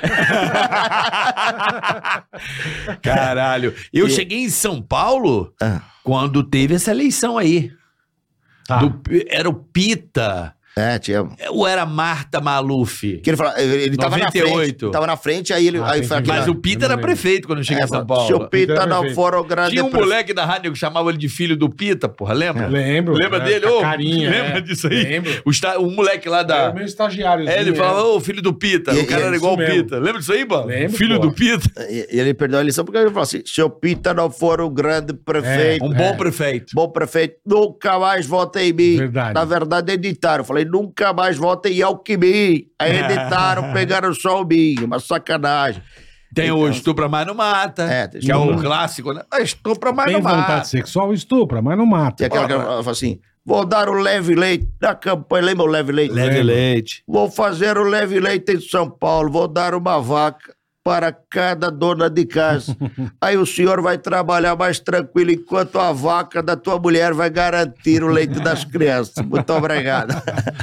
Caralho. Eu cheguei em São Paulo Ah. quando teve essa eleição aí. Tá. Do- era o Pita. É, tinha... Ou era Marta Maluf? Que ele falava, ele, ele tava na noventa e oito. frente, tava na frente, aí ele Ah, aí tem foi que- aquele... Mas o Pita Eu não era lembro. prefeito quando eu cheguei É, em São se o Paulo. Pita Pita não era for o grande... Tinha um pre- moleque da rádio que chamava ele de filho do Pita, porra, lembra? Lembro. Lembra é, dele? com a Ô, carinha, lembra é. disso aí? Lembro. O, esta- o moleque lá Era da... o meu estagiário. É, ele falava, ô, filho do Pita. E- o cara e- era isso igual o mesmo. Pita. Lembra disso aí, mano? Lembro, Filho pô. do Pita. E e ele perdeu a eleição porque ele falou assim, se o Pita não for o grande prefeito, Um bom prefeito. bom prefeito, nunca mais vota em mim. Verdade. Na verdade, editaram. Eu falei, nunca mais vota em Alckmin. Aí editaram, pegaram só o mim. Uma sacanagem. Tem o Estupra Mais Não Mata, É, que é um não- clássico, né? Ah, Estupra Mais Tem Não Mata. vontade sexual, estupra, mas não mata. Tem aquela que ela fala assim, vou dar o leve leite na campanha. Lembra o leve leite? Leve Lembra. leite. Vou fazer o leve leite em São Paulo. Vou dar uma vaca para cada dona de casa. Aí o senhor vai trabalhar mais tranquilo enquanto a vaca da tua mulher vai garantir o leite das crianças. Muito obrigado.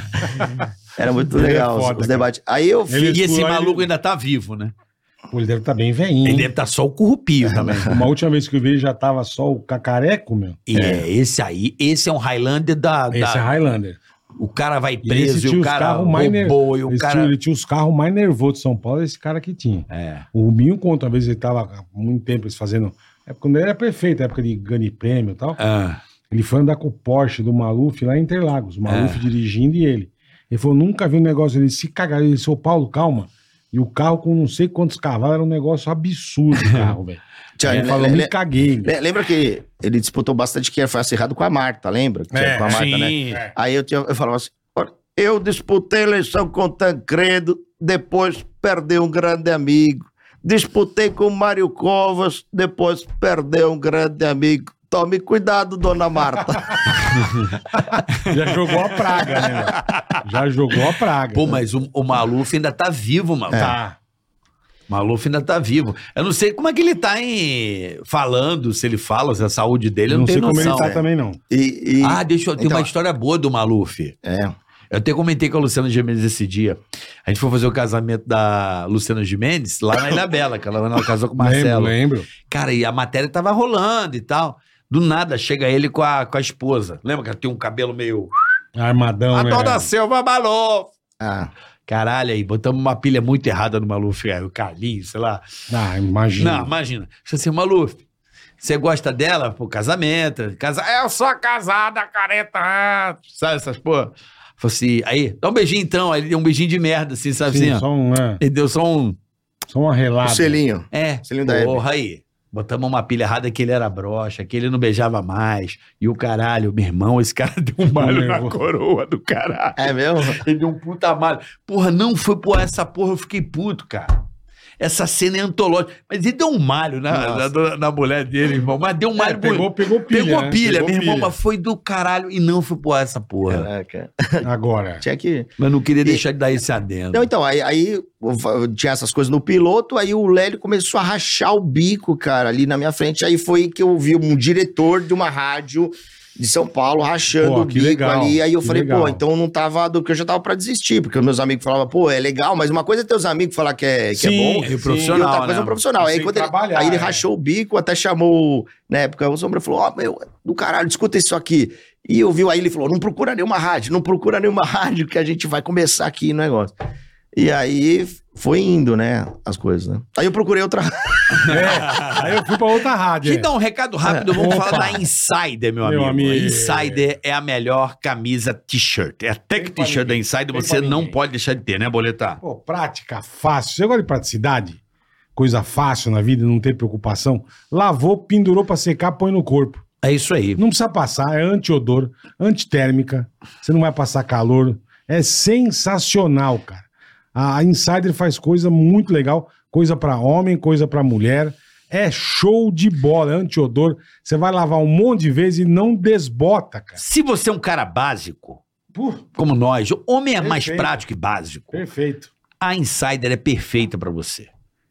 Era muito Ele é legal os- foda, os cara. debates. Aí eu fiz... Ele- E esse Ele- maluco ainda tá vivo, né? Pô, ele deve estar bem velhinho. Ele hein? deve estar só o currupio também. Uma última vez que eu vi, ele já tava só o cacareco, meu. E é, esse aí, esse é um Highlander da... da- Esse é Highlander. O cara vai E esse preso e, tinha o os cara carros mais ner- roubou e o esse cara... tinha- Ele tinha os carros mais nervosos de São Paulo, esse cara que tinha. É. O Rubinho conta, uma vez ele tava há muito tempo eles fazendo. É quando ele era prefeito, época de ganhe prêmio e tal. Ah, Ele foi andar com o Porsche do Maluf lá em Interlagos. O Maluf dirigindo e ele. Ele falou: nunca vi um negócio. Ele se cagaram. Ele disse: Ô Paulo, calma. E o carro com não sei quantos cavalos era um negócio absurdo, o carro, velho. Tinha- Ele le- falou: le- me caguei. meu. le- Lembra que ele disputou bastante que foi acirrado com a Marta, lembra? Que tinha É, com a Marta, sim. né? Aí eu, tinha, eu falava assim, "Olha, eu disputei a eleição com o Tancredo, depois perdi um grande amigo. Disputei com o Mário Covas, depois perdeu um grande amigo. Tome cuidado, dona Marta." Já jogou a praga, né? meu? Já jogou a praga. Pô, mas o, o Maluf ainda tá vivo, mano. Tá. O Maluf ainda tá vivo. Eu não sei como é que ele tá em... falando, se ele fala, se a saúde dele, eu não, Não sei tenho como ele noção. tá É. também, não. E, e- Ah, deixa eu... Tem Então, uma história boa do Maluf. É. Eu até comentei com a Luciana Gimenez esse dia. A gente foi fazer o casamento da Luciana Gimenez lá na Ilha Bela, que ela, ela casou com o Marcelo. Lembro, lembro. Cara, e a matéria tava rolando e tal. Do nada, chega ele com a, com a esposa. Lembra que ela tem um cabelo meio... Armadão, A né? dona Silva Maluf. Ah, Caralho, aí botamos uma pilha muito errada no Maluf. Aí, o Carlinhos, sei lá. Ah, imagina. Não, imagina. Deixa assim, Maluf, você gosta dela pro casamento? Casa... Eu sou casada há quarenta anos. Sabe essas porra? Falei assim, aí, dá um beijinho então. Aí ele deu um beijinho de merda, assim, sabe Sim, assim? ó. só, um, é, Ele deu só um... só uma o relada. selinho. É, Selinho da porra aí. Botamos uma pilha errada que ele era broxa, que ele não beijava mais. E o caralho, meu irmão, esse cara deu um malho na nervoso. coroa do caralho. É mesmo? Ele deu um puta malho. Porra, não foi por essa porra, eu fiquei puto, cara. Essa cena é antológica. Mas ele deu um malho na, na, na- na mulher dele, irmão. Mas deu um malho. É, pegou, pegou pilha. Pegou né? pilha, Pegou meu irmão, pilha. mas foi do caralho e não foi por essa porra. Caraca. Agora. Tinha que... Mas não queria deixar de dar esse adendo. Não, então, aí, aí tinha essas coisas no piloto, aí o Lélio começou a rachar o bico, cara, ali na minha frente. Aí foi que eu vi um diretor de uma rádio de São Paulo rachando Pô, o que bico legal, ali. Aí eu que falei, legal. pô, então não tava do que eu já tava pra desistir, porque os meus amigos falavam, pô, é legal, mas uma coisa é ter os amigos falar que é, que Sim, é bom. e o sim. profissional, E outra coisa é né? um profissional. Aí, Sem quando ele, trabalhar, aí ele é. rachou o bico, até chamou, na época, o Sombra falou, ó, meu, do caralho, escuta isso aqui. E eu vi, aí ele falou, não procura nenhuma rádio, não procura nenhuma rádio, que a gente vai começar aqui o negócio. E aí foi indo, né, as coisas, né. Aí eu procurei outra É, aí eu fui pra outra rádio. Deixa eu é. dar um recado rápido, vamos Opa. falar da Insider, meu, Meu amigo. amigo. Insider é a melhor camisa t-shirt. É a tech Tem pra t-shirt da ninguém. Insider, Tem você pra não ninguém. pode deixar de ter, né, Boletar? Pô, prática, fácil. Você gosta de praticidade? Coisa fácil na vida, não ter preocupação. Lavou, pendurou pra secar, põe no corpo. É isso aí. Não precisa passar, é anti-odor, antitérmica. Você não vai passar calor. É sensacional, cara. A Insider faz coisa muito legal. Coisa pra homem, coisa pra mulher. É show de bola, é antiodor. Você vai lavar um monte de vezes e não desbota, cara. Se você é um cara básico, Pô, como nós, o homem é mais Perfeito. prático e básico. perfeito. A Insider é perfeita pra você.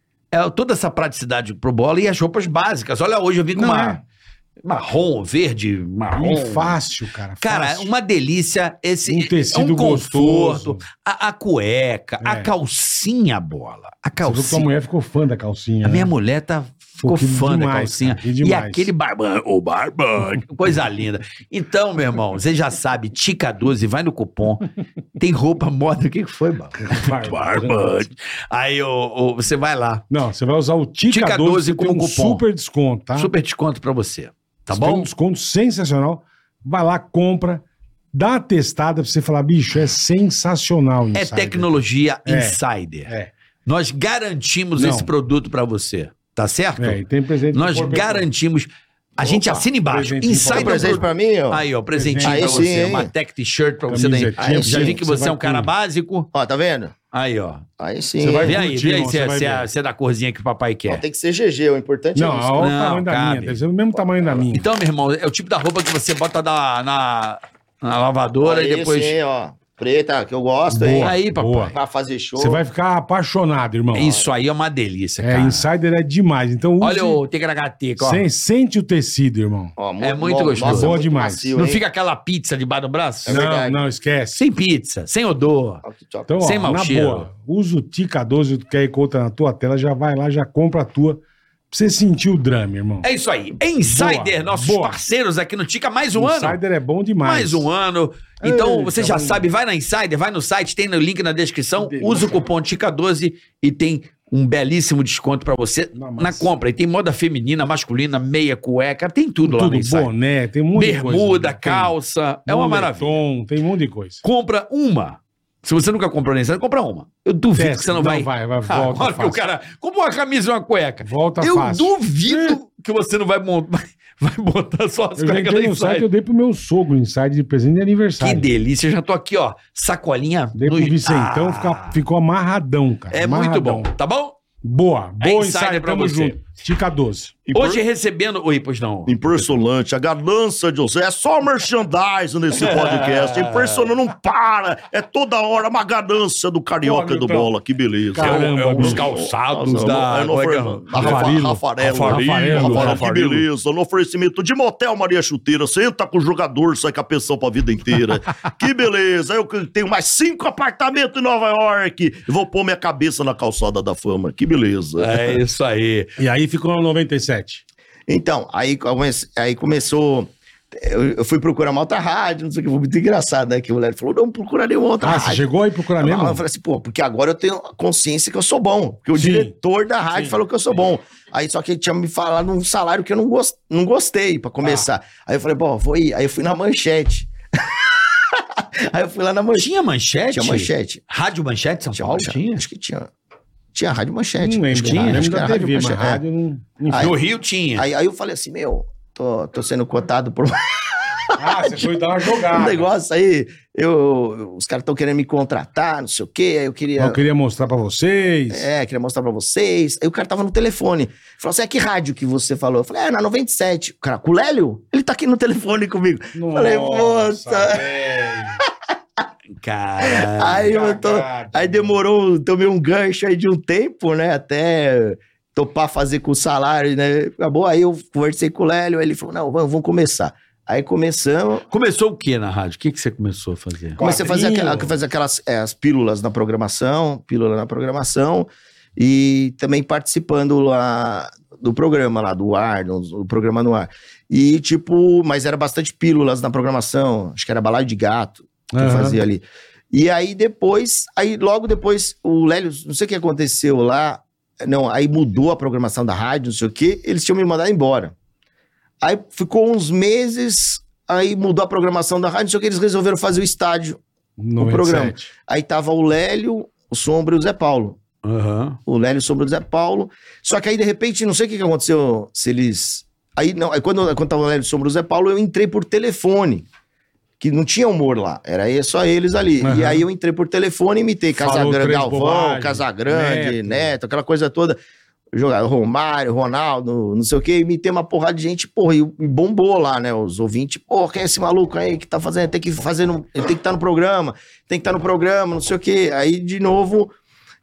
É toda essa praticidade pro bola e as roupas básicas. Olha, hoje eu vi com Não uma é. marrom, verde, marrom. E fácil, cara. Cara, fácil. uma delícia. Esse Um tecido é um conforto. gostoso. A, a cueca, a É. calcinha bola. A Você viu que tua calcinha. mulher ficou fã da calcinha. A né? minha mulher tá, ficou Pô, que fã da demais, calcinha. cara, que E demais. aquele barbão, o barbão, coisa linda. Então, meu irmão, você já sabe, Tica doze, vai no cupom. Tem roupa moda. O que que foi, mano? Barbão. Aí ô, ô, você vai lá. Não, você vai usar o Tica, Tica doze, doze você tem como um cupom. super desconto, tá? Super desconto pra você. Tá Você tem um bom? desconto sensacional. Vai lá, compra, dá uma testada pra você falar, bicho, é sensacional É Insider. tecnologia É. Insider. É, Nós garantimos Não. esse produto pra você. Tá certo? é, e tem presente. Nós por- garantimos. A gente Opa, assina embaixo. presentinho Tem Insider presente Pro- pra mim, ó. Aí, ó, presentinho Aí pra sim, você. hein? Uma tech t-shirt pra você daí. Camisetinha, Aí Já sim, vi que você você é vai um cara com- básico. Ó, tá vendo? Aí, ó. Aí sim. Você vai Vê aí, curtir, vê aí irmão, se você é, vai se, é, ver. se é da corzinha que o papai Não, quer. tem que ser G G, o importante Não, é isso. olha o Não, tamanho da cabe. minha. Deve ser o mesmo tamanho da minha. Então, meu irmão, é o tipo da roupa que você bota na, na, na lavadora Aí e depois. sim, ó. Preta, que eu gosto, hein? Boa. Aí, papai. Boa. Pra fazer show. Você vai ficar apaixonado, irmão. Isso aí é uma delícia, É, cara. Insider é demais. Então use, Olha o Tegragateca, ó. sem- sente o tecido, irmão. Ó, É muito gostoso. nossa, Boa muito demais. macio, Não hein? fica aquela pizza debaixo do braço? É não, verdade. não, esquece. Sem pizza, sem odor. Ó, que top. Então, ó, Sem mau na cheiro. boa, usa o Tica doze, o Q R Code tá na tua tela, já vai lá, já compra a tua, pra você sentir o drama, irmão. É isso aí. Insider, Boa, nossos boa. parceiros aqui no Tica, mais um ano. Insider é bom demais. Mais um ano. Então, Eita, você já vamos- sabe, vai na Insider, vai no site, tem no link na descrição, Que delícia. usa o cupom Tica doze e tem um belíssimo desconto pra você Não, mas- na compra. E tem moda feminina, masculina, meia, cueca, tem tudo, lá na Tudo, Insider. boné, tem um monte de coisa. Bermuda, Tem calça, é uma maravilha. moletom, tem um monte de coisa. Compra uma. Se você nunca comprou na Insider, compra uma. Eu duvido Testa. que você não vai... vai, vai, Ah, volta olha que o fácil. cara... Como uma camisa e uma cueca. Volta Eu fácil. duvido que você não vai, mont... vai botar só as Eu já cuecas da entrei no site, Insider. eu dei pro meu sogro Insider de presente de Que aniversário. delícia, eu já tô aqui, ó, sacolinha. Dei pro no- Vicentão, Ah, fica- ficou amarradão, cara. É amarradão. muito bom, tá bom? Boa, É boa Insider Insider, pra tamo você. junto. Tica doze. Hoje recebendo... Oi, pois não. Impressionante, a ganância de José. É só merchandising nesse podcast. Impressionante, não para. É toda hora uma ganância do carioca Pô, e do Milton. bola. Que beleza. Caramba, É o- é os bicho. calçados Nossa, da... eu não como é que é? ofer- Da Rafa- Rafarilo. Rafarelo. Rafarilo. Rafarelo, Que Rafarilo. beleza. No oferecimento de Motel Maria Chuteira. Senta com o jogador, sai com a pensão pra vida inteira. Que beleza. Eu tenho mais cinco apartamentos em Nova York. E vou pôr minha cabeça na calçada da fama. Que beleza. É isso aí. E aí ficou no noventa e sete. Então, aí, come- aí começou. Eu, eu fui procurar uma outra rádio, não sei o que, foi muito engraçado, né? Que o moleque falou: não, procura nenhuma outra Ah, rádio. você chegou aí procurar mesmo? Eu falei assim, pô, porque agora eu tenho consciência que eu sou bom. Porque o Sim. diretor da rádio Sim. falou que eu sou bom. Aí só que ele tinha me falado um salário que eu não, gos- não gostei pra começar. Ah. Aí eu falei, bom, vou ir. Aí eu fui na manchete. Aí eu fui lá na manchete. Tinha manchete? Tinha manchete. Rádio Manchete São Tinha Paulo? manchete. Tinha? Acho que tinha. Tinha rádio manchete. Não Acho lembro, que não tinha, acho lembro que da era T rádio V, mas manchete. É. rádio não... Enfim. Aí- No Rio tinha. Aí, aí eu falei assim, meu, tô, tô sendo cotado por Ah, você foi dar uma um jogada. negócio aí. Eu, os caras estão querendo me contratar, não sei o quê. Aí eu queria. Eu queria mostrar pra vocês. É, queria mostrar pra vocês. Aí o cara tava no telefone. Falou assim: é que rádio que você falou? Eu falei, é, na noventa e sete. O cara, com o Lélio? Ele tá aqui no telefone comigo. Falei, moça. velho. Cara. Aí eu tô. cagada. Aí demorou, tomei um gancho aí de um tempo, né? Até topar fazer com o salário, né? Acabou. Aí eu conversei com o Lélio, aí ele falou: não, vamos, vamos começar. Aí começamos. Começou o que na rádio? O que, que você começou a fazer? Comecei a fazer, Quadrinho. aquela, fazer aquelas é, as pílulas na programação, pílula na programação, e também participando lá do programa lá, do ar, do, do programa no ar. E tipo, mas era bastante pílulas na programação, acho que era balaio de gato que eu Aham. fazia ali. E aí depois, aí logo depois, o Lélio, não sei o que aconteceu lá, não, aí mudou a programação da rádio, não sei o que, eles tinham me mandado embora. Aí ficou uns meses, aí mudou a programação da rádio, não sei o que, eles resolveram fazer o estádio. noventa e programa. sete. Aí tava o Lélio, o Sombra e o Zé Paulo. Aham. O Lélio, o Sombra e o Zé Paulo. Só que aí, de repente, não sei o que, que aconteceu, se eles... Aí, não, aí quando, quando tava o Lélio, o Sombra e o Zé Paulo, eu entrei por telefone. Que não tinha humor lá, era aí só eles ali. Aham. E aí eu entrei por telefone e imitei Falou Casagrande, três Galvão, bobagens, Casagrande, Neto. Neto, aquela coisa toda. jogar Romário, Ronaldo, não sei o que, imitei uma porrada de gente, porra, e, e bombou lá, né? Os ouvintes, porra, quem é esse maluco aí que tá fazendo? Tem que fazer, no, tem que estar tá no programa, tem que estar tá no programa, não sei o que. Aí, de novo,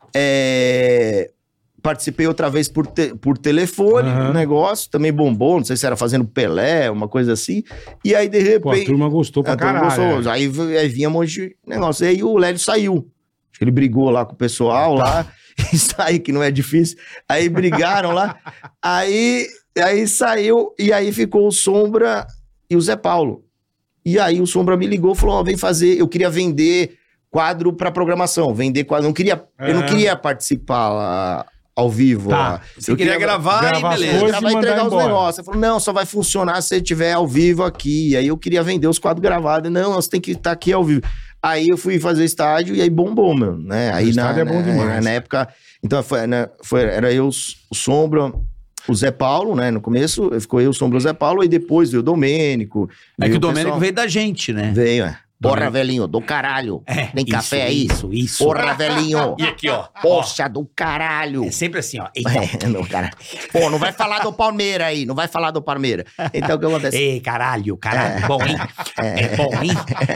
é, participei outra vez por, te, por telefone, Uhum. um negócio, também bombou, não sei se era fazendo Pelé, uma coisa assim. E aí, de repente. Pô, a turma gostou pra a turma caralho. gostou. é. Aí, aí vinha um monte de negócio. E aí o Lélio saiu. Acho que ele brigou lá com o pessoal lá. E saiu, que não é difícil. Aí brigaram lá. Aí, aí saiu. E aí ficou o Sombra e o Zé Paulo. E aí o Sombra me ligou e falou: ó, vem fazer. Eu queria vender quadro pra programação. Vender quadro. Não queria, Eu não É. queria participar lá, ao vivo. Tá. Lá. Você eu queria gravar, gravar e as beleza. coisas. Ela vai e mandar entregar os embora. negócios. Ele falou, não, só vai funcionar se você estiver ao vivo aqui. E aí eu queria vender os quadros gravados. Não, você tem que estar aqui ao vivo. Aí eu fui fazer estádio e aí bombou, meu, né? Aí na, estádio é bom na- demais. na época, então foi, né, foi, era eu, o Sombra, o Zé Paulo, né? No começo ficou eu, o Sombra, o Zé Paulo, e depois veio o Domênico. É que veio o Domênico pessoal. veio da gente, né? Veio, é. Porra, velhinho, do caralho. Tem café aí? Isso, isso. Porra, velhinho. E aqui, ó. Poxa, do caralho. É sempre assim, ó. É, não, cara. Pô, não vai falar do Palmeiras aí, não vai falar do Palmeiras. Então o que acontece? Ei, caralho, caralho. Bom, hein? É, bom, hein?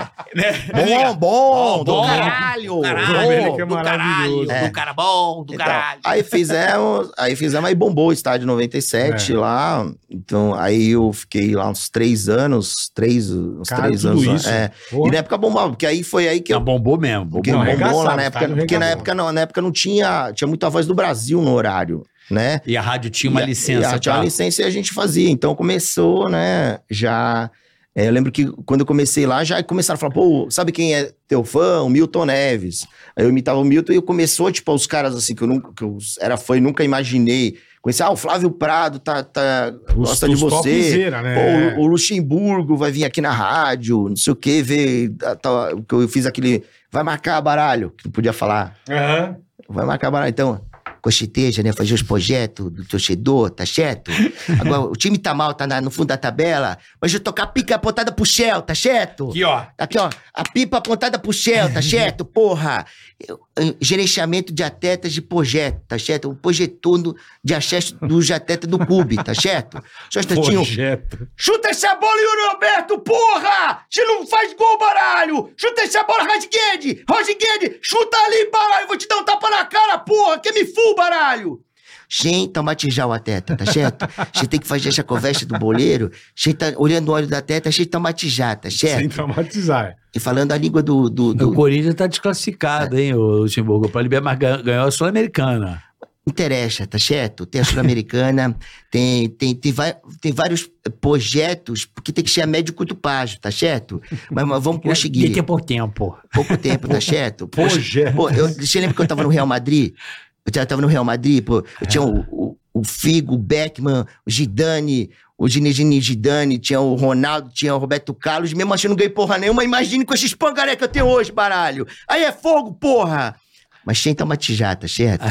Né? Bom, bom, Bom, do bom. caralho. Caralho, Domênico é do caralho, maravilhoso. do cara bom, do Então, caralho. aí fizemos, aí fizemos, aí bombou o estádio noventa e sete É. lá. Então, aí eu fiquei lá uns três anos, três, uns Cara, três tudo anos. isso. É. Porra. E na época bombava, porque aí foi aí que Não, eu. bombou mesmo. Bombou Porque Não, mesmo. bombou lá arregaçava, na época, estádio porque na arregaçava. época, não, na época não tinha, tinha muita voz do Brasil no horário, né? E a rádio tinha uma E a- licença, e a- Tinha tá? uma licença e a gente fazia. Então começou, né? Já. é, eu lembro que quando eu comecei lá, já começaram a falar, pô, sabe quem é teu fã? O Milton Neves. Aí eu imitava o Milton e eu começou, tipo, os caras assim, que eu, nunca, que eu era fã e nunca imaginei. Conheci, ah, o Flávio Prado tá, tá, Os- gosta de os você. topzera, né? Pô, o, o Luxemburgo vai vir aqui na rádio, não sei o quê, ver. ah, tá, que eu fiz aquele. Vai marcar baralho, que não podia falar. Aham. Vai marcar baralho. Então, cocheteja, né? Fazer os projetos do torcedor, tá certo? Agora, o time tá mal, tá na- no fundo da tabela, mas eu tocar a pica apontada pro Shell, tá certo? Aqui, ó. Aqui, ó, a pipa apontada pro Shell, tá certo? Porra! Eu- eu- gerenciamento de atletas de projeto, tá certo? O projetor de acesso dos atletas do clube, tá certo? Só um instantinho. Projeto. Chuta essa bola, Yuri Roberto, porra! Você não faz gol, baralho! Chuta essa bola, Rosguede! Rosguede! Chuta ali, baralho! Vou te dar um tapa na cara, porra! Que me fu, baralho! Gente, traumatizar o atleta, tá certo? Você tem que fazer essa conversa do boleiro, você tá olhando o olho do atleta, você traumatizar, tá Sem certo? traumatizar. E falando a língua do... do, do- O Corinthians tá desclassificado, hein, o Luxemburgo. Para liberar, mas gan- ganhou a Sul-Americana. Interessa, tá certo? Tem a Sul-Americana, tem, tem, tem, vai- tem vários projetos, porque tem que ser a médio e curto prazo, tá certo? Mas, mas vamos conseguir. De tempo por tempo. Pouco tempo, tá certo? Poxa, Projeto. pô, eu, você lembra que eu tava no Real Madrid? Eu já tava no Real Madrid, pô. Eu tinha o, o, o Figo, o Beckman, o Zidane, o Zinedine Zidane, tinha o Ronaldo, tinha o Roberto Carlos. Mesmo assim, eu não ganhei porra nenhuma. Imagine com esses pangaré que eu tenho hoje, baralho. Aí é fogo, porra! Mas sem traumatizar, tá certo?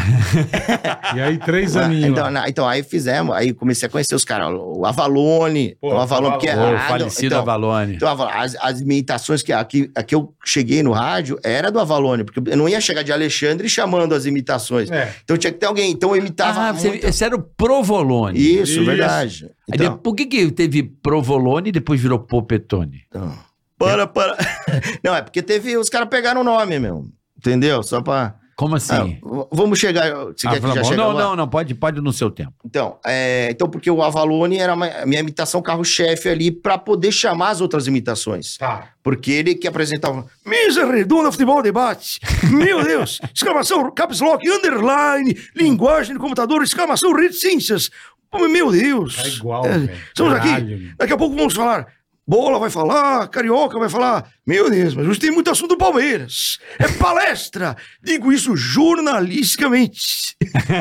E aí, três aninhos. Então, lá. na- então, aí fizemos, aí comecei a conhecer os caras, o Avalone, Pô, o Avalone, porque... Avalone. O ah, falecido então, Avalone. então, as, as imitações que aqui, aqui eu cheguei no rádio era do Avalone, porque eu não ia chegar de Alexandre chamando as imitações. É. Então tinha que ter alguém. Então eu imitava Ah, você, muito. esse era o Provolone. Isso, Isso. verdade. Aí Então, de- por que, que teve Provolone e depois virou Popetone? então, para, para. Não, é porque teve. Os caras pegaram o nome, meu. Entendeu? Só pra. Como assim? Ah, v- vamos chegar. Você Ah, quer que tá já bom. chegue não, lá? não, não, pode, pode no seu tempo. Então, é, então, porque o Avalone era uma- a minha imitação carro-chefe ali pra poder chamar as outras imitações. Tá. Porque ele que apresentava Mesa Redonda Futebol Debate. Meu Deus! Exclamação, caps lock, underline, linguagem do computador, exclamação, reticências. Oh, meu Deus! Tá igual, É, velho. Estamos Caralho, aqui. meu. Daqui a pouco vamos falar. Bola vai falar, Carioca vai falar. Meu Deus, mas hoje tem muito assunto do Palmeiras. É palestra. Digo isso jornalisticamente.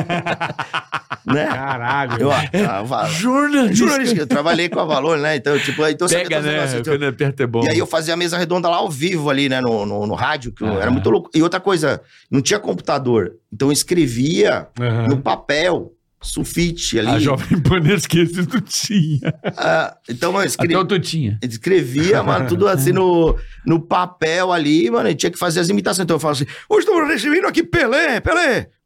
né? Caralho. Eu, velho. ah, ah, Jornalista. jornalística. Eu trabalhei com a Valone, né? Então, tipo, então você Pega, né? negócio, Quando aperta é bom. e aí eu fazia a mesa redonda lá ao vivo ali, né, no, no, no rádio, que eu- era muito louco. E outra coisa, não tinha computador. Então eu escrevia Aham. no papel, sulfite ali. A Jovem Pan esquece tu tinha. Ah, então eu escre- Até o tu tinha. escrevia, mano, tudo assim no, no papel ali, mano, e tinha que fazer as imitações. Então eu falo assim, hoje estamos recebendo aqui Pelé, Pelé.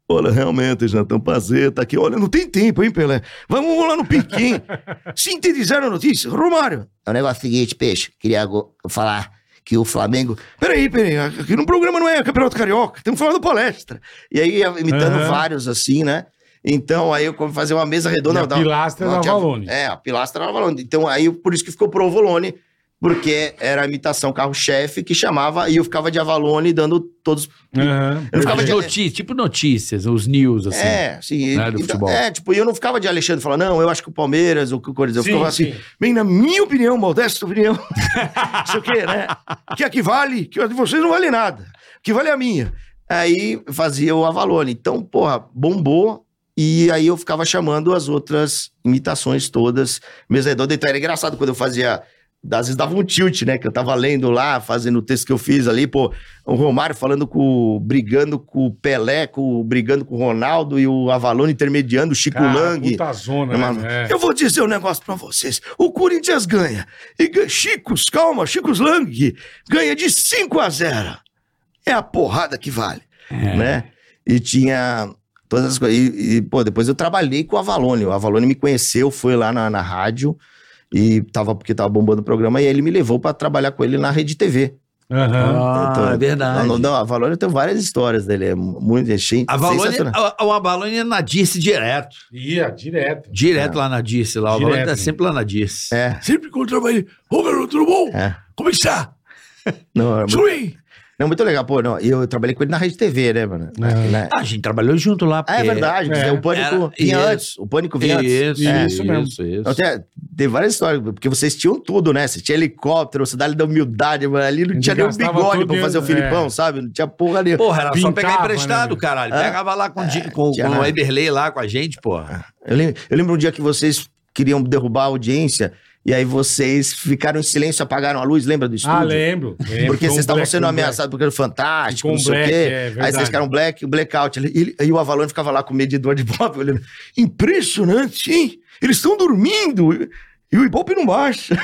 Olha, realmente, Jantão Pazeta aqui. Olha, não tem tempo, hein, Pelé? Vamos lá no Piquim. Sintetizaram a notícia. Romário. É o negócio seguinte, Peixe. Queria go- falar que o Flamengo... Peraí, peraí. Aqui no programa não é Campeonato Carioca. Temos falando palestra. E aí, imitando Aham. vários assim, né? Então, aí eu come fazer uma mesa redonda. E a não, pilastra não, era tinha- Avalone. É, a pilastra era Avalone. Então, aí, por isso que ficou Provolone, porque era a imitação carro-chefe que chamava, e eu ficava de Avalone dando todos... Aham. Eu não ficava As de... notícias, tipo notícias, os news, assim. É, sim. né, do então, futebol. é, tipo, eu não ficava de Alexandre falando, não, eu acho que o Palmeiras, ou que o Corinthians, eu Sim, ficava assim, sim. bem, na minha opinião, modesta opinião, sei o quê, né? Que a que vale, que a de vocês não vale nada, que vale a minha. Aí fazia o Avalone. Então, porra, bombou, e aí eu ficava chamando as outras imitações todas, mesa redonda. Então era engraçado quando eu fazia... Às vezes dava um tilt, né? Que eu tava lendo lá, fazendo o texto que eu fiz ali, pô, o Romário falando com, brigando com o Pelé, com, brigando com o Ronaldo e o Avalone intermediando, o Chico Cara, Lang. puta zona, Mano, né? eu vou dizer um negócio pra vocês. O Corinthians ganha. E ganha, Chicos, calma, Chicos Lang ganha de cinco a zero. É a porrada que vale, né? E tinha todas as coisas. E, e, pô, depois eu trabalhei com o Avalone. O Avalone me conheceu, foi lá na, na rádio. E tava, porque tava bombando o programa, e aí ele me levou pra trabalhar com ele na Rede T V. Aham. Ah, Então, é verdade. Não, não, a Avalone tem várias histórias dele, é muito é cheio- A Avalone, sensacional. a- o Avalone é na Dirce direto. Ia, direto. Direto lá na Dirce. Lá. O Avalone Direto. tá sempre lá na Dirce. É, Sempre encontrava ele. Ô, garoto, tudo bom? é. Como é que está? Não, é muito, Sui! não, muito legal, pô, não, e eu trabalhei com ele na Rede T V, né, mano? É. Na- Ah, a gente trabalhou junto lá. Ah, Porque... é verdade, é, o Pânico era- vinha isso. antes, o Pânico vinha antes. Isso, É, isso, isso mesmo. isso, isso. Então, tem, tem várias histórias, porque vocês tinham tudo, né? Você tinha helicóptero, cidade da humildade, mas ali não gente tinha nem um gastava bigode tudo pra fazer o em- Filipão, é. sabe? Não tinha porra nenhuma. Porra, era só Pintava, pegar emprestado, né? caralho. Hã? Pegava lá com, di- com, tinha com o nada. Eberlei lá com a gente, porra. Eu lembro, eu lembro um dia que vocês queriam derrubar a audiência e aí vocês ficaram em silêncio, apagaram a luz, lembra do estúdio? Ah, lembro. lembro. Porque Com vocês estavam Black, sendo com ameaçados porque era fantástico, Com não sei black, o quê. é aí verdade. vocês ficaram black, blackout. E, e o Avalone ficava lá com o medidor de Ibope, olhando. Impressionante, hein? Eles estão dormindo. E o Ibope não baixa.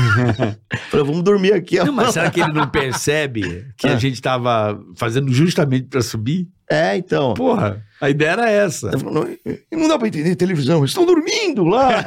Falei, vamos dormir aqui. Não, mas será que ele não percebe que a Ah. gente tava fazendo justamente pra subir? É, então. Porra, a ideia era essa. Eu falei, não, não dá pra entender televisão, eles estão dormindo lá.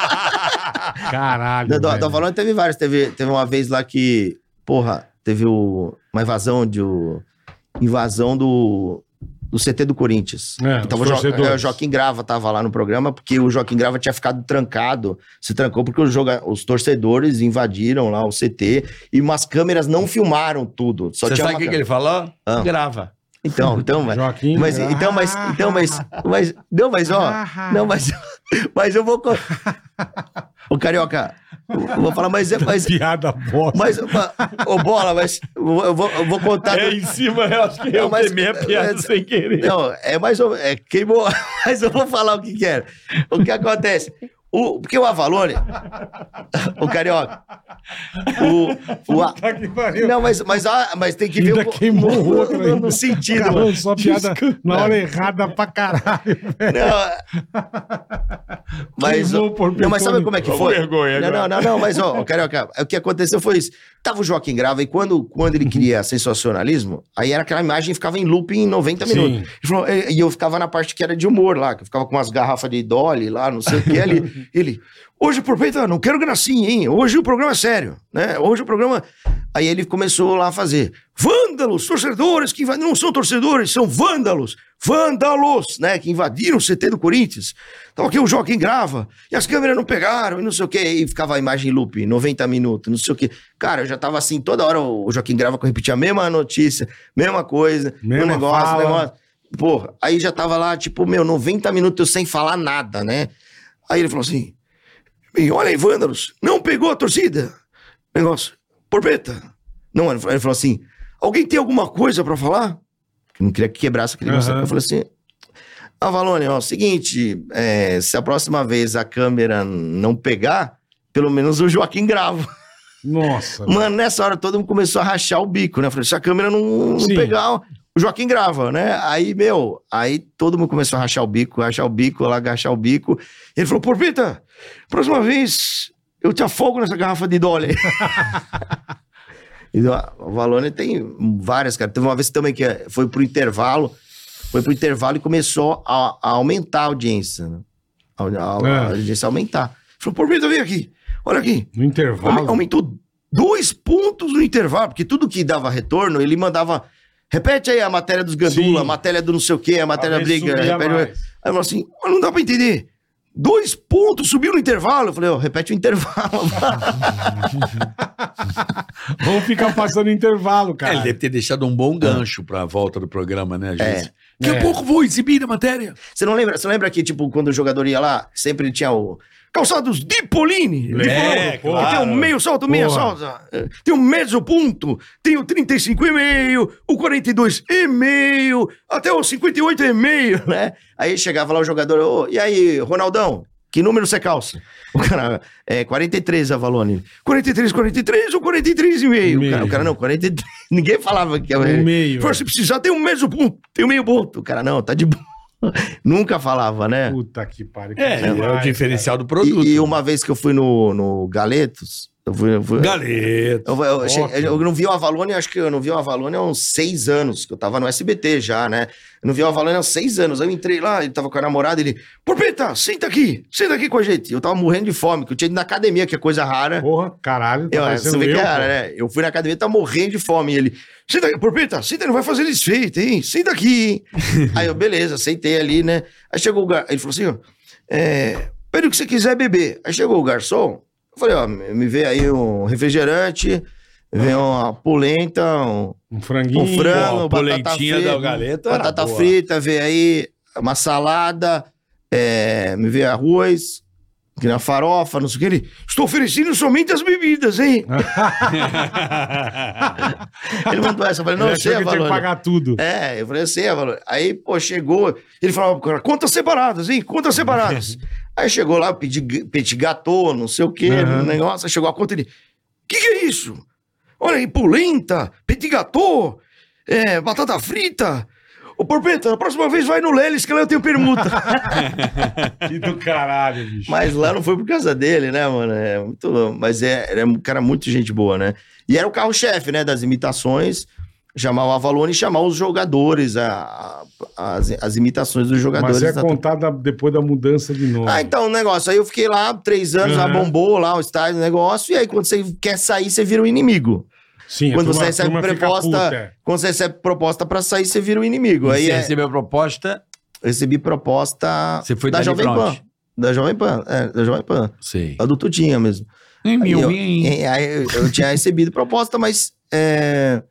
Caralho. Da, da, velho. da Avalone teve vários. Teve, teve uma vez lá que, porra, teve o, uma invasão de o, invasão do, do C T do Corinthians. É, Então, os o, jo, torcedores. é, o Joaquim Grava tava lá no programa, porque o Joaquim Grava tinha ficado trancado, se trancou porque os, joga, os torcedores invadiram lá o C T e umas câmeras não filmaram tudo. Só Você tinha sabe uma o que, que câmera. ele falou? Ah. Grava. Então, então, mas, Joaquim. mas, então, mas, então, mas, mas, não, mas, ó, não, mas, mas eu vou, co- ô, Carioca, eu vou falar, mas, mas, Piada bosta. mas, ô, Bola, mas, eu vou, eu vou, eu vou contar, É em cima, eu acho que Não, eu mas- queimei a piada mas- sem querer. não, é mais ou menos, é, queimou, mas eu vou falar o que quero. O que acontece? O, porque o Avalone, o Carioca, o, o, a- Puta que pariu. não, mas, mas, ah, mas tem que ver Ainda o, queimou o no, outro no, ainda. no sentido, Cara, mano. lançou a piada na hora errada pra caralho. Não, mas, Queimou por não, mas sabe Petone. como é que Com foi? vergonha não, agora. não, não, não, mas ó, Carioca, o que aconteceu foi isso. Tava o Joaquim Grava e quando, quando ele queria sensacionalismo, aí era aquela imagem que ficava em loop em noventa Sim. minutos. Ele falou, e e eu ficava na parte que era de humor lá, que eu ficava com umas garrafas de Dolly lá, não sei o que ali. Ele, hoje, por peito, não quero gracinha, hein? Hoje o programa é sério, né? Hoje o programa... Aí ele começou lá a fazer, vândalos, torcedores que invadiram, não são torcedores, são vândalos, vândalos, né? Que invadiram o C T do Corinthians. Então aqui o Joaquim Grava, e as câmeras não pegaram, e não sei o que, e ficava a imagem em loop, noventa minutos, não sei o que. Cara, eu já tava assim, toda hora o Joaquim Grava que eu repetia a mesma notícia, mesma coisa, Mesma o negócio, fala. negócio. Porra, aí já tava lá, tipo, meu, noventa minutos eu sem falar nada, né? Aí ele falou assim, "Bem, olha aí, vândalos, não pegou a torcida. Negócio, porpeta. Não, ele falou assim, alguém tem alguma coisa pra falar? Que não queria que quebrasse aquele negócio. Aham. Eu falei assim, Avalone, ó, seguinte, é, se a próxima vez a câmera não pegar, pelo menos o Joaquim grava. Nossa. Mano, nessa hora todo mundo começou a rachar o bico, né? Eu falei, se a câmera não, não Sim. pegar, o Joaquim grava, né? Aí, meu, aí todo mundo começou a rachar o bico, rachar o bico, lá, rachar o bico. E ele falou, porpeta, próxima vez eu te afogo nessa garrafa de Dolly. E o Avalone tem várias, cara. Teve uma vez também que foi pro intervalo, foi pro intervalo e começou a, a aumentar a audiência, né? A, a- a É. audiência aumentar. Ele falou, Porpeta, vem aqui, olha aqui. No intervalo. Aume- Aumentou dois pontos no intervalo, porque tudo que dava retorno, ele mandava. Repete aí a matéria dos Gandula, Sim. a matéria do não sei o quê, a matéria da Talvez briga. subia Repete... mais. Aí eu falei assim, mas não dá pra entender. Dois pontos, subiu no intervalo. Eu falei, ó, repete o intervalo. Vamos ficar passando intervalo, É, cara. ele deve ter deixado um bom gancho pra volta do programa, né, Gísio? Daqui É. a pouco vou exibir a matéria. Você não lembra? Você lembra que, tipo, quando o jogador ia lá, sempre tinha o. Calçados de Polini. É, Ele falou, claro. Tem o meio salto, meia Porra. salta. eh, Tem o meso ponto. Tem o trinta e cinco e meio, o quarenta e dois e meio, até o cinquenta e oito e meio, né? Aí chegava lá o jogador, ô, e aí, Ronaldão, que número você calça? O cara, é quarenta e três, a Valone. quarenta e três, quarenta e três ou quarenta e três e meio? O cara, o cara, não, quarenta e três. Ninguém falava que era. Um meio. Falou, se precisar, tem um meso ponto, tem um meio ponto. O cara, não, tá de boa. Nunca falava, né? Puta que pariu. É, que é o demais, diferencial do produto. E, e uma vez que eu fui no, no Galetos, eu fui. Eu, fui, Galeta. eu, eu, cheguei- Ótimo. eu não vi o Avalone, acho que eu não vi o Avalone há uns seis anos, que eu tava no S B T já, né? Eu não vi o Avalone há seis anos. Aí eu entrei lá, ele tava com a namorada, ele, Porpeta, senta aqui, senta aqui com a gente. E eu tava morrendo de fome, que eu tinha ido na academia, que é coisa rara. Porra, caralho. Tá Eu, você parecendo vê que eu, é rara, pô. né? Eu fui na academia, tá morrendo de fome. E ele, senta aqui, Porpeta, senta, não vai fazer desfeito, hein? Senta aqui, hein? Aí eu, beleza, sentei ali, né? Aí chegou o gar... ele falou assim, ó, é, pede o que você quiser beber. Aí chegou o garçom, eu falei, ó, me vê aí um refrigerante, vem uma polenta, um, Um franguinho. um frango, Pô, a batata polentinha frita, da Galeta era batata boa. frita, vê aí uma salada, é, me vê arroz, que na farofa, não sei o que. Ele, estou oferecendo somente as bebidas, hein? Ele mandou essa, eu falei, não, Ele eu sei achou a que tinha que valor. pagar tudo. É, eu falei, eu sei a valor. Aí, pô, chegou, ele falava, cara, contas separadas, hein? Contas separadas. Aí chegou lá, pedi petit gâteau, não sei o que, Uhum. um negócio, aí chegou a conta, ele, que que é isso? Olha aí, polenta, petit gâteau, é, batata frita. Ô, Porpeta, a próxima vez vai no Lelis, que lá eu tenho permuta. Que do caralho, bicho. Mas lá não foi por causa dele, né, mano? É muito louco. Mas é, ele é um cara muito gente boa, né? E era o carro-chefe, né, das imitações. Chamar o Avalone e chamar os jogadores, a, a- as, as imitações dos jogadores. Mas é da- contada depois da mudança de novo. Ah, então, o negócio. Aí eu fiquei lá três anos, lá Uhum. bombou lá o estádio, o negócio. E aí, quando você quer sair, você vira o inimigo. Sim, a Quando turma- você a recebe turma fica proposta, puta, é. quando você recebe proposta pra sair, você vira o inimigo. E Aí você é- recebeu a proposta, eu recebi proposta você foi da dali Jovem pra Pan. onde? Da Jovem Pan, é, da Jovem Pan. Sei. A do Tutinha mesmo. Em Aí mil, eu, em- é, aí eu, eu tinha recebido proposta, mas é,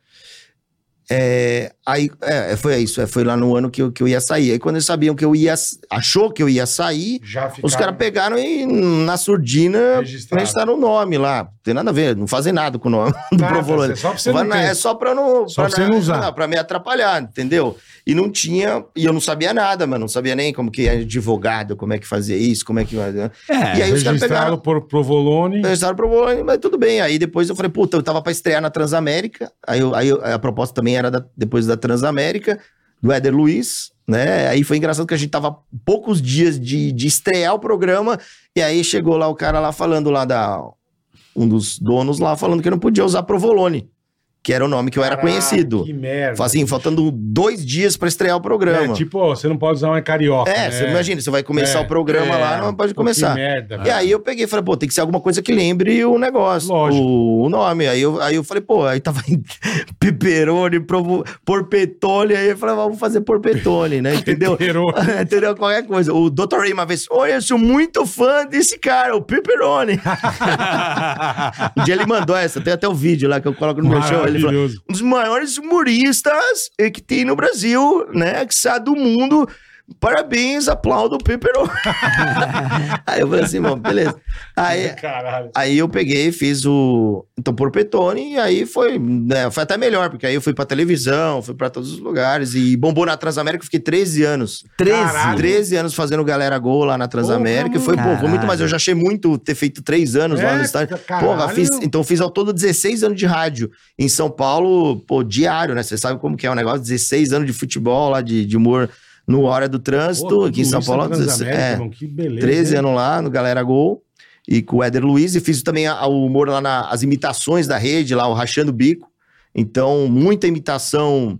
é, aí é, foi isso. é, Foi lá no ano que eu, que eu ia sair. Aí quando eles sabiam que eu ia, achou que eu ia sair, Já ficaram... os caras pegaram e na surdina Registraram. registraram o nome lá. Não tem nada a ver, não fazem nada com o nome do Nada, Provolone. é só pra você Vai não na- ter. É só pra não. Só pra pra você não usar. Pra me atrapalhar, entendeu? E não tinha. E eu não sabia nada, mano. Não sabia nem como que é advogado, como é que fazia isso, como é que. É, E aí os caras Registraram pegaram. por Provolone. Registraram pro Bolonha, mas tudo bem. Aí depois eu falei, puta, eu tava pra estrear na Transamérica. Aí, eu- aí eu- a proposta também era da- depois da Transamérica, do Éder Luiz, né? Aí foi engraçado que a gente tava poucos dias de, de estrear o programa. E aí chegou lá o cara lá falando lá da. Um dos donos lá falando que eu não podia usar Provolone, que era o nome que eu era Caralho, conhecido. Que merda. Falei assim, faltando dois dias pra estrear o programa. É, tipo, ó, você não pode usar uma carioca. É, né? você imagina, você vai começar É, o programa é. lá, não pode Pô, começar. Que merda. E aí eu peguei e falei, pô, tem que ser alguma coisa que lembre o negócio, Lógico. o, o nome. Aí eu, aí eu falei, pô, aí tava pepperoni, provo- porpetone, aí eu falei, vamos fazer porpetone, né, entendeu? Pepperoni. Entendeu? Qualquer coisa. O doutor Ray uma vez, olha, eu sou muito fã desse cara, o Pepperoni. Um dia ele mandou essa, tem até o vídeo lá que eu coloco no meu show. Ele falou, Maravilhoso. um dos maiores humoristas eh, que tem no Brasil, né? Que sai do mundo. Parabéns, aplaudo o Pepperoni. Aí eu falei assim, mano, beleza. Aí, Caralho. aí eu peguei, fiz o. Então, Porpetone, e aí foi, né, foi até melhor, porque aí eu fui pra televisão, fui pra todos os lugares. E bombou na Transamérica, eu fiquei treze anos. Caralho. treze anos fazendo Galera Gol lá na Transamérica. Porra, e foi, pô, foi muito caralho. mais. Eu já achei muito ter feito três anos lá É, no estádio. caralho. Porra, fiz, então fiz ao todo dezesseis anos de rádio. Em São Paulo, pô, diário, né? Você sabe como que é o negócio, dezesseis anos de futebol lá, de, de humor no Hora do Trânsito, Pô, aqui em São tudo isso Paulo. na dezesseis, Transamérica, é, irmão, que beleza. treze hein? anos lá no Galera Gol. E com o Éder Luiz, e fiz também a- o humor lá nas imitações da rede, lá, o Rachando o Bico. Então, muita imitação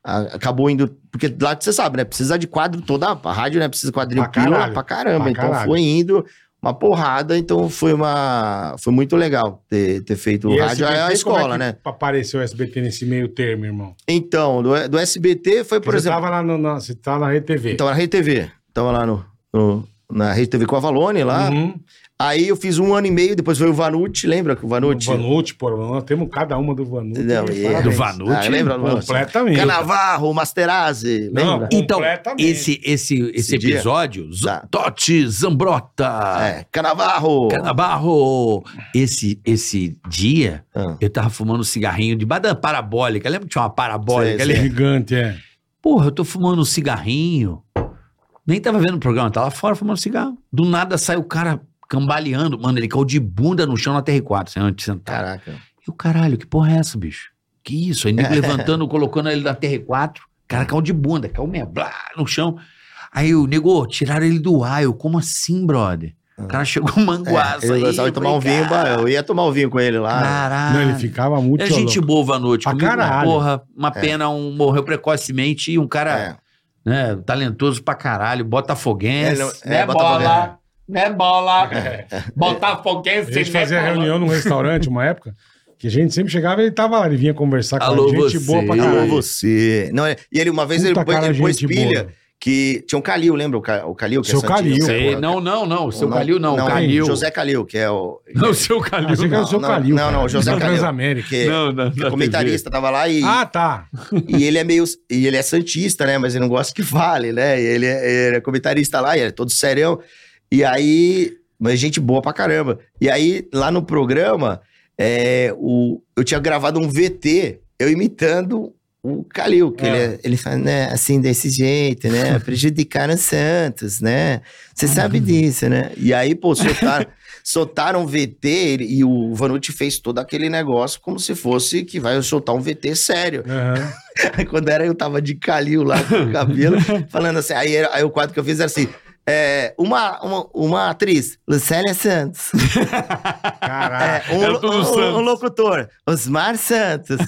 a- acabou indo... Porque lá que você sabe, né? Precisa de quadro toda... A rádio, né? Precisa de quadrinho Pra pílula caralho. pra caramba. Pra então caralho. foi indo uma porrada. Então foi uma... Foi muito legal ter, ter feito E rádio. É a S B T, escola, como é né? que apareceu o S B T nesse meio termo, irmão? Então, do, do S B T foi, por Porque exemplo... Você tava lá no, na, você tava na Rede T V. Então, na Rede T V. Tava lá no, no- na Rede T V com a Valone lá. Uhum. Aí eu fiz um ano e meio, depois veio o Vanucci, lembra que o Vanucci... O Vanucci, pô, nós temos cada uma do Vanucci. Não, e e- parabéns. Do Vanucci? Ah, lembra do Vanucci? Completamente. Canavarro, Masterazzi, Não, lembra? Então, Completamente. esse, esse, esse, Esse dia? episódio, Z- Tá. Totti, Zambrota, É, Canavarro. Canabarro, esse, esse dia, Ah. eu tava fumando um cigarrinho debaixo da parabólica. Lembra que tinha uma parabólica Sei, ali? Gigante, é. Porra, eu tô fumando um cigarrinho. Nem tava vendo o programa, tava fora fumando cigarro. Do nada sai o cara cambaleando. Mano, ele caiu de bunda no chão na T R quatro, sem antes de sentar. Caraca. E o caralho, que porra é essa, bicho? Que isso? Aí nego levantando, colocando ele da T R quatro. O cara caiu de bunda, caiu mesmo, blá, no chão. Aí o nego, "Ô, tiraram ele do ar. Eu, como assim, brother? O cara chegou manguaço É, aí. eu gostava de tomar um vinho, cara, eu ia tomar um vinho com ele lá. Caralho. Não, ele ficava muito É gente louco. boa, Vanucci. Pra Comigo, caralho. porra, uma pena, um morreu precocemente e um cara, É. né, talentoso pra caralho, botafoguense. É, não- né, é, bola? Botafoguense. Né, bola? A Botafoguense, gente né, fazia bola? reunião num restaurante, uma época, que a gente sempre chegava e ele tava lá, ele vinha conversar com Alô, a gente, você. boa pra Alô, caralho. você. Não, é- e ele uma vez Puta ele, pôs- cara, ele pôs gente pilha boa. que tinha um Calil, lembra o, Ca- o Calil? Que Seu é Santinho? Calil. Sei, Pô, não, não, não, o seu não, Calil não, não, o Calil. José Calil, que é o... Não, o seu Calil. Ah, você que era o seu não, Calil. não, não, cara, o José da Calil. Transamérica. Que, Não, não, que na é comentarista, tava lá e, Ah, tá. e ele é meio... E ele é santista, né? Mas ele não gosta que fale, né? E ele é, ele é comentarista lá, e ele é todo serião. E aí... Mas gente boa pra caramba. E aí, lá no programa, é, o, eu tinha gravado um V T, eu imitando o Calil, que É. ele, é- ele fala, né, assim, desse jeito, né, prejudicaram o Santos, né, você sabe disso, né, e aí, pô, soltaram, soltaram um V T ele- e o Vanucci fez todo aquele negócio como se fosse que vai soltar um V T sério. Aham. Aí quando era eu tava de Calil lá com o cabelo, falando assim, aí, era- aí o quadro que eu fiz era assim, é, uma, uma, uma atriz, Lucélia Santos. Caralho. É, um, Era tudo um- Santos. um locutor, Osmar Santos.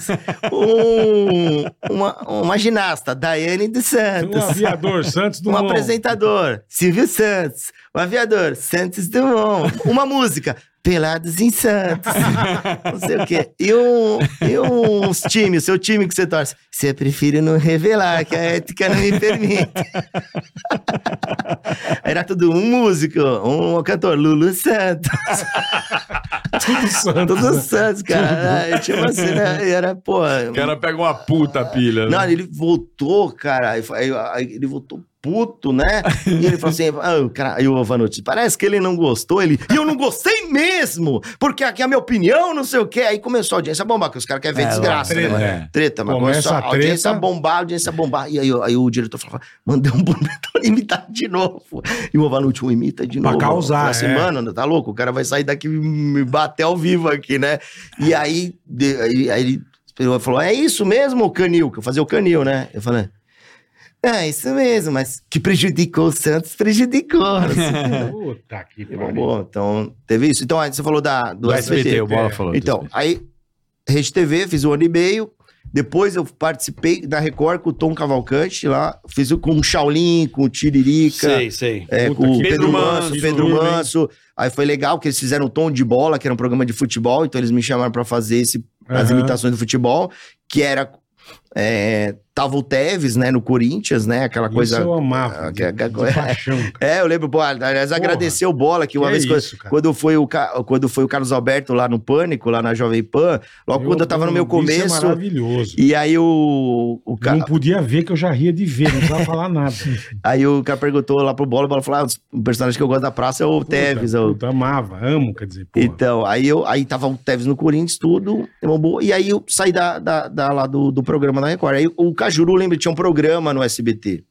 Um, uma, uma ginasta, Daiane dos Santos. Um aviador, Santos Um Dumont. apresentador, Silvio Santos. Um aviador, Santos Dumont. Uma música, Pelados em Santos. Não sei o quê. E, um, e uns times, o seu time que você torce. Você prefere não revelar, que a ética não me permite. Era tudo um músico, um cantor, Lulu Santos. Tudo Santos. Todos Santos, cara. Aí, tipo assim, né? E era, pô. O cara pega uma puta pilha, né? Não, ele voltou, cara. Aí, aí- aí ele voltou puto, né? E ele falou assim: ah, o cara, aí o Vanucci, parece que ele não gostou. Ele, e eu não gostei mesmo, porque aqui é a minha opinião, não sei o quê. Aí começou a audiência a bombar, porque os caras querem ver É, desgraça, treta, né? é. Treta, mas Começa começou a a treta. audiência a bombar, a audiência a bombar. E aí, aí o diretor falou: mandei um boneto imitar de novo. E o Vanucci, um imita de Pra novo. causar, Eu falei assim, é. mano, tá louco? O cara vai sair daqui e me bater ao vivo aqui, né? E aí, de- aí, aí ele esperou e falou: é isso mesmo, Canil? Que eu fazia o Canil, né? Eu falei. É, isso mesmo, mas que prejudicou o Santos, prejudicou. Puta que E pariu. bom, então, teve isso. Então, aí você falou da, do, Do S B T. o Bola é. falou. Então, aí, Rede T V, fiz um ano e meio. Depois eu participei da Record com o Tom Cavalcante lá. Fiz com o Shaolin, com o Tiririca. sei, sei. É, Puta, com o que Pedro Pedro Manso, Manso, Pedro turma, hein? Manso. Aí foi legal, porque eles fizeram o Tom de Bola, que era um programa de futebol. Então eles me chamaram pra fazer esse, as Aham. imitações do futebol. Que era... É, tava o Tevez, né, no Corinthians, né? Aquela coisa... Isso eu amava. Ah, De, que- que- de paixão, cara. É, eu lembro, pô, aliás, agradecer o Bola, que uma Que vez é quando- isso, cara. quando, foi o, Ca- quando foi o Carlos Alberto lá no Pânico, lá na Jovem Pan, logo quando eu tava no meu Isso é começo, maravilhoso. e aí o, o Eu cara, não podia ver que eu já ria de ver, não precisava falar nada. aí o cara perguntou lá pro Bola, o Bola falou, ah, o personagem que eu gosto da praça é o Tevez, é o... Puta, amava, amo, quer dizer, porra. Então, aí, eu, aí tava o Tevez no Corinthians, tudo, e aí eu saí da, da, da- lá do, do programa da Record. Aí o Cajuru, lembra, tinha um programa no S B T.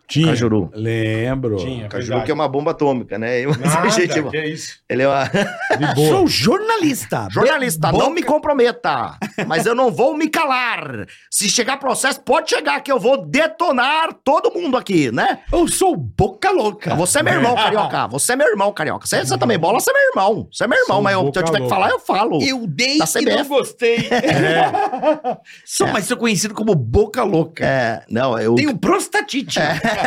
Tinha. Cajuru. Lembro. Tinha, Cajuru verdade. que é uma bomba atômica, né? E- Nada, gente, que é isso. ele é uma... De boa. Sou jornalista. Jornalista, Be- não boca- me comprometa, mas eu não vou me calar. Se chegar processo, pode chegar que eu vou detonar todo mundo aqui, né? Eu sou boca louca. Você é meu irmão, carioca. Você é meu irmão, carioca. Você, você também bola, você é meu irmão. Você é meu irmão, Sou mas eu, se boca eu tiver que louca. falar, eu falo. Eu dei Da e C B F. não gostei. Sou, mas sou conhecido como boca louca. É, não, eu... Tenho prostatite.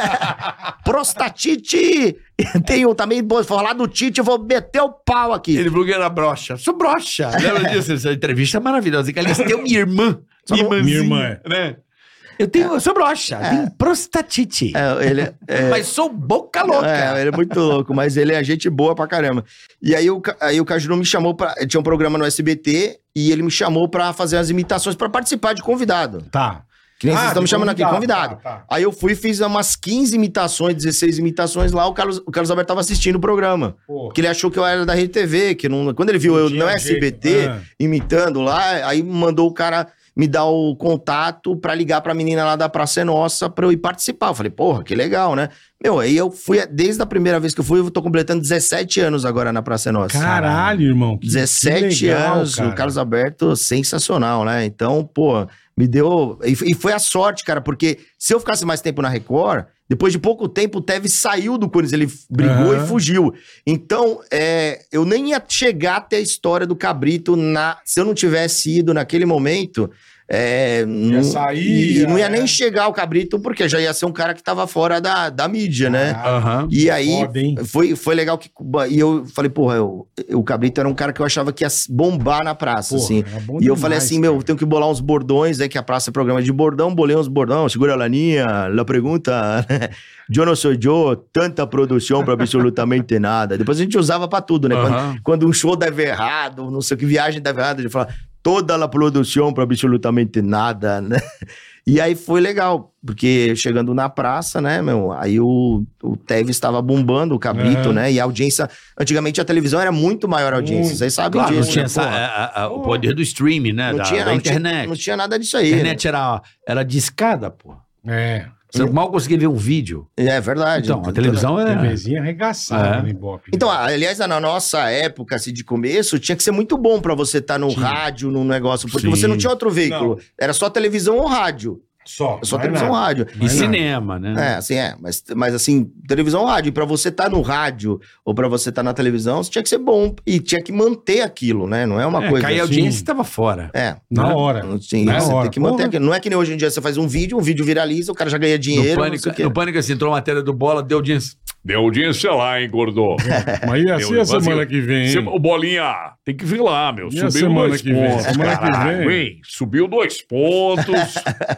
Prostatite. Tenho também, vou falar do Tite, eu vou meter o pau aqui. Ele falou que era broxa. Sou broxa. Lembra disso? Essa entrevista é maravilhosa. Que aliás, tem minha irmã. Minha Minha irmãzinha, irmã. né? Eu tenho, eu sou broxa. Tenho prostatite. É, ele é... Mas sou boca louca. É, ele é muito louco, mas ele é gente boa pra caramba. E aí o, Ca- aí o Cajuru me chamou pra... Tinha um programa no S B T e ele me chamou pra fazer as imitações, pra participar de convidado. Tá. Que nem Ah, vocês estão me de chamando aqui, convidado, convidado. tá, tá. Aí eu fui e fiz umas quinze imitações, dezesseis imitações lá, o Carlos, o Carlos Alberto tava assistindo o programa. Pô. Porque ele achou que eu era da Rede T V, que não, quando ele viu Não eu tinha no S B T jeito. Ah. imitando lá, aí mandou o cara me dar o contato pra ligar pra menina lá da Praça é Nossa pra eu ir participar. Eu falei, porra, que legal, né? Meu, aí eu fui, desde a primeira vez que eu fui, eu tô completando dezessete anos agora na Praça é Nossa. Caralho, irmão. que- dezessete que legal, anos, cara. o Carlos Alberto, sensacional, né? Então, pô, me deu... E, e foi a sorte, cara, porque se eu ficasse mais tempo na Record, depois de pouco tempo o Tevez saiu do Corinthians, ele brigou Aham. e fugiu. Então, é, eu nem ia chegar até a história do Cabrito na, se eu não tivesse ido naquele momento... É, não, sair, e não ia é. nem chegar o Cabrito, porque já ia ser um cara que tava fora da, da mídia, né? Aham. E aí, Foda, hein? foi, foi legal que... E eu falei, porra, eu, o Cabrito era um cara que eu achava que ia bombar na praça, Porra, assim. era bom E eu demais, falei assim, meu, cara. tenho que bolar uns bordões, aí que a praça é programa de bordão, bolei uns bordão, segura a laninha, la pergunta, eu não sou eu, tanta produção pra absolutamente nada. Depois a gente usava pra tudo, né? Aham. Quando, quando um show deve errado, não sei o que, viagem deve errado, a gente fala, toda a produção pra absolutamente nada, né? E aí foi legal, porque chegando na praça, né, meu, aí o, o Tevez estava bombando, o Cabrito, Aham. né, e a audiência, antigamente a televisão era muito maior a audiência, Muito. vocês sabem Claro, não disso, tinha né, essa- porra? a- a- a- o poder do streaming, né? Não da, tinha, da não tinha- internet. não tinha nada disso A aí, internet era, era discada, pô. É. Você mal conseguia ver um vídeo. né? É verdade. Então, a televisão é... TVzinha arregaçada É. no Ibope. Então, aliás, na nossa época, assim, de começo, tinha que ser muito bom pra você estar no Tinha. rádio, no negócio, porque Sim. você não tinha outro veículo. Não. Era só televisão ou rádio. Só. Só mais televisão ou nada. rádio. E Mais nada. cinema, né? É, assim, é. Mas, mas assim, televisão ou rádio. E pra você estar no rádio ou pra você estar na televisão, você tinha que ser bom. E tinha que manter aquilo, né? Não é uma É, coisa cair a assim. audiência estava fora. É. Na né? hora. Sim, Na você hora. tem que manter Porra. aquilo. Não é que nem hoje em dia você faz um vídeo, um vídeo viraliza, o cara já ganha No dinheiro. não pânico, sei o quê. no pânico, assim, entrou a matéria do Bola, deu audiência. Deu audiência lá, hein, gordo? Mas e assim Deu a semana vazio. que vem, Cê- hein? O Bolinha, tem que vir lá, meu. E a Subiu semana dois que vem? pontos, Semana que caralho, vem? hein? Subiu dois pontos.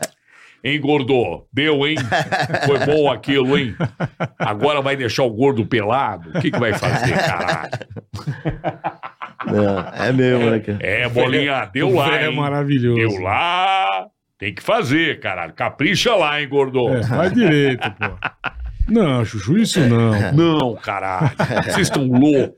Hein, gordo? Deu, hein? Foi bom aquilo, hein? Agora vai deixar o gordo pelado? O que, que vai fazer, caralho? Não, é mesmo, né, cara? É, Bolinha, deu O lá, velho é hein? maravilhoso. Deu lá. Tem que fazer, caralho. Capricha lá, hein, gordo? É, faz direito, pô. Não, Chuchu, isso não. Não, caralho. Vocês estão loucos.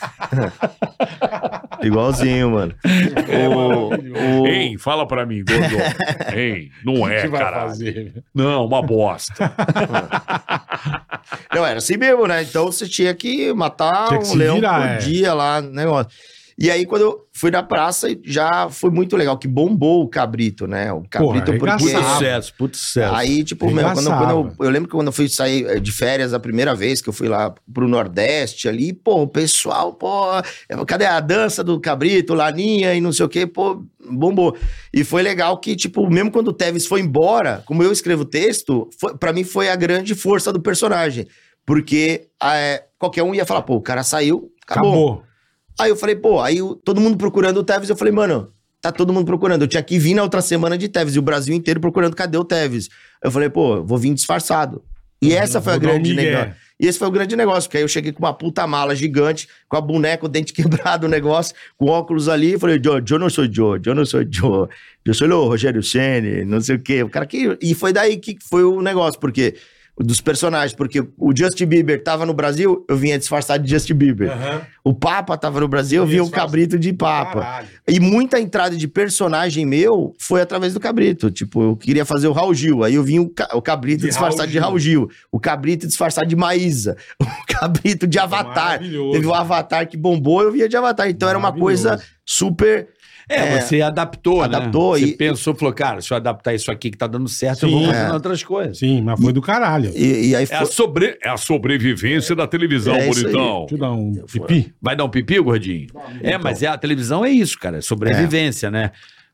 Igualzinho, mano. O, o- Hein, fala pra mim, gordo. Hein, não O é, que vai caralho. fazer? Não, uma bosta. Não, era assim mesmo, né? Então você tinha que matar Tinha que um se leão virar, por é. dia lá, negócio. E aí, quando eu fui na praça, já foi muito legal, que bombou o Cabrito, né? O Cabrito, Porra, porque... arregaçava. Sucesso, puto sucesso. Aí, tipo, meu, quando, Arregaçava. quando eu, eu lembro que quando eu fui sair eh, de férias a primeira vez que eu fui lá pro Nordeste ali, pô, o pessoal, pô, cadê a dança do Cabrito, Laninha e não sei o quê, pô, bombou. E foi legal que, tipo, mesmo quando o Tevez foi embora, como eu escrevo texto, foi, pra mim foi a grande força do personagem. Porque eh, qualquer um ia falar, pô, o cara saiu, acabou. Acabou. Aí eu falei, pô, aí o- todo mundo procurando o Tevez, eu falei, mano, tá todo mundo procurando. Eu tinha que vir na outra semana de Tevez, e o Brasil inteiro procurando cadê o Tevez. Eu falei, pô, eu vou vir disfarçado. E essa foi a Vou dar um grande migué. negócio. E esse foi o grande negócio, porque aí eu cheguei com uma puta mala gigante, com a boneca, o dente quebrado, o negócio, com óculos ali, e falei, Joe, eu não sou Joe, eu não sou Joe, eu sou o Rogério Ceni, não sei o quê. O cara que... E foi daí que foi o negócio, porque dos personagens, porque o Justin Bieber tava no Brasil, eu vinha disfarçado de Justin Bieber. Aham. O Papa tava no Brasil, eu vinha o Disfarça- Cabrito de Papa. Caralho. E muita entrada de personagem meu foi através do Cabrito. Tipo, eu queria fazer o Raul Gil, aí eu vinha o, ca- o Cabrito De disfarçado Raul de Raul Gil, o Cabrito disfarçado de Maísa, o Cabrito de Avatar. Maravilhoso. Teve o Avatar que bombou, eu via de Avatar. Então era uma Maravilhoso. coisa super... É, É, você adaptou, adaptou né? Você e- pensou, falou, cara, se eu adaptar isso aqui que tá dando certo, eu Sim, vou fazendo é. outras coisas. Sim, mas foi do caralho. E, e aí É a, foi... sobre... é a sobrevivência da televisão, É isso aí. bonitão. Deixa eu dar um pipi. Vai dar um pipi, gordinho? É, mas é, a televisão é isso, cara, é sobrevivência, né?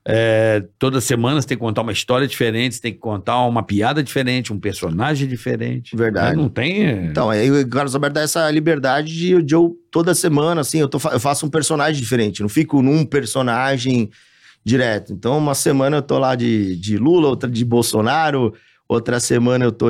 É, toda semana você tem que contar uma história diferente, você tem que contar uma piada diferente, um personagem diferente. Verdade. Mas não tem... é, Então, aí o Carlos Alberto dá essa liberdade de, de eu, toda semana, assim, eu, tô, fa- eu faço um personagem diferente, não fico num personagem direto. Então, uma semana eu tô lá de, de Lula, outra de Bolsonaro, outra semana eu tô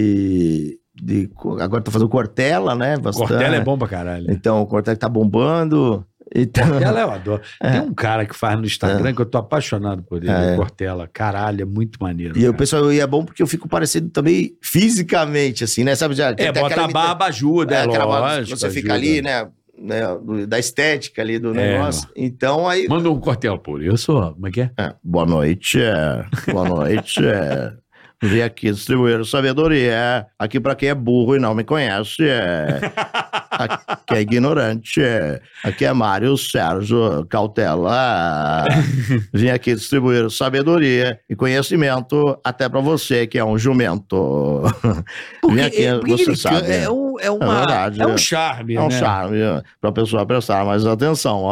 de... de agora eu tô fazendo Cortella, né? Bastante. Cortella é bom pra caralho. Então, o Cortella tá bombando. Então, Cortella eu adoro. Tem um cara que faz no Instagram que eu tô apaixonado por ele, É. o Cortella. Caralho, é muito maneiro. e aí o cara. pessoal, e é bom porque eu fico parecido também fisicamente, assim, né? Sabe, já, É, tem bota aquela a barba, ajuda, É, é, aquela barba lógico. que você fica ajuda. ali, né? né, do- da estética ali do É. negócio. Então aí. Manda um Cortella por isso. Como é que é? É, boa noite, é, boa noite. É, vim aqui distribuir sabedoria. Aqui pra quem é burro e não me conhece, é, aqui é ignorante. É, aqui é Mário Sérgio Cautela. Vim aqui distribuir sabedoria e conhecimento até pra você que é um jumento. Vim aqui, é, porque você ele sabe. é, um, é, uma, É verdade, é um é. charme, É um né? charme para a pessoa prestar mais atenção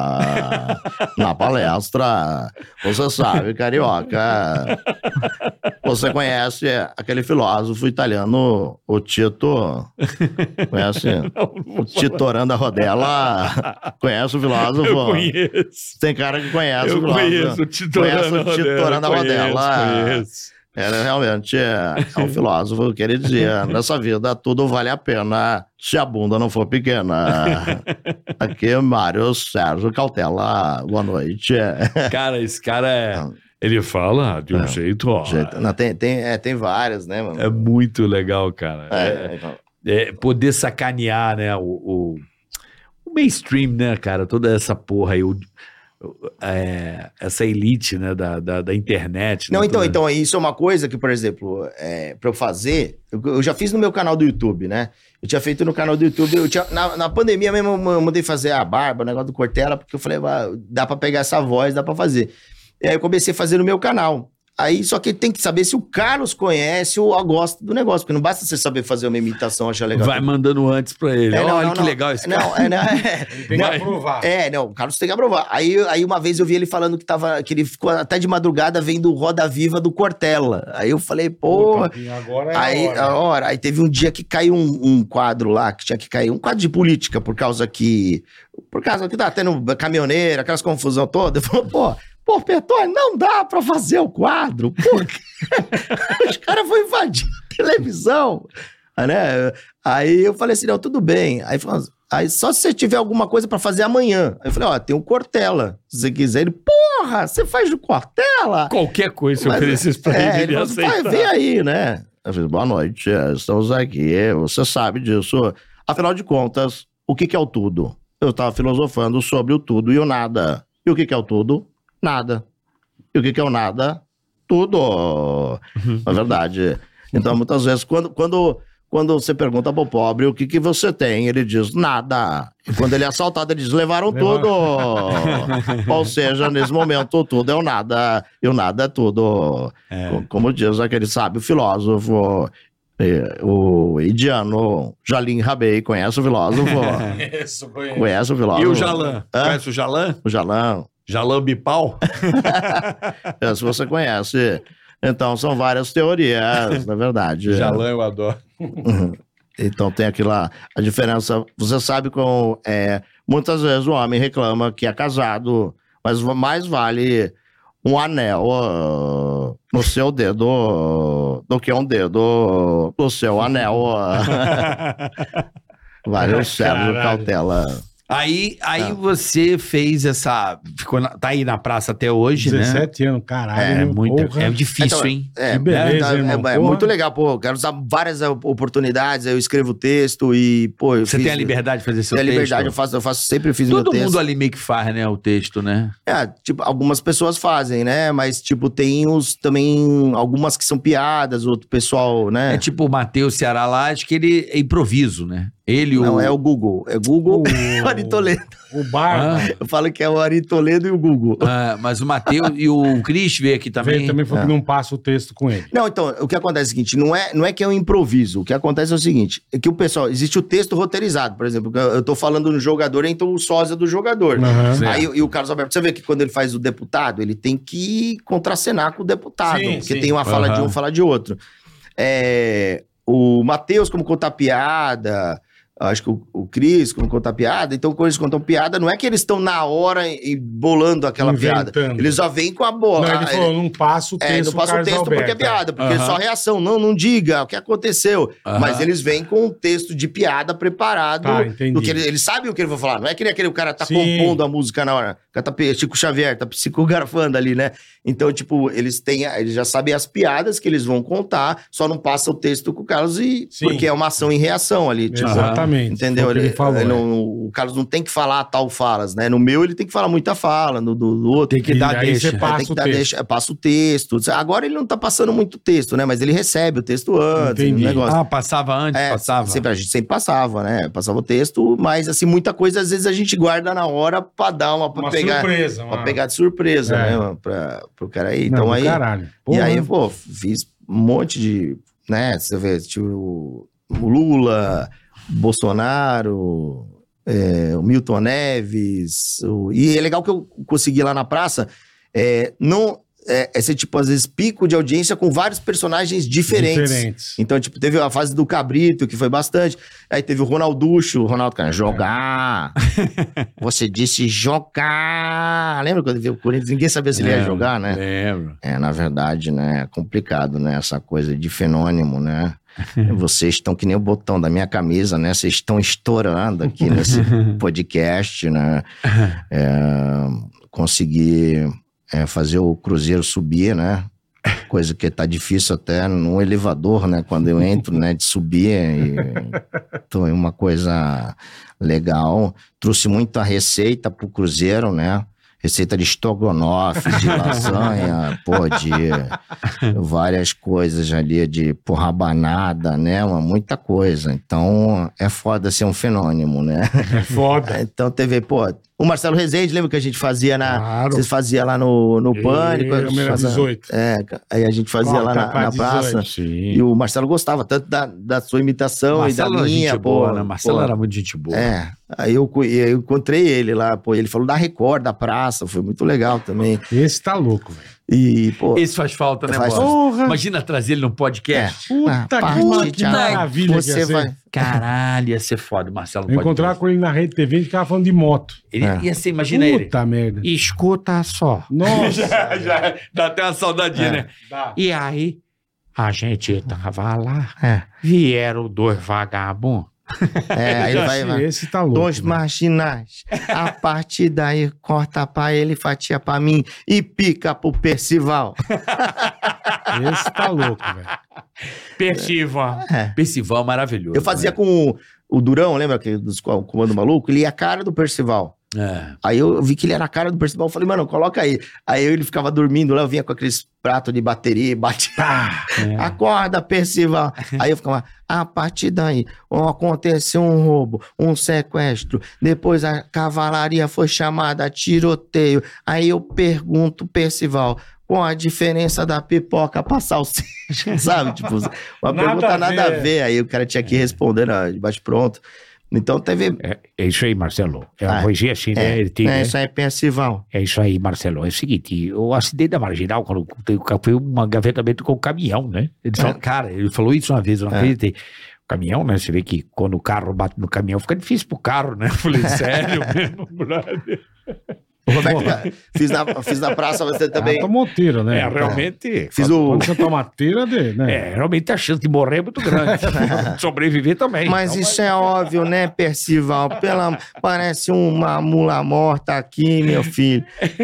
ah, na palestra. Você sabe, carioca. Você conhece aquele filósofo italiano, o Tito? Conhece? O Tito Oranda Rodella. Conhece o filósofo? Eu conheço. Tem cara que conhece Eu o filósofo. conheço o Tito Conhece o Oranda Tito Rodella, Oranda conheço, Rodella. conheço. Ele realmente é, é um filósofo que ele dizia: nessa vida tudo vale a pena se a bunda não for pequena. Aqui é Mário Sérgio Cautela, boa noite. Cara, esse cara é. Ele fala de um É. jeito, ó. Jeito- não, tem, tem, é, tem várias, né, mano? É muito legal, cara. É, É, então, é poder sacanear, né, o, o, o mainstream, né, cara, toda essa porra aí, o, o- é, essa elite, né, da, da, da internet. Não, né, então, toda- então, isso é uma coisa que, por exemplo, é, pra eu fazer, eu, eu já fiz no meu canal do YouTube, né? Eu tinha feito no canal do YouTube, eu tinha, na, na pandemia mesmo eu mandei fazer a barba, o negócio do Cortella, porque eu falei, ah, dá pra pegar essa voz, dá pra fazer. E aí eu comecei a fazer no meu canal. Aí, só que tem que saber se o Carlos conhece ou gosta do negócio, porque não basta você saber fazer uma imitação, achar legal. Vai mandando antes pra ele. É, não, Olha não, que não. legal esse cara. Não, é, não, é, Ele tem não, que aprovar. é, não, o Carlos tem que aprovar. Aí, aí uma vez eu vi ele falando que, tava, que ele ficou até de madrugada vendo o Roda Viva do Cortella. Aí eu falei, porra. Puta, e agora é Aí, a hora. a hora. Aí teve um dia que caiu um, um quadro lá, que tinha que cair, um quadro de política, por causa que. Por causa que tá tendo caminhoneiro, aquelas confusão toda. Ele falou, pô, pô, Petone, não dá pra fazer o quadro. Por quê? Os caras vão invadir a televisão. Aí, né? Aí eu falei assim, não, tudo bem. Aí, falou, aí só se você tiver alguma coisa pra fazer amanhã. Aí eu falei, ó, tem um Cortella. Se você quiser, ele, porra, você faz do Cortella? Qualquer coisa, se Mas, oferecesse pra é, ele, ele ia falou, vai, aceitar. vem aí, né? Eu falei, boa noite, é, estamos aqui, você sabe disso. Afinal de contas, o que, que é o tudo? Eu estava filosofando sobre o tudo e o nada. E o que, que é o tudo? Nada. E o que, que é o nada? Tudo. É verdade. Então, muitas vezes, quando, quando, quando você pergunta pro pobre o que, que você tem, ele diz nada. E quando ele é assaltado, ele diz, levaram tudo. Ou seja, nesse momento, tudo é o nada, e o nada é tudo. Co- Como diz aquele sábio filósofo, eh, o indiano Jalim Rabei, conhece o filósofo? Isso, conheço. Conhece o filósofo? E o Jalan? Hã? Conhece o Jalan? O Jalão. Jalan Bipau? É, se você conhece. Então, são várias teorias, na verdade. Jalan eu adoro. Então tem aquela a diferença. Você sabe com é, muitas vezes o homem reclama que é casado, mas mais vale um anel ah, no seu dedo do que um dedo no seu anel. Vale o Sérgio Caralho. Cautela. Aí, aí Ah. você fez essa... Ficou na- tá aí na praça até hoje, né? dezessete anos, caralho. É, meu, muito, porra. é difícil, Então, hein? É, Que beleza, é, é, irmão, é porra. muito legal, pô. Eu quero usar várias oportunidades, aí eu escrevo texto e, pô, eu Você fiz- tem a liberdade de fazer seu Tem a texto? liberdade, eu faço, eu faço, sempre fiz Todo meu texto. mundo ali meio que faz, né, o texto, né? É, tipo, algumas pessoas fazem, né? Mas, tipo, tem os também, algumas que são piadas, outro pessoal, né? É tipo o Matheus Ceará lá, acho que ele é improviso, né? Ele, Não, o... é o Google. É Google O- e o Ari Toledo. O Barba Ah, Eu falo que é o Ari Toledo e o Google. ah, mas o Matheus e o Cris veio aqui também. veio também falou É. que não passa o texto com ele. Não, então, o que acontece é o seguinte, não é, não é que é um improviso, o que acontece é o seguinte, é que o pessoal, existe o texto roteirizado, por exemplo, eu tô falando no jogador, então o sósia do jogador. Aham. Certo. Aí e o Carlos Alberto, você vê que quando ele faz o deputado, ele tem que contracenar com o deputado, Sim, porque sim. tem uma fala de Aham. um, fala de outro. É, o Matheus, como contar piada, acho que o, o Cris, como contar piada, então quando eles contam piada, não é que eles estão na hora e bolando aquela Inventando. piada, eles já vêm com a bola. Não, ele falou, não passa o texto É, não com passa o Carlos texto porque é Alberto. piada, porque é Aham. só reação. Não, não diga o que aconteceu. Aham. Mas eles vêm com um texto de piada preparado. Tá, entendi. do que ele, eles sabem o que ele vai falar. Não é que nem aquele o cara tá Sim. compondo a música na hora. O cara tá pe- Chico Xavier, tá psicografando ali, né? Então, tipo, eles têm, a- eles já sabem as piadas que eles vão contar, só não passa o texto com o Carlos e Sim. porque é uma ação em reação ali. Tipo, Exatamente. entendeu? Foi o que Ele, ele falou, ele é. não- o Carlos não tem que falar tal falas, né? No meu, ele tem que falar muita fala, no do, do outro. Tem que E dar aí deixa. você É, passa tem que o dar, texto. deixa, passa o texto. Agora ele não tá passando muito texto, né? Mas ele recebe o texto antes, Entendi. o negócio. Ah, passava antes, É, passava. Sempre, a gente sempre passava, né? Passava o texto, mas assim, muita coisa às vezes a gente guarda na hora pra dar uma, pra Uma pegar, surpresa. pra uma- pegar de surpresa, É. né? Pra, pro cara aí. Não, Então do aí. caralho. E Porra. aí, pô, fiz um monte de, né? Você vê, tipo, o o Lula, Bolsonaro, é, o Milton Neves. o- E é legal que eu consegui lá na praça, é, não. É, é ser, tipo, às vezes, pico de audiência com vários personagens diferentes. Diferentes. Então, tipo, teve a fase do Cabrito, que foi bastante. Aí teve o Ronalducho, o Ronaldo, cara, jogar. Você disse jogar. Lembra quando veio o Corinthians? Ninguém sabia se ele ia jogar, né? Lembro. É, na verdade, né? É complicado, né? Essa coisa de fenônimo, né? Vocês estão que nem o botão da minha camisa, né? Vocês estão estourando aqui nesse podcast, né? É, consegui é, fazer o Cruzeiro subir, né? Coisa que tá difícil até no elevador, né? Quando eu entro, né? De subir. E, então é uma coisa legal. Trouxe muita receita pro Cruzeiro, né? Receita de estrogonofe, de lasanha, pô, de várias coisas ali, de porra rabanada, né? Uma, muita coisa. Então, é foda ser um fenômeno, né? É foda. Então, teve, pô, o Marcelo Rezende, lembra que a gente fazia na... Claro. Vocês faziam lá no, no Pânico? E, câmera fazia- dezoito. É, aí a gente fazia lá na, Quarta na pra praça. dezoito. E o Marcelo gostava tanto da, da sua imitação Marcelo e da era minha, gente pô. boa, né? Marcelo pô. era muito gente boa. É, aí eu, cu- e aí eu encontrei ele lá, pô, ele falou da Record, da praça, foi muito legal também. Esse tá louco, velho. E, pô, Esse faz falta, né, Faz Bola? Porra. Imagina trazer ele no podcast. Puta a que, partir que de maravilha que você ia ser. vai... Caralho, ia ser foda, o Marcelo. Eu encontrava com ele na Rede T V e ficava falando de moto. Ele É. ia ser, imagina ele. Puta merda. Escuta só. Nossa. já, já, dá até uma saudadinha, É. né? Dá. E aí, a gente tava lá, É, vieram dois vagabundos. é, aí ele vai... vai Esse tá louco. Dois velho. marginais. A partir daí, corta pra ele, fatia pra mim e pica pro Percival. Esse tá louco, velho. Percival. É. Percival maravilhoso. Eu fazia né? com o, o Durão, lembra aquele dos co- Comando Maluco? Ele ia a cara do Percival. É. Aí eu vi que ele era a cara do Percival, eu falei, mano, coloca aí. Aí ele ficava dormindo lá, eu vinha com aqueles pratos de bateria e batia. É. Acorda, Percival. Aí eu ficava, a partir daí, ó, aconteceu um roubo, um sequestro, depois a cavalaria foi chamada a tiroteio. Aí eu pergunto, Percival, qual a diferença da pipoca pra salsicha, sabe? Tipo, uma Nada pergunta a nada a ver. ver. Aí o cara tinha que responder na- de bate-pronto. Então teve... É, é isso aí, Marcelo. É uma Ah, poesia assim, né? É, Ele tem, é né? isso aí, Percival. É isso aí, Marcelo. É o seguinte, o acidente da Marginal, quando tem- foi um agavetamento com o caminhão, né? Ele falou, cara, ele falou isso uma vez, eu não É. acreditei. O caminhão, né? Você vê que quando o carro bate no caminhão, fica difícil pro carro, né? Eu falei, sério mesmo, brother? O Roberto, Ca- fiz, na, fiz na praça, você também. Ah, tomou tiro, né? É, realmente. Fiz o... Quando você toma tiro, é de, né? É, realmente a chance de morrer é muito grande. Sobreviver também. Mas Então, isso é óbvio, né, Percival? Pela... Parece uma mula morta aqui, meu filho.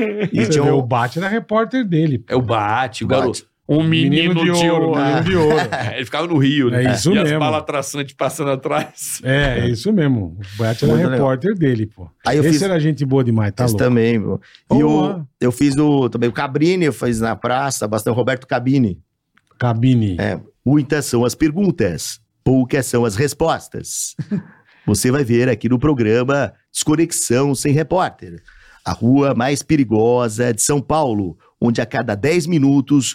E Você tinha vê, um- o Bate era repórter dele. É o Bate, o garoto. Um menino, de de ouro, ouro. menino de ouro. Ele ficava no Rio, né? É isso e as mesmo. balas traçantes passando atrás. É, é isso mesmo. O Bate era Muito legal. repórter dele, pô. Aí eu Esse fiz- era gente boa demais, tá Esse louco. também, pô. E Boa. o, eu fiz o, também o Cabrini, eu fiz na praça, bastante o Roberto Cabini. Cabine. É, muitas são as perguntas, poucas são as respostas. Você vai ver aqui no programa Desconexão Sem Repórter, a rua mais perigosa de São Paulo, onde a cada dez minutos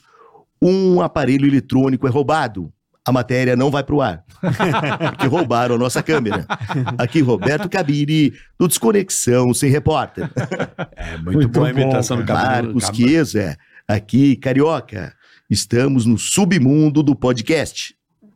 um aparelho eletrônico é roubado. A matéria não vai pro ar, porque roubaram a nossa câmera. Aqui, Roberto Cabini, do Desconexão Sem Repórter. É muito, Muito boa a bom, imitação do cara. Cabrini. Marcos Chiesa, aqui, Carioca. Estamos no submundo do podcast.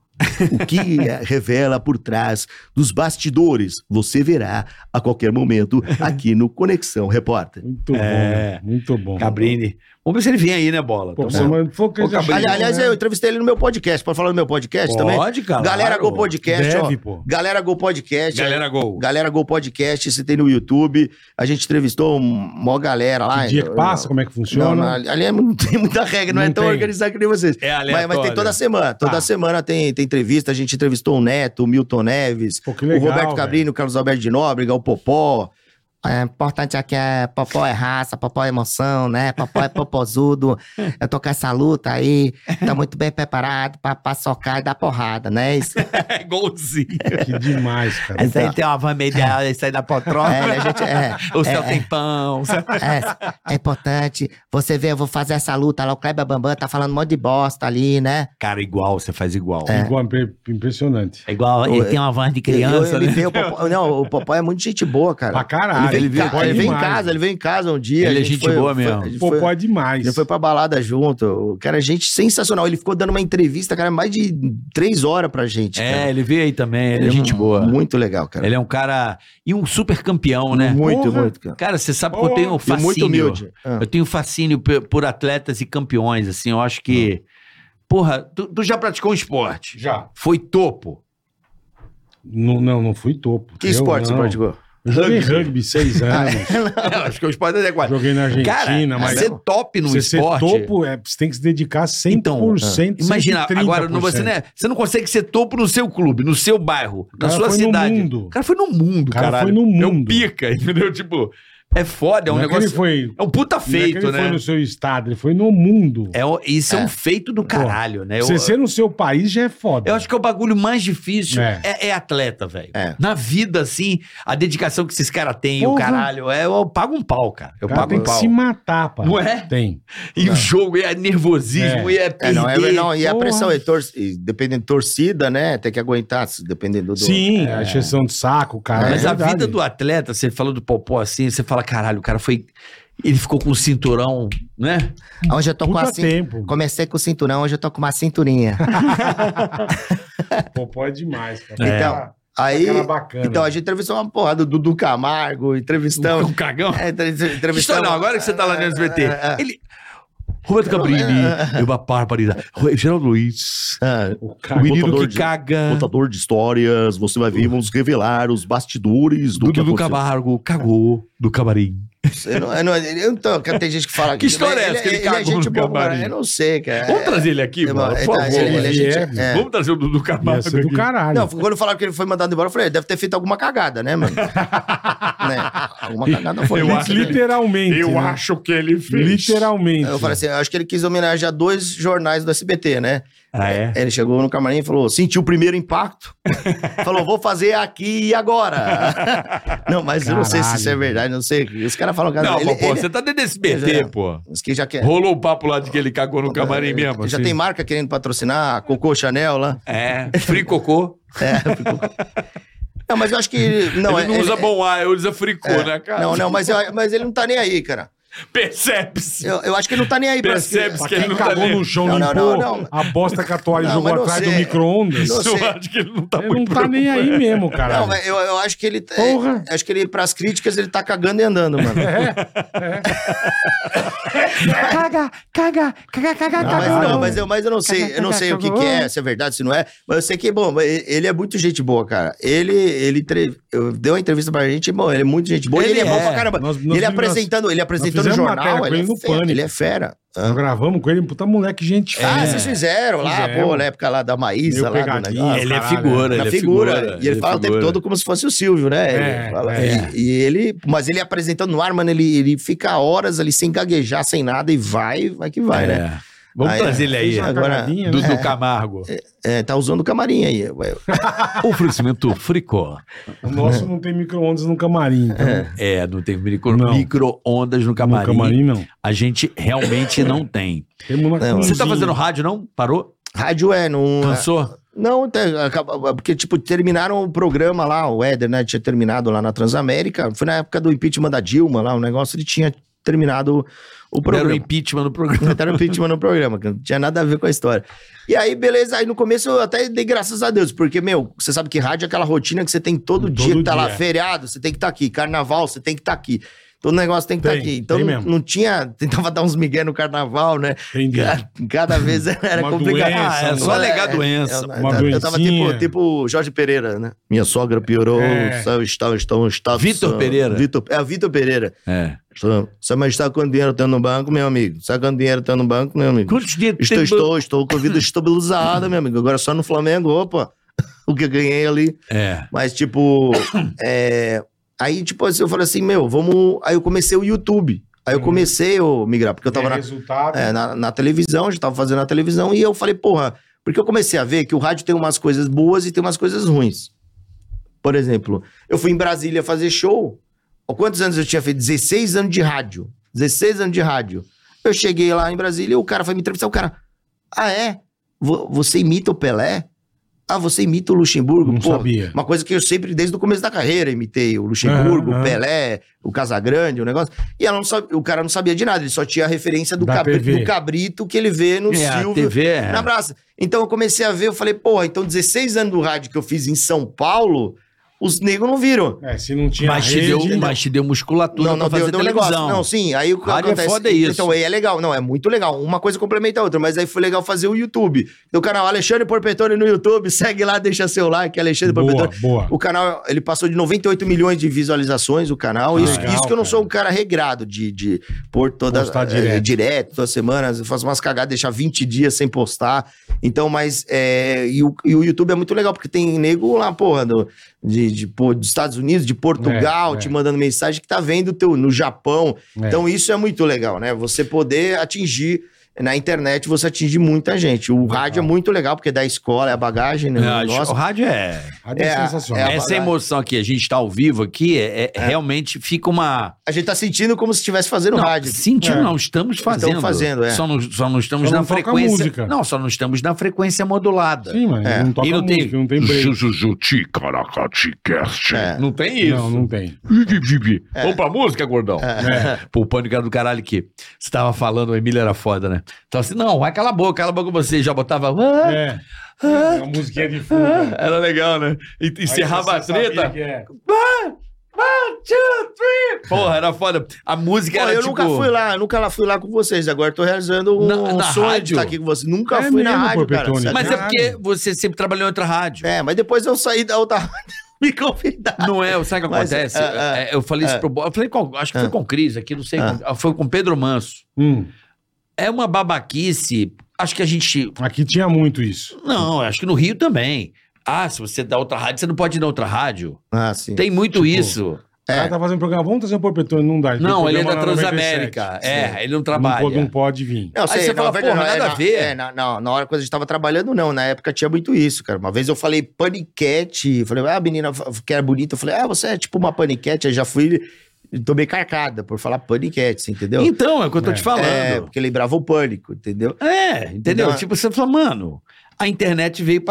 O que revela por trás dos bastidores, você verá a qualquer momento aqui no Conexão Repórter. Muito É. bom, muito bom. Cabrini. Vamos ver se ele vem aí, né, Bola? Pô, Tá você bom. mandou- foi que Ô, ele já Cabrini. chegou, Ali- aliás, né? eu entrevistei ele no meu podcast. Pode falar no meu podcast também? Pode, cara. Galera claro. Go Podcast, Deve, ó. pô. Galera Go Podcast. Galera Gol. Galera Go Podcast, você tem no YouTube. A gente entrevistou uma galera lá. Que dia que passa, como é que Não, funciona? não, ali é- não tem muita regra, não, Não é tão tem. organizado que nem vocês. É Mas, mas tem aleatório. toda semana. Toda Tá. semana tem, tem entrevista. A gente entrevistou o Neto, o Milton Neves, Pô, que legal, o Roberto velho. Cabrini, o Carlos Alberto de Nóbrega, o Popó. É importante aqui é Popó é raça, Popó é emoção, né? Popó é popozudo. Eu tô com essa luta aí, tá muito bem preparado pra, pra socar e dar porrada, né? Isso, É igualzinho. Que demais, cara. Essa aí tem uma van medial, isso aí da poltrona. é, a gente, é, O céu é, tem pão. o céu- é, é importante. Você vê, eu vou fazer essa luta lá, o Kleber Bambam tá falando um monte de bosta ali, né? Cara, igual, você faz igual. É. Igual, impre- impressionante. É igual, ele tem uma voz de Eu- ele veio, o Popó, não, o Popó é muito gente boa, cara. Pra caralho. Ele veio, em ca- Popó é ele veio em demais. casa, ele veio em casa um dia. Ele a é gente foi- boa foi- mesmo. a gente Popó foi- é demais. Ele foi pra balada junto. O cara é gente sensacional. Ele ficou dando uma entrevista, cara, mais de três horas pra gente. É, cara. ele veio aí também, ele é Ele gente boa. Muito legal, cara. Ele é um cara. E um super campeão, né? Muito, Porra. muito, cara. Cara, você sabe que eu tenho um E fascínio. muito humilde. Ah. Eu tenho fascínio por, por atletas e campeões, assim. Eu acho que. Porra, tu, tu já praticou um esporte? Já. Foi topo. Não, não, não fui topo. Que Eu esporte você não. praticou? Eu joguei rugby seis anos. Eu acho que é um esporte adequado. Joguei na Argentina, Cara, mas ser top no você esporte. ser topo, é, você tem que se dedicar cem por cento. Então, imagina, cento e trinta agora por não, você, cento. não é- você não consegue ser topo no seu clube, no seu bairro, na cara sua foi no cidade. mundo. O cara foi no mundo, O cara caralho. foi no É um mundo. pica, entendeu? Tipo, é foda, é um Não é que negócio. ele foi, É um puta não é que ele feito, foi né? no seu estado, ele foi no mundo. É, o- isso é. É. um feito do caralho, né? Eu, Você ser no seu país já é foda. eu acho que é o bagulho mais difícil É. é, é atleta, velho. É. Na vida, assim, a dedicação que esses caras têm, o Porra. caralho, é, eu pago um pau, cara. Eu O cara pago tem um que pau. se matar, pá. Não é? Tem. E o jogo, e é nervosismo, É. e é É, perder. não, é, não, e a Porra. pressão, e tor e dependendo de torcida, né? Tem que aguentar, se- dependendo do. Sim, a exceção de saco, cara. Mas é a verdade. vida do atleta, você falou do Popó assim, você fala, caralho, o cara foi... Ele ficou com o cinturão, né? Hoje eu tô com Puta a cin- tempo. Comecei com o cinturão, hoje eu tô com uma cinturinha. Popó é demais, cara. É. Então, aí. Cara bacana. Então, a gente entrevistou uma porrada do Dudu Camargo, entrevistamos. Um cagão. É, entre- Que entrevistamos. história, não, agora que você tá lá no S B T. É, é, é. Ele... Roberto Cabrini, é uma barbaridade. Geraldo Luiz, Ah, O o cara, menino contador que de- caga. contador de histórias, você vai ver, vamos revelar os bastidores do Do que Dudu aconteceu. Camargo, cagou do camarim. Eu não, eu não, eu não, cara, tem gente que fala Que história é ele- essa que ele ele, cagou é gente no boa, camarim? cara, eu não sei, cara. Vamos trazer ele aqui, É, mano, é, por tá, favor. ele- ele é gente- Ele é. Vamos trazer o Dudu ia Camargo ser do aqui. caralho. Não, quando falaram que ele foi mandado embora, eu falei, deve ter feito alguma cagada, né, mano? né? Alguma cagada foi. Eu né? acho que ele- Literalmente. Eu né? acho que ele fez. Literalmente. Eu falei assim, eu acho que ele quis homenagear dois jornais do S B T, né? Ah, é? Ele chegou no camarim e falou, sentiu o primeiro impacto. falou, vou fazer aqui e agora. não, mas eu não sei se isso é Caralho. verdade, não sei. Os caras falam... Cara, Não, ele, pô, ele- você tá dentro desse B T, É. pô. Os que já quer... Rolou o papo lá de que ele cagou no camarim mesmo. Já assim. tem marca querendo patrocinar, a Cocô Chanel lá. É, free cocô. É, ficou- Não, mas eu acho que... Não, ele não é- usa é- bom ar, ele usa fricô, é. né, cara? Não, não, mas, eu- mas ele não tá nem aí, cara. Percebe-se. Eu, eu acho que ele não tá nem aí pra... Percebe-se Pra que ele quem não tá cagou nem- no chão, Não, não, limpou não, não. a bosta com a toalha e Não, jogou mas não atrás sei. do micro-ondas. Não sei. Eu acho que ele não tá Ele não muito tá nem aí mesmo, Não, caralho. mas eu, eu acho que ele... Porra. é, acho que ele, pras críticas, ele tá cagando e andando, mano. Caga, caga, caga, caga, Não, mas, caga. não, mas, eu, mas eu não sei, eu não sei o que, que é, se é verdade, se não é. Mas eu sei que, bom, ele é muito gente boa, cara. Ele, ele tre- eu, deu uma entrevista pra gente, bom, ele é muito gente boa. e Ele, Ele é, bom é. pra caramba. Nós- nós ele vimos- apresentando, ele apresentando o fizemos matéria jornal, com ele, ele é no fera, Pânico. ele é fera. Nós gravamos com ele, puta moleque, gente. Ah, fina. vocês fizeram lá, Fizemos. pô, na época lá da Maísa, Meio lá do pegadinha, negócio. Ele é caralho, figura, Na ele é figura. figura. E ele fala o tempo figura. todo como se fosse o Silvio, né? É, Ele fala- é. E, e ele, mas ele apresentando no ar, mano, ele, ele fica horas ali sem gaguejar, sem nada, e vai, vai que vai, né? É. Vamos Aí, trazer ele aí. Fez uma agora, cagadinha, Dudu né? Camargo. É, tá usando o camarim aí. ué. Oferecimento Fricó. O nosso não tem micro-ondas no camarim. Então, É, não tem micro- Não. micro-ondas no no camarim. camarim, não. A gente realmente não tem. Temos uma Não. Você tá cozinha. fazendo rádio, não? Parou? Rádio é, não. Cansou? Não, te- acaba- porque, tipo, terminaram o programa lá, o Éder, né? Tinha terminado lá na Transamérica. Foi na época do impeachment da Dilma lá, o negócio, ele tinha terminado o Era o programa. impeachment no programa. Era o impeachment no programa, que não tinha nada a ver com a história. E aí, beleza, aí no começo eu até dei graças a Deus, porque, meu, você sabe que rádio é aquela rotina que você tem todo, Todo dia que tá lá, dia. feriado, você tem que estar aqui, carnaval, você tem que estar aqui. Todo negócio tem que estar Tem, aqui. Então tem não, mesmo. não tinha. Tentava dar uns migué no carnaval, né? Entendi. Cada, cada vez era Uma complicado. doença, Ah, é só alegar doença. Eu, Uma eu, eu tava tipo, doencinha. tipo Jorge Pereira, né? Minha sogra piorou, É. está, está, está, está, Vitor Pereira. Vitor, é, Vitor Pereira. É. Você mas está com dinheiro tendo no banco, meu amigo? Sabe quanto dinheiro tem no banco, meu amigo? Quantos dias Estou, tem- estou, estou com a vida estabilizada, meu amigo. Agora só no Flamengo, opa, o que eu ganhei ali. É. Mas, tipo, é, aí, tipo, assim, eu falei assim, meu, vamos. Aí eu comecei o YouTube. Aí eu comecei a migrar, porque eu tava É na, resultado. é, na, na televisão, já tava fazendo na televisão, e eu falei, porra, porque eu comecei a ver que o rádio tem umas coisas boas e tem umas coisas ruins. Por exemplo, eu fui em Brasília fazer show. Há quantos anos eu tinha feito? dezesseis anos de rádio. dezesseis anos de rádio. Eu cheguei lá em Brasília e o cara foi me entrevistar. O cara, ah, é? Vo- Você imita o Pelé? Ah, você imita o Luxemburgo? Não Pô, sabia. uma coisa que eu sempre, desde o começo da carreira, imitei o Luxemburgo, Aham, o aham. Pelé, o Casagrande, o negócio. E ela não sabe- o cara não sabia de nada, ele só tinha a referência do, Da cabri- T V. do cabrito que ele vê no É, a Silvio, T V é. na praça. Então eu comecei a ver, eu falei, porra, então dezesseis anos do rádio que eu fiz em São Paulo, os negros não viram. É, se não tinha Mas te, rede... deu, mas te deu musculatura Não, não pra deu, fazer deu televisão. negócio. Não, sim, aí o que Rádio é acontece... foda isso. Então, aí é legal. Não, é muito legal. Uma coisa complementa a outra, mas aí foi legal fazer o YouTube. Do canal Alexandre Porpetone no YouTube, segue lá, deixa seu like, Alexandre Boa, Porpetone. boa. O canal, ele passou de noventa e oito milhões de visualizações, o canal. Ah, isso, legal, isso que eu não cara. sou um cara regrado de, de pôr toda... Postar eh, direto. direto, todas as semanas. Eu faço umas cagadas, deixar vinte dias sem postar. Então, mas... é, e, o, e o YouTube é muito legal, porque tem nego lá, porra, do, de, de, pô, dos Estados Unidos, de Portugal, É, te é. mandando mensagem que tá vendo teu, no Japão. É. Então, isso é muito legal, né? Você poder atingir... Na internet você atinge muita gente. O rádio é muito legal, porque da escola é a bagagem, né? É, Nossa, o rádio é... Rádio é, É, sensacional. é a Essa bagagem. emoção aqui, a gente tá ao vivo aqui, é, é- realmente fica uma... a gente tá sentindo como se estivesse fazendo Não, rádio. sentindo É. não, estamos fazendo. fazendo, é. Só não, só não estamos Só na não toca frequência... música. Não, só não estamos na frequência modulada. Sim, mas É. não toca E não tem- música, não tem break. Jujuti, Caracaticast. É. Não tem isso. Não, não tem. Vamos pra música, gordão? É. Pô, o pânico era do caralho que você tava falando, o Emílio era foda, né? Então assim, não, vai cala a boca, cala a boca você. Já botava... "Ah", É. É uma musiquinha de fundo. né? Era legal, né? E e encerrava a Aí você sabia treta. que é. One, two, three. Porra, era foda. A música Pô, era eu tipo... nunca fui lá, eu nunca lá fui lá com vocês. Agora eu tô realizando um, Na- um na sonho de rádio? estar aqui com vocês. Nunca É fui na mesmo, rádio, cara. Porpetone. Sabe? Mas é Caralho. porque você sempre trabalhou em outra rádio. É, mas depois eu saí da outra rádio me convidar. Não é, sabe o que Mas, acontece? é, é, É, eu falei isso é. pro Bo- eu falei com, acho que foi É. com o Cris aqui, não sei, É. com- foi com o Pedro Manso. Hum, É uma babaquice, acho que a gente, aqui tinha muito isso. não, acho que no Rio também. Ah, se você dá outra rádio, você não pode ir na outra rádio. Ah, sim. Tem muito isso. O cara tá fazendo programa, vamos trazer o Porpetone, não dá. tem Não, ele é programa da na Transamérica. noventa e sete. É, ele não Não trabalha. pode, não pode vir. Não, Aí sei, você na fala, verdade, porra, não, é nada na- a ver. É, na, na, na hora que a gente tava trabalhando, não. Na época tinha muito isso, cara. Uma vez eu falei paniquete. Falei, ah, a menina que era bonita. Eu falei, ah, você é tipo uma paniquete. Aí já fui, tomei carcada por falar paniquete, você entendeu? Então, é o que eu tô É. te falando. É, porque lembrava o pânico, entendeu? É, entendeu? Então- Tipo, você fala, mano, a internet veio pra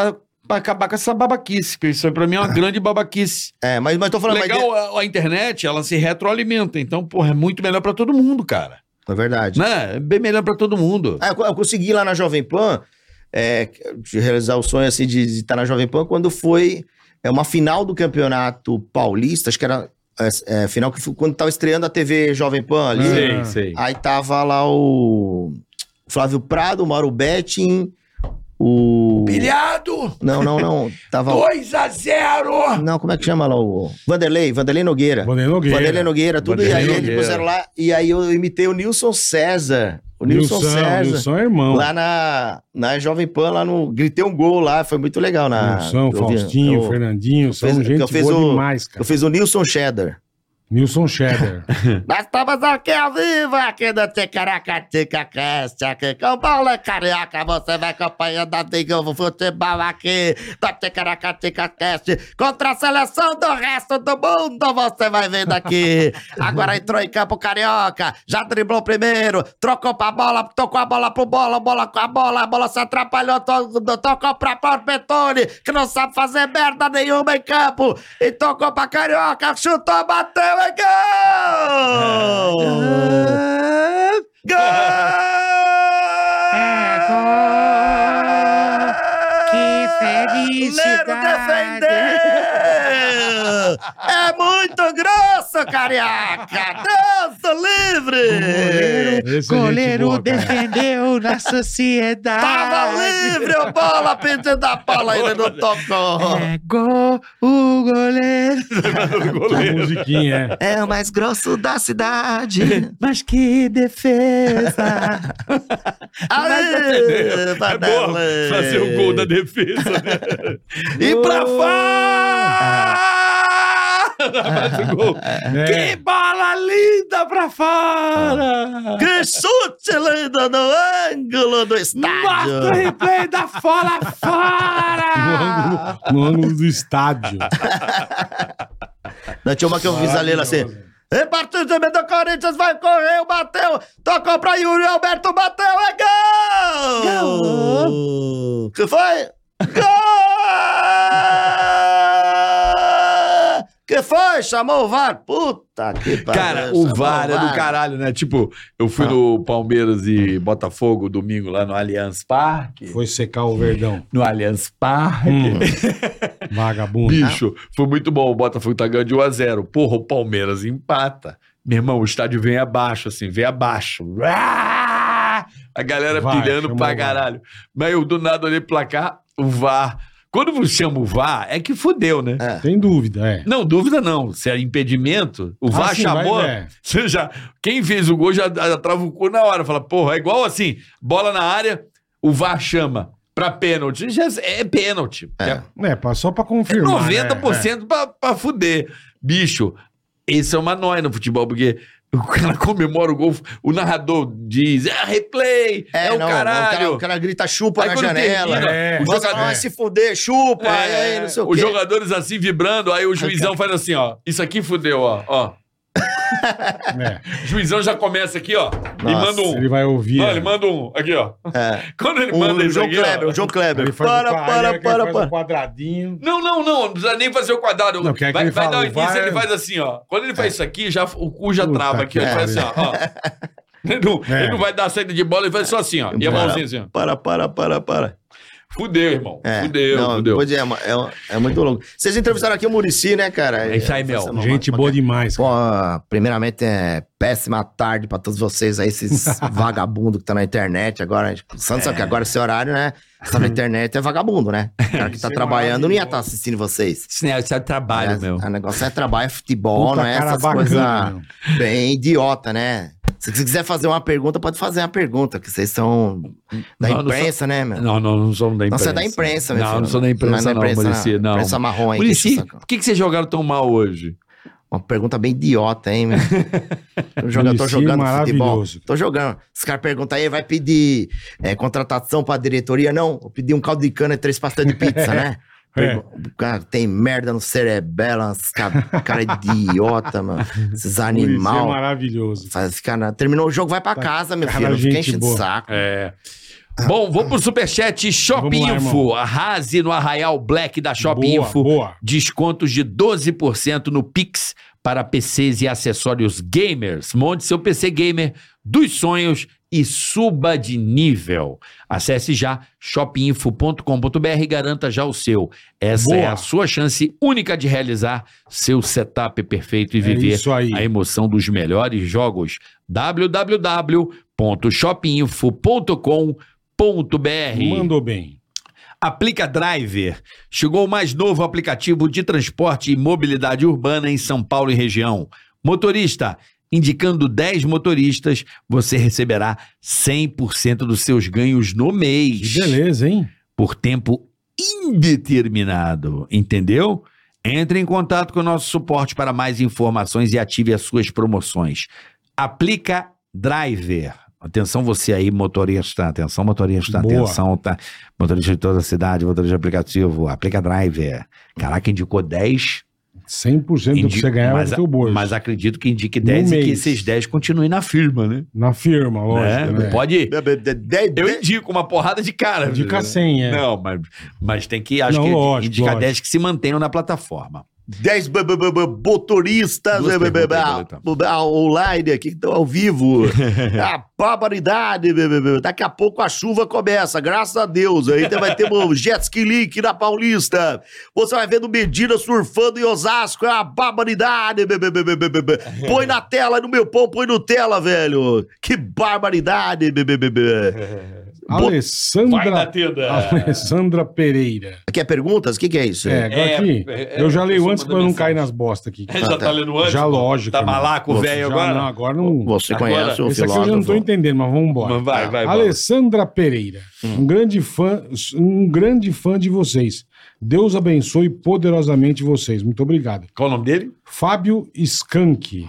pra acabar com essa babaquice, que isso pra mim é uma grande babaquice. É, mas, mas tô falando... Legal, mas... a, a internet, ela se retroalimenta, então, porra, é muito melhor pra todo mundo, cara. É verdade. Né? É bem melhor pra todo mundo. Ah, eu, eu consegui lá na Jovem Pan, é, de realizar o sonho, assim, de estar na Jovem Pan, quando foi é, uma final do Campeonato Paulista, acho que era... É, é, final que foi quando tava estreando a T V Jovem Pan ali. Sei, sei. Aí tava lá o Flávio Prado, o Mauro Betting, o... Pilhado! Não, não, não. Tava... dois a zero! Não, como é que chama lá o... Vanderlei, Vanderlei Nogueira. Vanderlei Nogueira. Vanderlei Nogueira, tudo. Vanderlei e aí Nogueira. eles puseram lá, e aí eu imitei o Nilson César. O Nilson, Nilson César. Nilson é irmão. Lá na, na Jovem Pan, lá no... Gritei um gol lá, foi muito legal. Na, Nilson, eu vi- Faustinho, eu- Fernandinho, são fiz- gente eu fiz boa o- demais, cara. Eu fiz o Nilson Cheddar. Nilson Cheddar. Nós estamos aqui ao vivo, aqui no Ticaracatica Cast, aqui com Bola Carioca, você vai acompanhando a Digão do Futebol aqui no Ticaracatica Cast, contra a seleção do resto do mundo, você vai vendo aqui. Agora entrou em campo Carioca, já driblou primeiro, trocou pra bola, tocou a bola pro bola, bola com a bola, a bola se atrapalhou, to, tocou pra Paulo Petone, que não sabe fazer merda nenhuma em campo, e tocou pra Carioca, chutou, bateu, é gol! Gol! É gol! Que Goleiro felicidade! defendeu! É muito grosso, Carioca! Deus do livre! Esse é gente Goleiro boa, cara. defendeu na sociedade. Tava livre o bola, pedindo a bola, ainda não tocou. É gol, o goleiro. A musiquinha, é. É o mais grosso da cidade. Mas que defesa! Aê, É bom fazer o gol da defesa, né? E pra fora! Faz o gol. É. Que bola linda pra fora! Que chute lindo no ângulo do Mostra o estádio. replay da bola No fora! ângulo, no ângulo do estádio. Não, tinha uma que eu fiz ali assim. E partiu do meio do Corinthians, vai correr, bateu, tocou pra Yuri Alberto, bateu, é gol! Que foi? Gol! Que foi? Chamou o V A R? Puta que pariu. Cara, o chamou V A R é do caralho, né? Tipo, eu fui no Palmeiras e Botafogo domingo lá no Allianz Parque. Foi secar o Verdão. No Allianz Parque. Hum. Vagabundo. Bicho, foi muito bom. O Botafogo tá ganhando de um a zero. Porra, o Palmeiras empata. Meu irmão, o estádio vem abaixo, assim, vem abaixo. Ah! A galera Vai, pilhando chamou pra o V A R. caralho. Mas eu do nada olhei pro placar, o V A R. Quando você chama o V A R, é que fudeu, né? Sem dúvida, é. Não, dúvida não. Se é impedimento, o V A R Ah, sim, chamou. vai, é. Você já, quem fez o gol já trava o cu na hora. Fala, porra, é igual assim: bola na área, o V A R chama pra pênalti. Já é pênalti. É, É, pra- só pra é confirmar. noventa por né? cento pra, pra fuder. Bicho, esse é uma nóia no futebol, porque o cara comemora o gol, o narrador diz, é replay, é, o não, caralho. O cara, o cara grita chupa Aí na quando janela. termina, É. o Você jogador- vai se fuder, chupa, É, e aí não sei o os quê. jogadores assim vibrando, aí o juizão faz assim, ó. Isso aqui fudeu, ó. ó. É. O juizão já começa aqui, ó. e Nossa, manda um. Ele vai ouvir. Não, é. ele manda um. Aqui, ó. É. Quando ele O, manda o isso João aqui, Kleber, ó. o João Kleber. Ele faz Para, o, para, aí ele para, faz para. um quadradinho. Não, não, não. Não precisa nem fazer o quadrado. Não, que é que vai ele vai fala, dar o o início, V A R ele faz assim, ó. Quando ele faz isso aqui, já, o cu já Puta trava aqui, ó. Ele que faz assim, ó. ó. Ele não, É. ele não vai dar a saída de bola, ele faz só assim, ó. E a Para, mãozinha assim, ó. Para, para, para, para. Fudeu, irmão. É, Fudeu, não, fudeu. Pois é, é, é muito longo. Vocês entrevistaram aqui o Muricy, né, cara? É isso aí, Mel. Essa- Gente uma- boa demais, Pô, cara. primeiramente, é péssima tarde pra todos vocês aí, esses vagabundos que tá na internet agora. Tipo, o Santos sabe que agora esse horário, né? Você tá na internet é vagabundo, né? O cara que tá Isso é trabalhando não ia estar maravilhoso. assistindo vocês. Isso não é, isso é trabalho, É, meu. O negócio é trabalho, é futebol, Puta não é cara essas bacana, coisas meu. bem idiota, né? Se você quiser fazer uma pergunta, pode fazer uma pergunta, que vocês são da Não, não imprensa, né, meu? Não, não, não somos da Não, imprensa. você é da imprensa, meu Não, filho. não sou da Não é imprensa, da não, imprensa, Muricy, não. Imprensa marrom aí. Muricy, deixa eu sacar. por que, que vocês jogaram tão mal hoje? Uma pergunta bem idiota, hein, meu? Eu jogo- eu tô Muricy jogando futebol. maravilhoso. Tô jogando. Os caras perguntam aí, vai pedir é, contratação pra diretoria? Não, vou pedir um caldo de cana e três pastas de pizza, né? É. Pergu- O cara tem merda no cerebelo, uns ca- cara idiota, mano. Esses Muricy é animal. maravilhoso. Faz ficar na... Terminou o jogo, vai pra casa, meu cara, filho. Não fica gente enchendo boa. o saco. É. Bom, vou pro superchat Shopping Vamos lá, Info. Arrase no Arraial Black da Shopping Boa, Info. boa. Descontos de doze por cento no Pix para P Cs e acessórios gamers. Monte seu P C gamer dos sonhos e suba de nível. Acesse já shopping info ponto com ponto b r e garanta já o seu. Essa Boa. é a sua chance única de realizar seu setup perfeito e É viver isso aí. a emoção dos melhores jogos. w w w ponto shopping info ponto com ponto b r. Mandou bem. Aplica Driver. Chegou o mais novo aplicativo de transporte e mobilidade urbana em São Paulo e região. Motorista, indicando dez motoristas, você receberá cem por cento dos seus ganhos no mês. Que beleza, hein? Por tempo indeterminado. Entendeu? Entre em contato com o nosso suporte para mais informações e ative as suas promoções. Aplica Driver. Atenção você aí, motorista. Atenção, motorista. Boa. Atenção, tá? Motorista de toda a cidade, motorista de aplicativo. Aplica Driver. Caraca, indicou dez. cem por cento do que Indi- você ganhava mas, do teu bolso. mas acredito que indique dez e mês. que esses dez continuem na firma, né? Na firma, lógico, Né? né? Pode... dez, Eu indico uma porrada de cara. Indica né? cem, é. Não, mas, mas tem que, acho Não, que lógico, indicar lógico. dez que se mantenham na plataforma. dez b- b- b- b- motoristas Duas b- b- b- perguntas aí, Boletar. ah, online aqui que estão ao vivo. A barbaridade. b- b- b- Daqui a pouco a chuva começa, graças a Deus. Aí vai ter um jet ski link na Paulista. Você vai vendo Medina surfando em Osasco. É uma barbaridade. b- b- b- b- b- b- Põe na tela, no meu pão, põe no tela, velho. Que barbaridade. b- b- b- b- Vai na Alessandra, tenda. Alessandra Pereira. Quer perguntas? O que, que é isso? É, agora É, aqui, é, eu já é, leio pessoa antes pra manda eu não mensagem. cair nas bosta aqui. Já tá lendo antes? Já, lógico. Tá irmão. malaco Você velho Já agora? não, agora não. Você Agora, conhece o Esse aqui eu já não tô filósofo? entendendo, mas vamos embora. Mas vai, vai, vai. Alessandra Pereira, um grande fã, um grande fã de vocês. Deus abençoe poderosamente vocês. Muito obrigado. Qual o nome dele? Fábio Skank.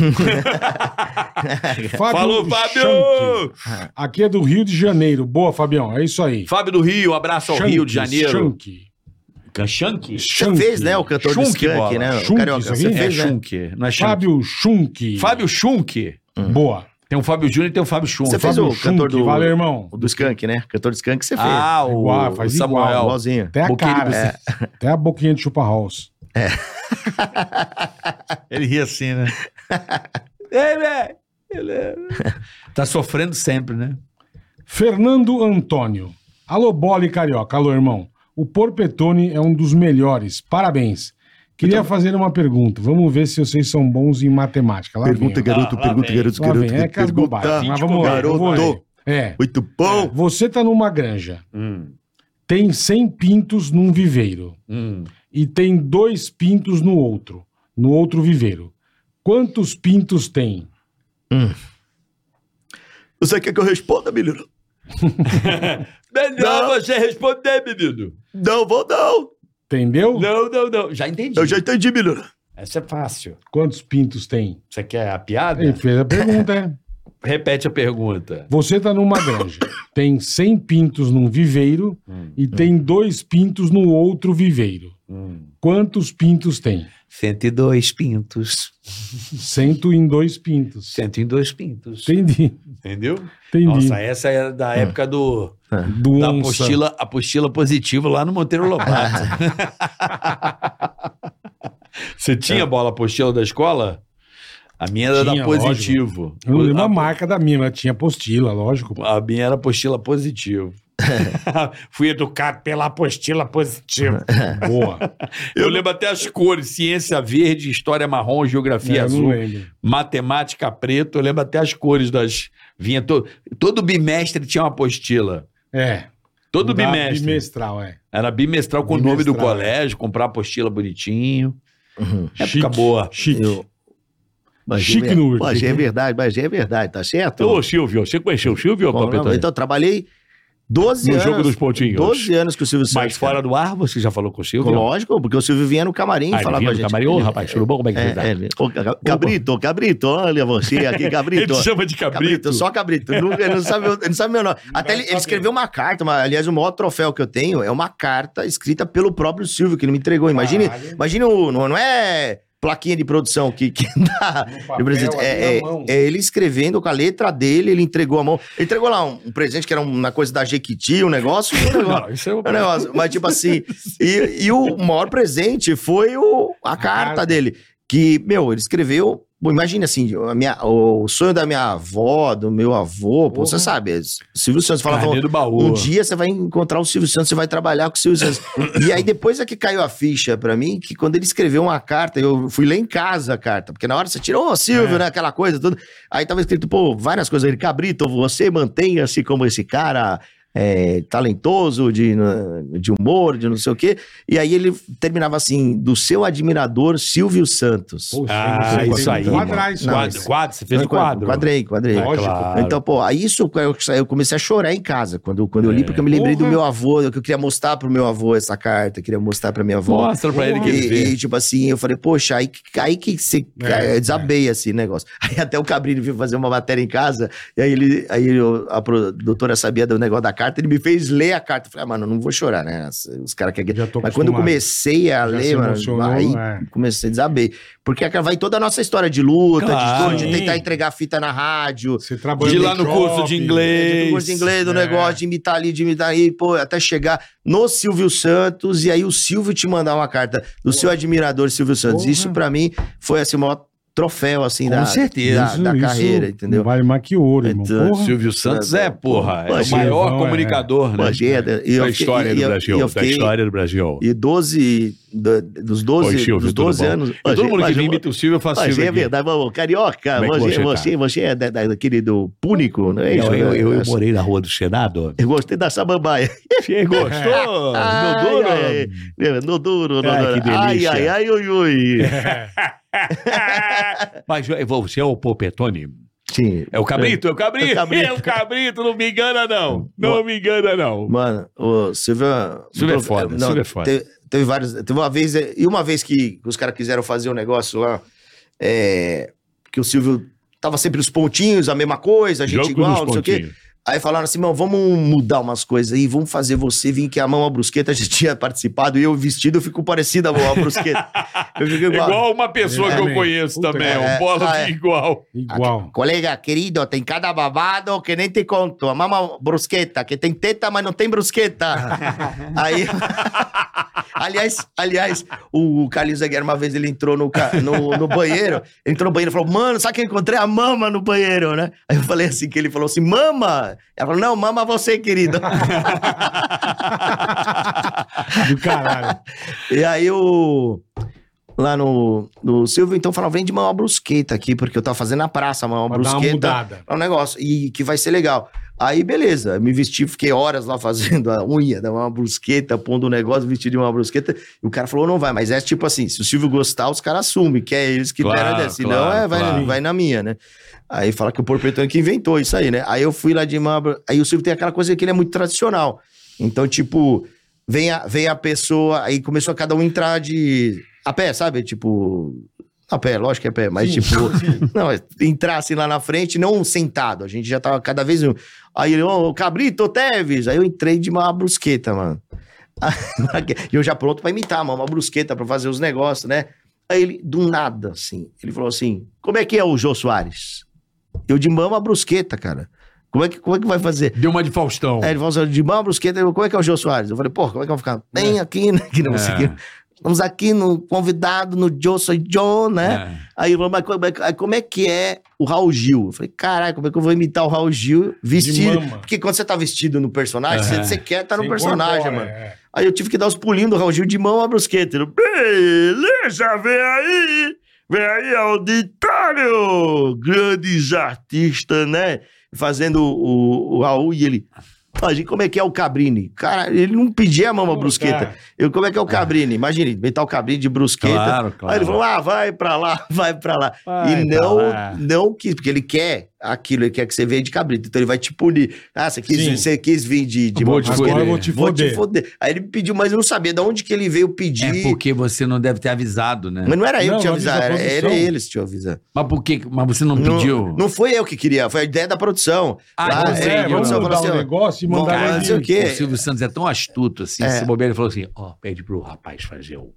Fábio Falou, Fábio! Skank. Aqui é do Rio de Janeiro. Boa, Fabião. É isso aí. Fábio do Rio, um abraço ao Shank, Rio de Janeiro. Shank. Shank? Você fez, né? O cantor do Shunk, Skank, bola. né? O Shunk, Carioca. isso aqui? Você É fez, né? Shunk, não é Shunk. Fábio Schunk. Fábio Schunk. Boa. Tem o Fábio Júnior e tem o Fábio Schunk. Você fez Fábio o cantor Schunk. do... Valeu, irmão. O do Skank, né? Cantor do Skank você fez. Ah, o, Igual, faz o Samuel. igual, Igualzinho. Até a Boquinha de cara. buceta. É. Até a boquinha de chupa house. Ele ri assim, né? Ei, velho. Ele é- Tá sofrendo sempre, né? Fernando Antônio. Alô, bola e carioca. Alô, irmão. O Porpetone é um dos melhores. Parabéns. Queria fazer uma pergunta. Vamos ver se vocês são bons em matemática. Lá Pergunta, vem, ó. garoto, lá pergunta, vem. garoto, Lá garoto. vem. É aquelas pergunta. bobagens. Mas vamos lá. eu vou ler. Garoto. É. Muito bom. Você tá numa granja. Hum, Tem cem pintos num viveiro. hum. E tem dois pintos no outro. No outro viveiro. Quantos pintos tem? Você quer que eu responda, menino? Melhor Não. você responder, menino. Não vou, não. Entendeu? Não, não, não. Já entendi. Eu já entendi, menino. Essa é fácil. Quantos pintos tem? Você quer a piada? Ele fez a pergunta, é. Repete a pergunta. Você tá numa granja. Tem cem pintos num viveiro e tem dois pintos no outro viveiro. Quantos pintos tem? cento e dois pintos. Cento em dois pintos. cento e dois pintos. Entendi. Entendeu? Entendi. Nossa, essa é da época do... Do Da onça. apostila, apostila positiva lá no Monteiro Lobato. Você tinha bola apostila da escola? A minha era Tinha, da positivo. Eu não lembro a a, marca da minha, mas tinha apostila, lógico. a minha era apostila positivo. Fui educado pela apostila positiva. Boa. Eu lembro até as cores: ciência verde, história marrom, geografia É, eu azul, não lembro. matemática preto. Eu lembro até as cores das. Vinha to... Todo bimestre tinha uma apostila. É. Todo Mudava bimestre. Bimestral, é. Era bimestral com o nome do Bimestral, colégio, comprar apostila bonitinho. Época Chique. boa. Chique. Eu- Mas Chique é, no mas é verdade, mas é verdade, tá certo? Ô, Silvio, você conheceu o Silvio, Bom, não, Papetão? então, eu trabalhei doze No anos. jogo dos pontinhos. doze anos que o Silvio Mas Santos. fora do ar, você já falou com o Silvio? Lógico, porque o Silvio vinha no camarim Ah, ele falar vinha com a no gente. camarim? Ô, rapaz, tudo bom? Como é que É, você tá? é, ô, ca- cabrito, cabrito, olha você aqui, cabrito. Ele chama de cabrito. Só cabrito. Ele não, ele não sabe, ele não sabe meu nome. Até ele, ele escreveu uma carta, uma- aliás, o maior troféu que eu tenho é uma carta escrita pelo próprio Silvio, que ele me entregou. Imagine, imagine o, não, não é plaquinha de produção que, que dá papel de presente. ali É, na mão. é, é ele escrevendo com a letra dele, ele entregou a mão. Ele entregou lá um, um presente que era uma coisa da Jequiti, um negócio. Um negócio, Não, isso é o- um negócio. Mas, tipo assim, e, e o maior presente foi o, a, carta, carta. dele. Que, meu, ele escreveu. Bom, imagina assim, a minha, o sonho da minha avó, do meu avô, pô, Porra. você sabe, o Silvio Santos falava. Carne do baú. Um dia você vai encontrar o Silvio Santos, você vai trabalhar com o Silvio Santos. E aí depois é que caiu a ficha pra mim, que quando ele escreveu uma carta, eu fui ler em casa a carta, porque na hora você tirou, ô Silvio, É. né, aquela coisa, tudo. Aí tava escrito, pô, várias coisas. Ele, Cabrito, você mantenha-se como esse cara é, talentoso, de, de humor, de não sei o quê. E aí ele terminava assim, do seu admirador Silvio Santos. Poxa, Ah, você isso tem aí, que quadrar isso. Não, aí. Quadro, quadro, você fez o quadro. Quadrei, quadrei. Lógico. claro. Então, pô, aí isso eu, eu comecei a chorar em casa quando, quando eu li, porque eu me lembrei Porra. do meu avô, que eu queria mostrar pro meu avô essa carta, eu queria mostrar pra minha avó. Mostra pra ele que ele E, vê. e, tipo assim, eu falei, poxa, aí, que- aí que se É, eu desabei assim, negócio. Aí até o Cabrini veio fazer uma matéria em casa, e aí ele, aí eu- a produtora sabia do negócio da carta, ele me fez ler a carta. Eu falei, ah, mano, não vou chorar, né? Os caras querem. Já tô Mas quando eu acostumado. comecei a Já se ler, mano, emocionou, aí é. comecei a desabei. Porque aquela- vai toda a nossa história de luta, Claro. de, de tentar entregar fita na rádio, Você trabalha De ir no lá no shopping. curso de é, inglês. do curso de inglês, do É. negócio, de imitar ali, de imitar aí, pô, até chegar no Silvio Santos, e aí o Silvio te mandar uma carta do seu admirador Silvio Santos. Porra. Isso pra mim foi assim, o maior troféu, assim, Com da, certeza. da, Isso- da isso carreira, entendeu? Vale mais que ouro, irmão. Então, Porra. Silvio Santos é, porra, é o Imagina, maior não, é. comunicador, né? Imagina, e eu Da fiquei- história e do eu- Brasil. e eu Da fiquei- história do Brasil. E doze, do- dos doze, Oi, Silvio, dos tudo doze bom? anos... E todo mundo que Imagina, imita o Silvio, eu faço Mas Silvio é aqui. verdade, vamos, carioca, Como é que você, você você, tá? você é da- da- daquele do Púnico, não é isso? Eu, eu, eu, eu Eu, morei na Rua do Senado. eu gostei da samambaia. Você gostou? Ai, No duro? ai, ai, no duro, no Ai, duro. que delícia. Ai, ai, ai, ui, ui. Mas você é o Popetone? Sim. É o Cabrito, é o Cabrito. É o Cabrito. É o Cabrito, não me engana, não. Não me engana, não. Mano, o Silvio... Silvio é foda, Não, Silvio é foda. Teve, teve vários... Teve uma vez... E uma vez que os caras quiseram fazer um negócio lá, é, que o Silvio tava sempre os pontinhos, a mesma coisa, a gente Jogo igual, nos não sei o quê. pontinhos. Aí falaram assim, mano, vamos mudar umas coisas aí, vamos fazer você vir que a mão a brusqueta já tinha participado e eu vestido eu fico parecido a mão a brusqueta. Eu fico igual. Igual uma pessoa É, que eu também. conheço Puta, também. é, O Bola ah, é. fica igual. Igual. Colega querido, tem cada babado que nem te conto. A mama brusqueta, que tem teta, mas não tem brusqueta. Aí... aliás, aliás, o Carlinhos Aguiar, uma vez ele entrou no, ca- no, no banheiro, entrou no banheiro e falou, mano, sabe que eu encontrei a mama no banheiro, né? Aí eu falei assim, que ele falou assim, mama? Ela falou, não, mama você, querido. Do caralho. E aí o... Lá no, no Silvio, então, falou, vem de uma brusqueta aqui, porque eu tava fazendo na praça, uma Pra dar uma brusqueta. mudada. É um negócio, e que vai ser legal. Aí, beleza, me vesti, fiquei horas lá fazendo a unha, dava uma brusqueta, pondo um negócio, vestido de uma brusqueta, e o cara falou, não vai, mas é tipo assim, se o Silvio gostar, os caras assumem, que é eles que Claro, deram a ideia, senão claro, é, vai, claro. vai na minha, né? Aí fala que o Porpetone que inventou isso aí, né? Aí eu fui lá de uma... Aí o Silvio tem aquela coisa que ele é muito tradicional, então, tipo, vem a, vem a pessoa, aí começou a cada um entrar de... a pé, sabe? Tipo... A pé, lógico que é pé, mas Sim, tipo... sim. Não, entrasse lá na frente, não sentado. A gente já tava cada vez... um. Aí ele, ô, Cabrito, Teves. Aí eu entrei de uma brusqueta, mano. E eu já pronto pra imitar, mano, uma brusqueta pra fazer os negócios, né? Aí ele, do nada, assim, ele falou assim, como é que é o Jô Soares? Eu de mama brusqueta, cara. Como é que, como é que vai fazer? Deu uma de Faustão. Aí ele falou assim, de mama brusqueta, eu, como é que é o Jô Soares? Eu falei, pô, como é que eu vou ficar? Bem aqui, né? Que não sei o quê. Estamos aqui no convidado, no Joe Soy John, né? É. Aí ele falou, mas como é, que- como é que é o Raul Gil? Eu falei, caralho, como é que eu vou imitar o Raul Gil vestido? mama. Porque quando você tá vestido no personagem, você, Aham. você quer estar no Você personagem, incorpora, mano. é. Aí eu tive que dar os pulinhos do Raul Gil de mão à brusqueta. Ele, beleza, vem aí! Vem aí, auditório! Grandes artistas, né? Fazendo o, o Raul e ele... "Ah, gente, como é que é o Cabrini? Cara, ele não pedia a mão à Pô, brusqueta. cara. Eu, como é que é o Cabrini? Imagine, imitar o Cabrini de brusqueta. Claro, claro. Aí ele falou, ah, vai pra lá, vai pra lá. Vai e pra não, lá. não quis, porque ele quer aquilo, ele quer que você venha de cabrito. Então ele vai te punir. Ah, você Sim. quis, você quis vir de, de Vou mão te brusqueta. Agora eu vou te Vou te foder. foder. Aí ele pediu, mas eu não sabia de onde que ele veio pedir. É porque você não deve ter avisado, né? Mas não era eu Não, que tinha não avisa avisado, a era, era produção. eles que tinham avisado. Mas por que? Mas você não pediu? Não, não foi eu que queria, foi a ideia da produção. Ah, Lá, então É, você a vamos produção mudar falou o assim, ó, negócio e vamos mandar lá, ele... não sei o quê. O Silvio Santos é tão astuto assim. É. Se bobear, ele falou assim: Ó, pede pro rapaz fazer o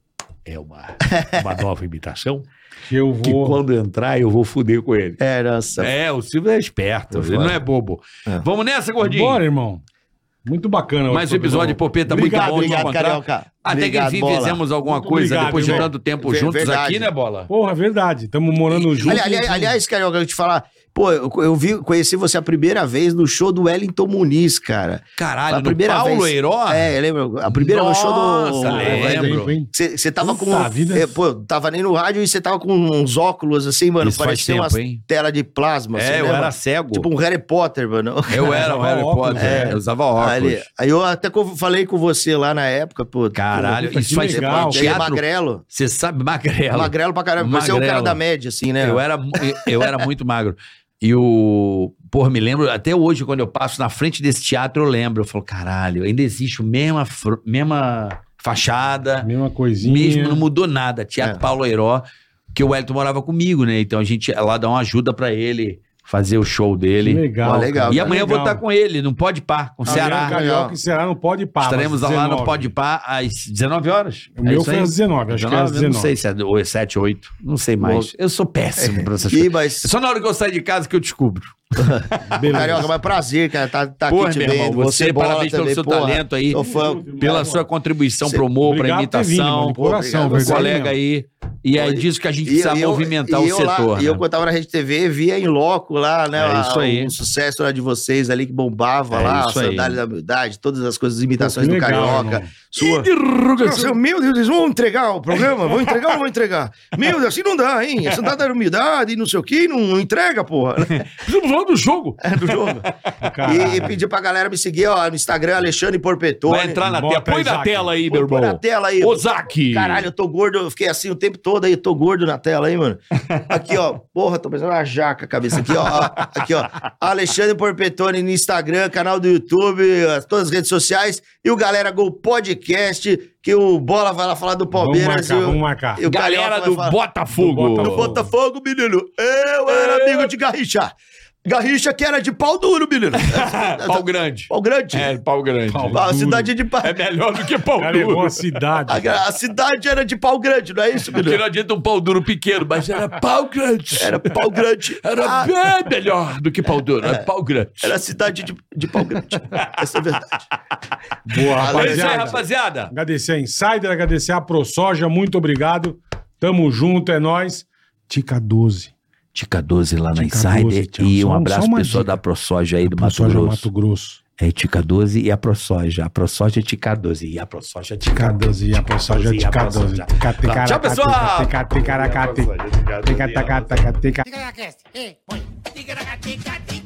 é uma, uma nova imitação, Que eu que vou... quando entrar eu vou fuder com ele. É, nossa. É, o Silvio é esperto, ele não é bobo. É. Vamos nessa, gordinho? Bora, irmão. Muito bacana. Mais um episódio de Popeta, Obrigado, muito bom de Obrigado, encontrar. Carioca. Até que Obrigado, enfim Bola. fizemos alguma Muito coisa obrigado, depois de irmão. tanto tempo Ver- juntos verdade. aqui, né, Bola? Porra, é verdade. Estamos morando juntos. Ali- ali- aliás, Carioca, eu te falar, pô, eu, eu vi, conheci você a primeira vez no show do Wellington Muniz, cara. Caralho, A no primeira Paulo vez. Heiró? É, lembra? A primeira no show do... Nossa, lembro. Você você tava Puta com... vida. É, pô, tava nem no rádio e você tava com uns óculos assim, mano. Isso faz parecia tempo, umas hein? telas de plasma. É, você eu lembra? era cego. Tipo um Harry Potter, mano. Eu era o Usava Harry óculos, Potter, é. eu usava óculos. Aí, aí eu até co- falei com você lá na época, pô. Caralho, Puta, isso que faz legal. Ele é teatro. magrelo. Você sabe, magrelo. Magrelo pra caramba. Você é o cara Magrelo. da média, assim, né? Eu era, mu- eu era muito magro. E o. Porra, me lembro, até hoje, quando eu passo na frente desse teatro, eu lembro. Eu falo, caralho, ainda existe a mesma, fr- mesma fachada, Mesma coisinha. mesmo, não mudou nada. Teatro É. Paulo Heiró, que o Wellington morava comigo, né? Então a gente ia lá dar uma ajuda pra ele fazer o show Que dele. legal. Ó, legal. cara. E amanhã eu vou Legal. estar com ele, no Pode Par, com o Amanhã, Ceará. Carioca e Ceará não pode parar. Estaremos às lá no dezenove. Pode Par às dezenove horas. O meu isso foi aí? às dezenove, acho que é às Eu não sei dezenove. se é ou é sete, oito, não sei mais. Eu sou péssimo pra essas Ih, coisas. mas... Só na hora que eu sair de casa que eu descubro. Beleza. Carioca, mas prazer, cara, tá, tá Porra, aqui te meu vendo. irmão, você, Bola parabéns pelo também, seu porra. talento aí, Tô fã. pela sua contribuição Cê- pro humor, pra Obrigado por ter vindo, mano, imitação, de coração, Obrigado, o verdade colega mesmo. aí. E é E- disso que a gente E, precisa e eu- movimentar e o eu setor. Lá, né? E eu, quando tava na Rede T V, via em loco lá, né? É isso a- aí. Um sucesso lá de vocês ali que bombava É lá, a isso aí. sandália da humildade, todas as coisas, as imitações Pô, que do legal, Carioca. irmão. Sua. Nossa, meu Deus, eles vão entregar o programa? Vão entregar ou não vão entregar? Meu Deus, assim não dá, hein? A sandália da humildade, não sei o quê, não, não entrega, porra. Precisamos falar do jogo. É do jogo. Caralho. E, e pedir pra galera me seguir, ó, no Instagram, Alexandre Porpetone. Vai entrar na Bota tela. Põe aí, na Zac. tela aí, meu Põe na irmão. tela aí. Ô, Zac. Caralho, eu tô gordo, eu fiquei assim o tempo todo aí, eu tô gordo na tela aí, mano. Aqui, ó, porra, tô pensando uma jaca a cabeça aqui, ó, ó. Aqui, ó, Alexandre Porpetone no Instagram, canal do YouTube, todas as redes sociais e o Galera Gol Podcast, que o Bola vai lá falar do Vamos Palmeiras marcar, e o, vamos marcar. e o Galera Carioca vai do falar- Botafogo. Do do Botafogo, menino. Eu era amigo de Garrincha. Garrincha que era de pau duro, menino. Pau grande. Pau grande. É, pau grande. Pau. A cidade de pau. É melhor do que pau O cara levou duro. a cidade. A, a cidade era de pau grande, não é isso, Porque menino? não adianta um pau duro pequeno, mas era pau grande. Era pau grande. Era Ah, bem melhor do que pau duro. Era pau grande. Era a cidade de, de pau grande. Essa é a verdade. Boa, É isso aí, rapaziada. rapaziada. Agradecer a Insider, agradecer a ProSoja, muito obrigado. Tamo junto, é nóis. Tica doze. Tica doze lá na Tica Insider. doze, tchau. E Só um um- abraço só uma pessoal dica. da ProSoja aí do Mato ProSoja Grosso. Mato Grosso. É Tica doze e a ProSoja. A ProSoja é Tica doze. E a ProSoja é Tica Tica doze e a ProSoja e a Tica doze. ProSoja. Tica, tica, Tchau, pessoal. tica, tica, tica, tica, tica, tica, tica, tica, tica. Ticaracast, ei, põe. Ticaracati, tica,